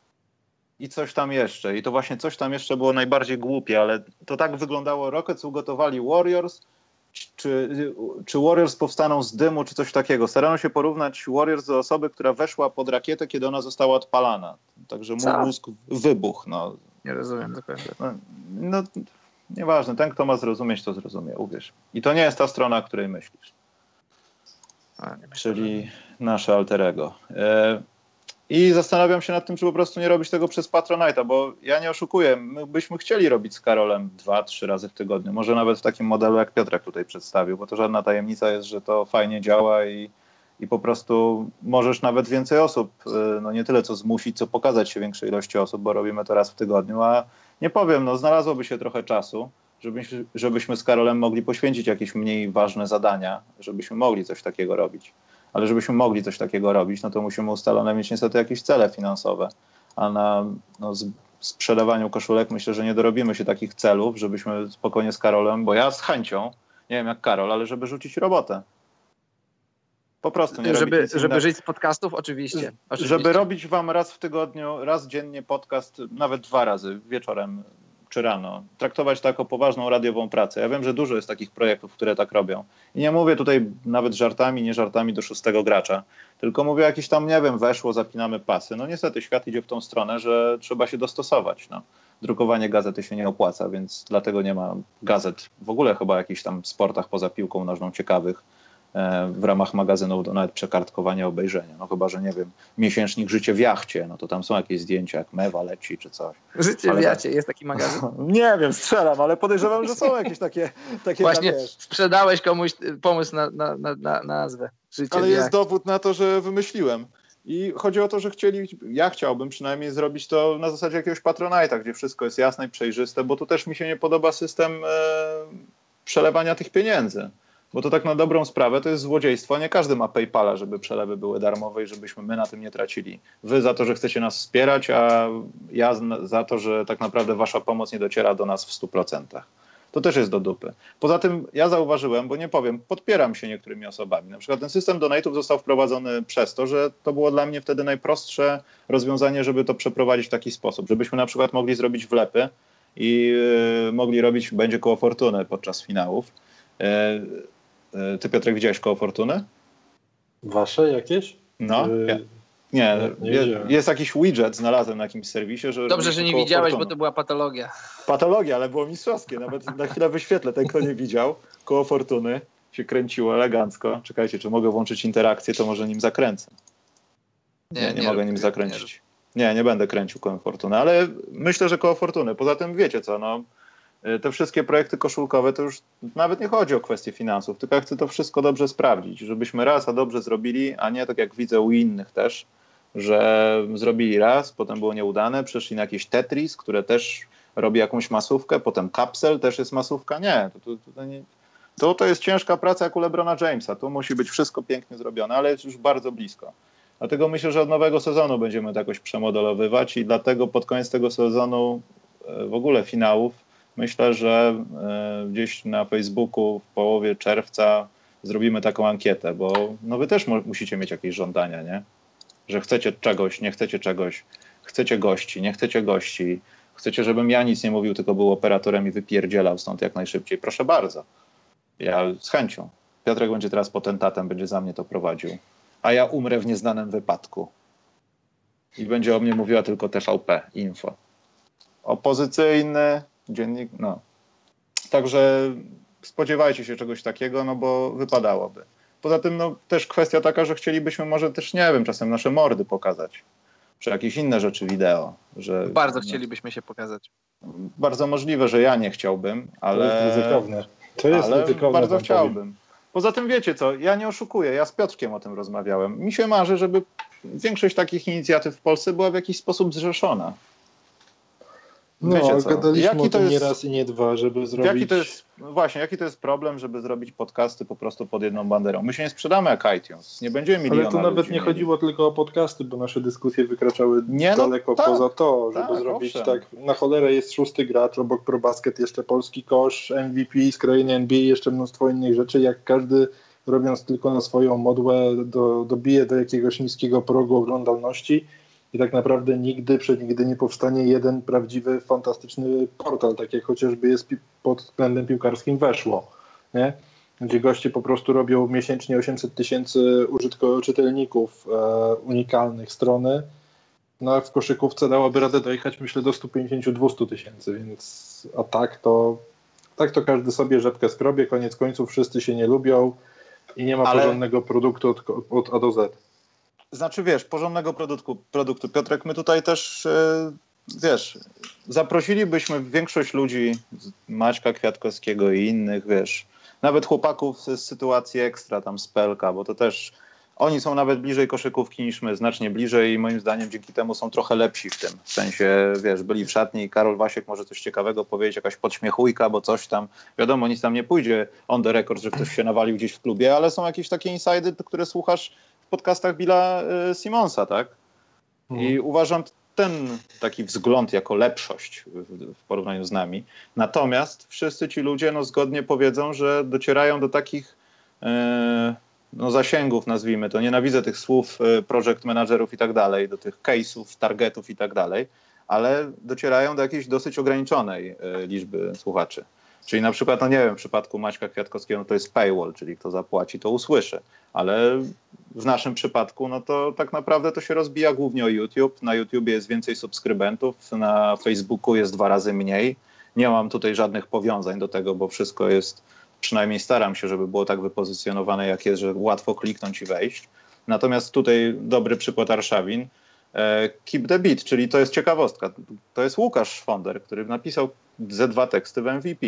i coś tam jeszcze. I to właśnie coś tam jeszcze było najbardziej głupie, ale to tak wyglądało. Rockets ugotowali Warriors, czy, czy Warriors powstaną z dymu, czy coś takiego. Starano się porównać Warriors do osoby, która weszła pod rakietę, kiedy ona została odpalana. Także mój Co? mózg wybuchł. No. Nie rozumiem dokładnie. No, no, nieważne. Ten, kto ma zrozumieć, to zrozumie, uwierz. I to nie jest ta strona, o której myślisz. A, nie Czyli nasze alter ego. E, I zastanawiam się nad tym, czy po prostu nie robić tego przez Patronite'a, bo ja nie oszukuję, my byśmy chcieli robić z Karolem dwa, trzy razy w tygodniu, może nawet w takim modelu, jak Piotrek tutaj przedstawił, bo to żadna tajemnica jest, że to fajnie działa i, i po prostu możesz nawet więcej osób, no nie tyle co zmusić, co pokazać się większej ilości osób, bo robimy to raz w tygodniu, a nie powiem, no znalazłoby się trochę czasu, żebyśmy, żebyśmy z Karolem mogli poświęcić jakieś mniej ważne zadania, żebyśmy mogli coś takiego robić. Ale żebyśmy mogli coś takiego robić, no to musimy ustalone mieć niestety jakieś cele finansowe. A na no, z, sprzedawaniu koszulek myślę, że nie dorobimy się takich celów, żebyśmy spokojnie z Karolem, bo ja z chęcią, nie wiem jak Karol, ale żeby rzucić robotę. Po prostu nie żeby, robić nic żeby innego. żyć z podcastów? Oczywiście, oczywiście. Żeby robić wam raz w tygodniu, raz dziennie podcast, nawet dwa razy, wieczorem czy rano. Traktować to jako poważną radiową pracę. Ja wiem, że dużo jest takich projektów, które tak robią. I nie mówię tutaj nawet żartami, nie żartami do szóstego gracza, tylko mówię jakiś tam, nie wiem, weszło, zapinamy pasy. No niestety świat idzie w tą stronę, że trzeba się dostosować. No. Drukowanie gazety się nie opłaca, więc dlatego nie ma gazet w ogóle chyba jakichś tam sportach poza piłką nożną ciekawych. w ramach magazynu do nawet przekartkowania obejrzenia. No chyba, że nie wiem, miesięcznik Życie w jachcie, no to tam są jakieś zdjęcia, jak mewa leci czy coś. Życie ale w jachcie, jest taki magazyn? Nie wiem, strzelam, ale podejrzewam, że są jakieś takie... takie Właśnie tam, sprzedałeś komuś pomysł na, na, na, na nazwę. Życie ale w jest jachcie. dowód na to, że wymyśliłem. I chodzi o to, że chcieli, ja chciałbym przynajmniej zrobić to na zasadzie jakiegoś Patronite'a, gdzie wszystko jest jasne i przejrzyste, bo tu też mi się nie podoba system e, przelewania tych pieniędzy. Bo to tak na dobrą sprawę to jest złodziejstwo. Nie każdy ma PayPala, żeby przelewy były darmowe i żebyśmy my na tym nie tracili. Wy za to, że chcecie nas wspierać, a ja za to, że tak naprawdę wasza pomoc nie dociera do nas w stu procentach. To też jest do dupy. Poza tym ja zauważyłem, bo nie powiem, podpieram się niektórymi osobami. Na przykład ten system donate'ów został wprowadzony przez to, że to było dla mnie wtedy najprostsze rozwiązanie, żeby to przeprowadzić w taki sposób. Żebyśmy na przykład mogli zrobić wlepy i yy, mogli robić będzie koło fortuny podczas finałów. Yy, Ty, Piotrek, widziałeś koło fortuny? Wasze jakieś? No. Yy, nie, nie jest, jest jakiś widget, znalazłem na jakimś serwisie. Że Dobrze, że nie widziałeś, fortuny. Bo to była patologia. Patologia, ale było mistrzowskie. Nawet na chwilę wyświetlę, ten kto nie widział. Koło fortuny się kręciło elegancko. Czekajcie, czy mogę włączyć interakcję, to może nim zakręcę. Nie, nie, nie, nie mogę nim zakręcić. Nie, nie, nie będę kręcił koło fortuny, ale myślę, że koło fortuny. Poza tym wiecie co, no... Te wszystkie projekty koszulkowe, to już nawet nie chodzi o kwestię finansów, tylko ja chcę to wszystko dobrze sprawdzić, żebyśmy raz a dobrze zrobili, a nie tak jak widzę u innych też, że zrobili raz, potem było nieudane, przeszli na jakiś Tetris, które też robi jakąś masówkę, potem Kapsel też jest masówka. Nie, to, to, to, nie, to, to jest ciężka praca jak u LeBrona Jamesa, tu musi być wszystko pięknie zrobione, ale jest już bardzo blisko. Dlatego myślę, że od nowego sezonu będziemy to jakoś przemodelowywać i dlatego pod koniec tego sezonu w ogóle finałów myślę, że y, gdzieś na Facebooku w połowie czerwca zrobimy taką ankietę, bo no wy też mu- musicie mieć jakieś żądania, nie? Że chcecie czegoś, nie chcecie czegoś, chcecie gości, nie chcecie gości, chcecie, żebym ja nic nie mówił, tylko był operatorem i wypierdzielał stąd jak najszybciej. Proszę bardzo. Ja z chęcią. Piotrek będzie teraz potentatem, będzie za mnie to prowadził. A ja umrę w nieznanym wypadku. I będzie o mnie mówiła tylko T V P, info. Opozycyjny dziennik, no. Także spodziewajcie się czegoś takiego, no bo wypadałoby. Poza tym, no też kwestia taka, że chcielibyśmy może też, nie wiem, czasem nasze mordy pokazać. Czy jakieś inne rzeczy wideo. Że, bardzo no, chcielibyśmy się pokazać. Bardzo możliwe, że ja nie chciałbym, ale... To jest ryzykowne. To jest ale ryzykowne, bardzo chciałbym. Poza tym wiecie co, ja nie oszukuję, ja z Piotrkiem o tym rozmawiałem. Mi się marzy, żeby większość takich inicjatyw w Polsce była w jakiś sposób zrzeszona. No, Wiecie co? gadaliśmy Jaki o tym jest, nie raz i nie dwa, żeby zrobić... Jaki to jest, właśnie, jaki to jest problem, żeby zrobić podcasty po prostu pod jedną banderą? My się nie sprzedamy jak iTunes, nie będziemy miliona Ale to nawet ludzi nie mieli. chodziło tylko o podcasty, bo nasze dyskusje wykraczały nie, no, daleko tak, poza to, żeby tak, zrobić owszem. tak, na cholerę jest szósty gracz, obok ProBasket jeszcze polski kosz, M V P z krainy N B A, jeszcze mnóstwo innych rzeczy, jak każdy robiąc tylko na swoją modłę do, dobije do jakiegoś niskiego progu oglądalności i tak naprawdę nigdy, przenigdy nie powstanie jeden prawdziwy, fantastyczny portal, tak jak chociażby jest pi- pod względem piłkarskim Weszło, nie? Gdzie goście po prostu robią miesięcznie osiemset tysięcy użytko- czytelników e, unikalnych strony, no a w koszykówce dałoby radę dojechać myślę do sto pięćdziesiąt do dwustu tysięcy, więc a tak to tak to każdy sobie rzepkę skrobie, koniec końców wszyscy się nie lubią i nie ma Ale... porządnego produktu od, od A do Z. Znaczy wiesz, porządnego produktu, produktu. Piotrek, my tutaj też, yy, wiesz, zaprosilibyśmy większość ludzi, Maćka Kwiatkowskiego i innych, wiesz, nawet chłopaków z sytuacji ekstra, tam z Pelka, bo to też, oni są nawet bliżej koszykówki niż my, znacznie bliżej i moim zdaniem dzięki temu są trochę lepsi w tym. W sensie, wiesz, byli w szatni i Karol Wasiek może coś ciekawego powiedzieć, jakaś podśmiechujka, bo coś tam, wiadomo, nic tam nie pójdzie on the record, że ktoś się nawalił gdzieś w klubie, ale są jakieś takie insajdy, które słuchasz w podcastach Billa y, Simonsa, tak? Mhm. I uważam ten taki wzgląd jako lepszość w, w porównaniu z nami. Natomiast wszyscy ci ludzie no, zgodnie powiedzą, że docierają do takich y, no, zasięgów, nazwijmy to. Nienawidzę tych słów y, project managerów i tak dalej, do tych case'ów, targetów i tak dalej, ale docierają do jakiejś dosyć ograniczonej y, liczby słuchaczy. Czyli na przykład, no nie wiem, w przypadku Maćka Kwiatkowskiego no to jest paywall, czyli kto zapłaci, to usłyszy. Ale w naszym przypadku, no to tak naprawdę to się rozbija głównie o YouTube. Na YouTubie jest więcej subskrybentów, na Facebooku jest dwa razy mniej. Nie mam tutaj żadnych powiązań do tego, bo wszystko jest przynajmniej staram się, żeby było tak wypozycjonowane, jak jest, że łatwo kliknąć i wejść. Natomiast tutaj dobry przykład Arszawin. Keep the beat, czyli to jest ciekawostka. To jest Łukasz Szwonder, który napisał ze dwa teksty w M V P.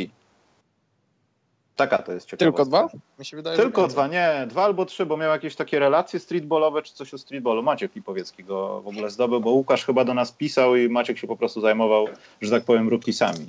Taka to jest ciekawostka. Tylko dwa? Mi się wydaje, Tylko że dwa, nie, dwa albo trzy, bo miał jakieś takie relacje streetballowe, czy coś o streetballu. Maciek Lipowiecki go w ogóle zdobył, bo Łukasz chyba do nas pisał i Maciek się po prostu zajmował, że tak powiem, rookiesami.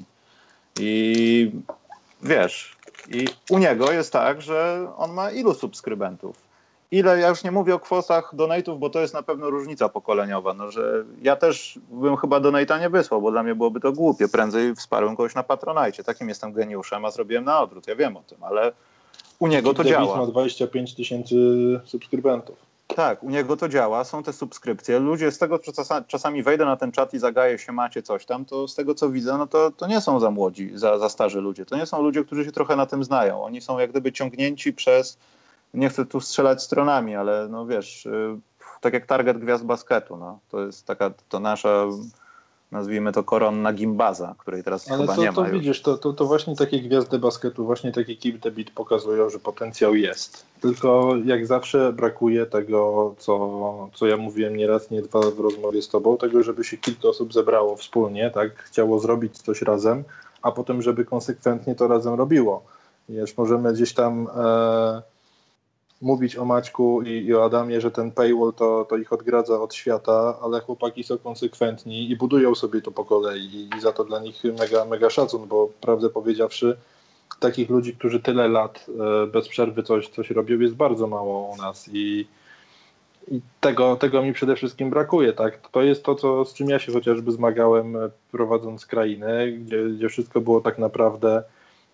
I wiesz, i u niego jest tak, że on ma ilu subskrybentów? Ile, ja już nie mówię o kwotach donate'ów, bo to jest na pewno różnica pokoleniowa, no, że ja też bym chyba donate'a nie wysłał, bo dla mnie byłoby to głupie. Prędzej wsparłem kogoś na Patronite. Takim jestem geniuszem, a zrobiłem na odwrót. Ja wiem o tym, ale u niego to działa. ma dwadzieścia pięć tysięcy subskrybentów. Tak, u niego to działa, są te subskrypcje. Ludzie z tego, że czasami wejdę na ten czat i zagaję się, macie coś tam, to z tego co widzę, no to, to nie są za młodzi, za, za starzy ludzie. To nie są ludzie, którzy się trochę na tym znają. Oni są jak gdyby ciągnięci przez, nie chcę tu strzelać stronami, ale no wiesz, yy, tak jak target gwiazd basketu, no. To jest taka, to nasza, nazwijmy to koronna gimbaza, której teraz ale chyba to, nie ma to już. widzisz, to, to, to właśnie takie gwiazdy basketu, właśnie takie Keep the Beat pokazują, że potencjał jest. Tylko jak zawsze brakuje tego, co, co ja mówiłem nie raz, nie dwa w rozmowie z tobą, tego, żeby się kilka osób zebrało wspólnie, tak, chciało zrobić coś razem, a potem, żeby konsekwentnie to razem robiło. Wiesz, możemy gdzieś tam e, mówić o Maćku i, i o Adamie, że ten paywall to, to ich odgradza od świata, ale chłopaki są konsekwentni i budują sobie to po kolei i, i za to dla nich mega, mega szacun, bo prawdę powiedziawszy, takich ludzi, którzy tyle lat e, bez przerwy coś, coś robią, jest bardzo mało u nas i, i tego, tego mi przede wszystkim brakuje. Tak? To jest to, co, z czym ja się chociażby zmagałem e, prowadząc krainę, gdzie, gdzie wszystko było tak naprawdę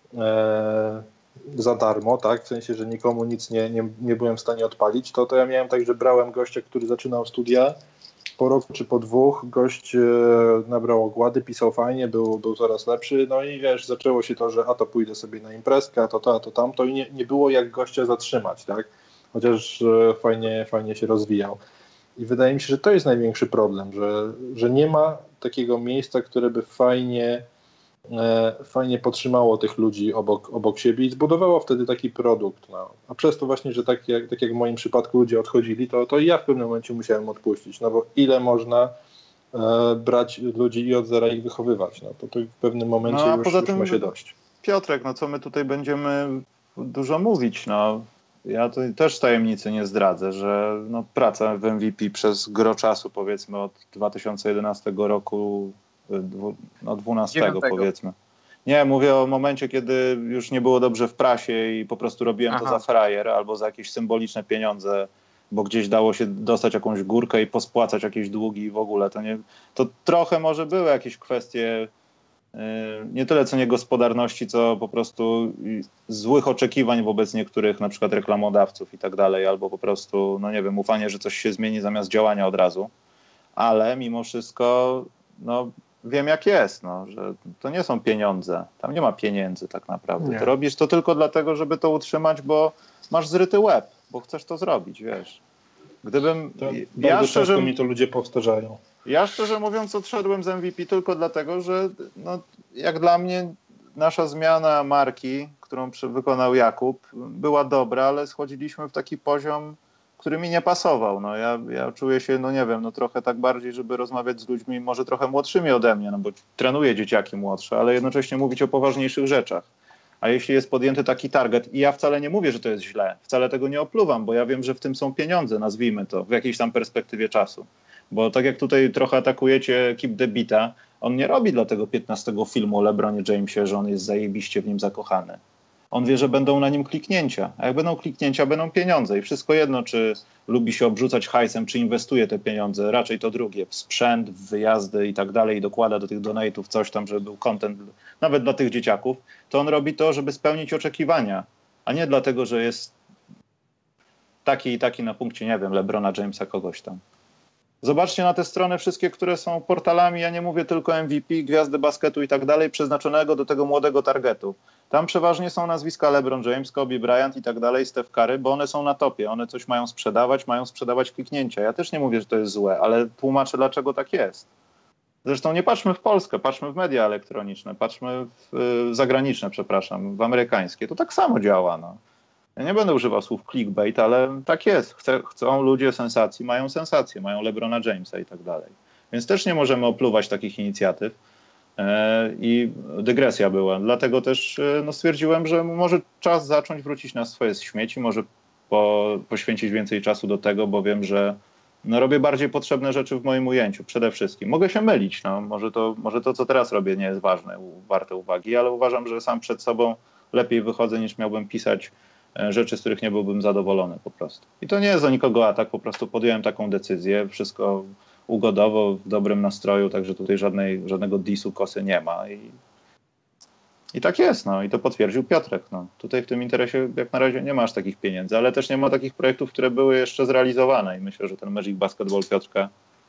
e, za darmo, tak, w sensie, że nikomu nic nie, nie, nie byłem w stanie odpalić, to, to ja miałem tak, że brałem gościa, który zaczynał studia, po roku czy po dwóch gość e, nabrał ogłady, pisał fajnie, był, był coraz lepszy, no i wiesz, zaczęło się to, że a to pójdę sobie na imprezkę, a to to, a to tamto i nie, nie było jak gościa zatrzymać, tak, chociaż e, fajnie, fajnie się rozwijał. I wydaje mi się, że to jest największy problem, że, że nie ma takiego miejsca, które by fajnie fajnie podtrzymało tych ludzi obok, obok siebie i zbudowało wtedy taki produkt. No. A przez to właśnie, że tak jak, tak jak w moim przypadku ludzie odchodzili, to, to ja w pewnym momencie musiałem odpuścić, no bo ile można e, brać ludzi i od zera ich wychowywać, no to, to w pewnym momencie no, a już, poza już tym, ma się dość. Piotrek, no co my tutaj będziemy dużo mówić, no. Ja tutaj też tajemnicy nie zdradzę, że no, praca w M V P przez gro czasu, powiedzmy od dwa tysiące jedenastego roku, no dwunastego dziewiątego powiedzmy. Nie, mówię o momencie, kiedy już nie było dobrze w prasie i po prostu robiłem Aha. to za frajer albo za jakieś symboliczne pieniądze, bo gdzieś dało się dostać jakąś górkę i pospłacać jakieś długi i w ogóle. To, nie, to trochę może były jakieś kwestie yy, nie tyle co niegospodarności, co po prostu złych oczekiwań wobec niektórych na przykład reklamodawców i tak dalej, albo po prostu, no nie wiem, ufanie, że coś się zmieni zamiast działania od razu. Ale mimo wszystko, no wiem jak jest, no, że to nie są pieniądze. Tam nie ma pieniędzy tak naprawdę. Nie. Ty robisz to tylko dlatego, żeby to utrzymać, bo masz zryty łeb, bo chcesz to zrobić, wiesz. Gdybym... To ja bardzo szczerze, często mi to ludzie powtarzają. Ja szczerze mówiąc odszedłem z M V P tylko dlatego, że no, jak dla mnie nasza zmiana marki, którą wykonał Jakub, była dobra, ale schodziliśmy w taki poziom, który mi nie pasował. No, ja, ja czuję się, no nie wiem, no trochę tak bardziej, żeby rozmawiać z ludźmi może trochę młodszymi ode mnie, no bo trenuję dzieciaki młodsze, ale jednocześnie mówić o poważniejszych rzeczach. A jeśli jest podjęty taki target, i ja wcale nie mówię, że to jest źle, wcale tego nie opluwam, bo ja wiem, że w tym są pieniądze, nazwijmy to, w jakiejś tam perspektywie czasu. Bo tak jak tutaj trochę atakujecie Keep the Beata, on nie robi dla tego piętnastego filmu o LeBronie Jamesie, że on jest zajebiście w nim zakochany. On wie, że będą na nim kliknięcia, a jak będą kliknięcia, będą pieniądze i wszystko jedno, czy lubi się obrzucać hajsem, czy inwestuje te pieniądze, raczej to drugie, w sprzęt, w wyjazdy i tak dalej i dokłada do tych donate'ów coś tam, żeby był content nawet dla tych dzieciaków, to on robi to, żeby spełnić oczekiwania, a nie dlatego, że jest taki i taki na punkcie, nie wiem, LeBrona Jamesa, kogoś tam. Zobaczcie na te strony wszystkie, które są portalami, ja nie mówię tylko M V P, gwiazdy basketu i tak dalej, przeznaczonego do tego młodego targetu. Tam przeważnie są nazwiska LeBron James, Kobe Bryant i tak dalej, Steph Curry, bo one są na topie, one coś mają sprzedawać, mają sprzedawać kliknięcia. Ja też nie mówię, że to jest złe, ale tłumaczę, dlaczego tak jest. Zresztą nie patrzmy w Polskę, patrzmy w media elektroniczne, patrzmy w zagraniczne, przepraszam, w amerykańskie. To tak samo działa. No. Ja nie będę używał słów clickbait, ale tak jest. Chce, chcą ludzie sensacji, mają sensację, mają LeBrona Jamesa i tak dalej. Więc też nie możemy opluwać takich inicjatyw. E, I dygresja była. Dlatego też e, no, stwierdziłem, że może czas zacząć wrócić na swoje śmieci, może po, poświęcić więcej czasu do tego, bo wiem, że no, robię bardziej potrzebne rzeczy w moim ujęciu, przede wszystkim. Mogę się mylić, no, może, to, może to, co teraz robię, nie jest ważne, warte uwagi, ale uważam, że sam przed sobą lepiej wychodzę, niż miałbym pisać rzeczy, z których nie byłbym zadowolony po prostu. I to nie jest do nikogo atak, po prostu podjąłem taką decyzję, wszystko ugodowo, w dobrym nastroju, także tutaj żadnej, żadnego disu, kosy nie ma. I, i tak jest, no, i to potwierdził Piotrek. No. Tutaj w tym interesie jak na razie nie masz takich pieniędzy, ale też nie ma takich projektów, które były jeszcze zrealizowane i myślę, że ten Magic Basketball Piotrka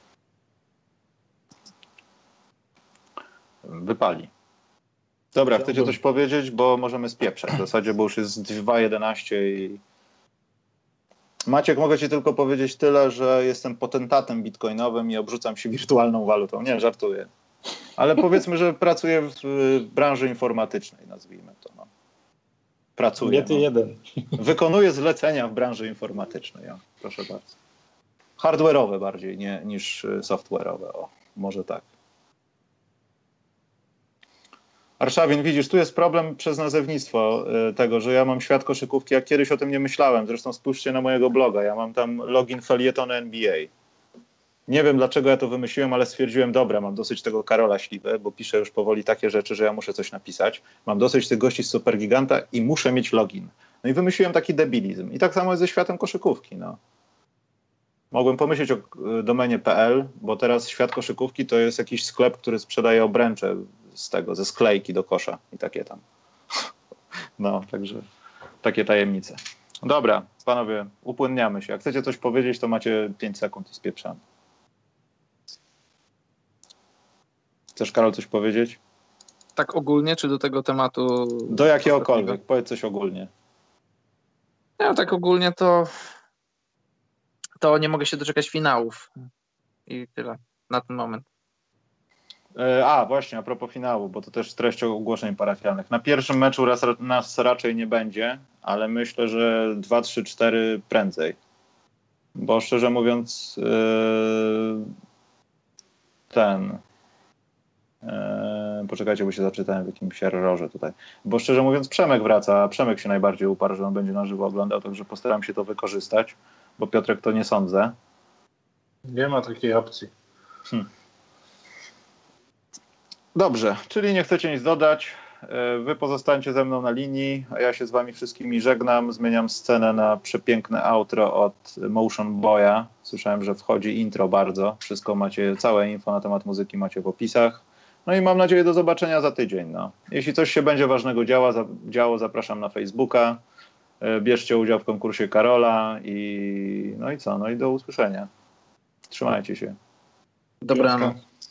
wypali. Dobra, chcecie coś powiedzieć, bo możemy spieprzać w zasadzie, bo już jest dwa jedenaście i... Maciek, mogę ci tylko powiedzieć tyle, że jestem potentatem bitcoinowym i obrzucam się wirtualną walutą. Nie, żartuję. Ale powiedzmy, że pracuję w branży informatycznej, nazwijmy to. No. Pracuję. Nie ty no. jeden. Wykonuję zlecenia w branży informatycznej. Ja, proszę bardzo. Hardware'owe bardziej nie, niż software'owe. O, może tak. Arszawin, widzisz, tu jest problem przez nazewnictwo tego, że ja mam świat koszykówki, jak kiedyś o tym nie myślałem. Zresztą spójrzcie na mojego bloga, ja mam tam login felieton N B A. Nie wiem, dlaczego ja to wymyśliłem, ale stwierdziłem, dobra, mam dosyć tego Karola Śliwę, bo piszę już powoli takie rzeczy, że ja muszę coś napisać. Mam dosyć tych gości z Supergiganta i muszę mieć login. No i wymyśliłem taki debilizm. I tak samo jest ze światem koszykówki, no. Mogłem pomyśleć o domenie kropka p l, bo teraz świat koszykówki to jest jakiś sklep, który sprzedaje obręcze z tego, ze sklejki do kosza i takie tam. No, także takie tajemnice. Dobra, panowie, upłynniamy się. Jak chcecie coś powiedzieć, to macie pięć sekund i spieprzamy. Chcesz, Karol, coś powiedzieć? Tak ogólnie, czy do tego tematu? Do jakiegokolwiek, powiedz coś ogólnie. Ja tak ogólnie to to nie mogę się doczekać finałów. I tyle na ten moment. A, właśnie, a propos finału, bo to też treść ogłoszeń parafialnych. Na pierwszym meczu raz, nas raczej nie będzie, ale myślę, że dwa, trzy, cztery prędzej. Bo szczerze mówiąc, yy, ten... Yy, poczekajcie, bo się zaczytałem w jakimś errorze tutaj. Bo szczerze mówiąc, Przemek wraca, a Przemek się najbardziej uparł, że on będzie na żywo oglądał, także postaram się to wykorzystać, bo Piotrek to nie sądzę. Nie ma takiej opcji. Hmm. Dobrze, czyli nie chcecie nic dodać. Wy pozostańcie ze mną na linii, a ja się z wami wszystkimi żegnam. Zmieniam scenę na przepiękne outro od Motion Boya. Słyszałem, że wchodzi intro bardzo. Wszystko macie, całe info na temat muzyki macie w opisach. No i mam nadzieję do zobaczenia za tydzień. No. Jeśli coś się będzie ważnego działo, działo, zapraszam na Facebooka. Bierzcie udział w konkursie Karola i no i co? No i do usłyszenia. Trzymajcie się. Dobranoc.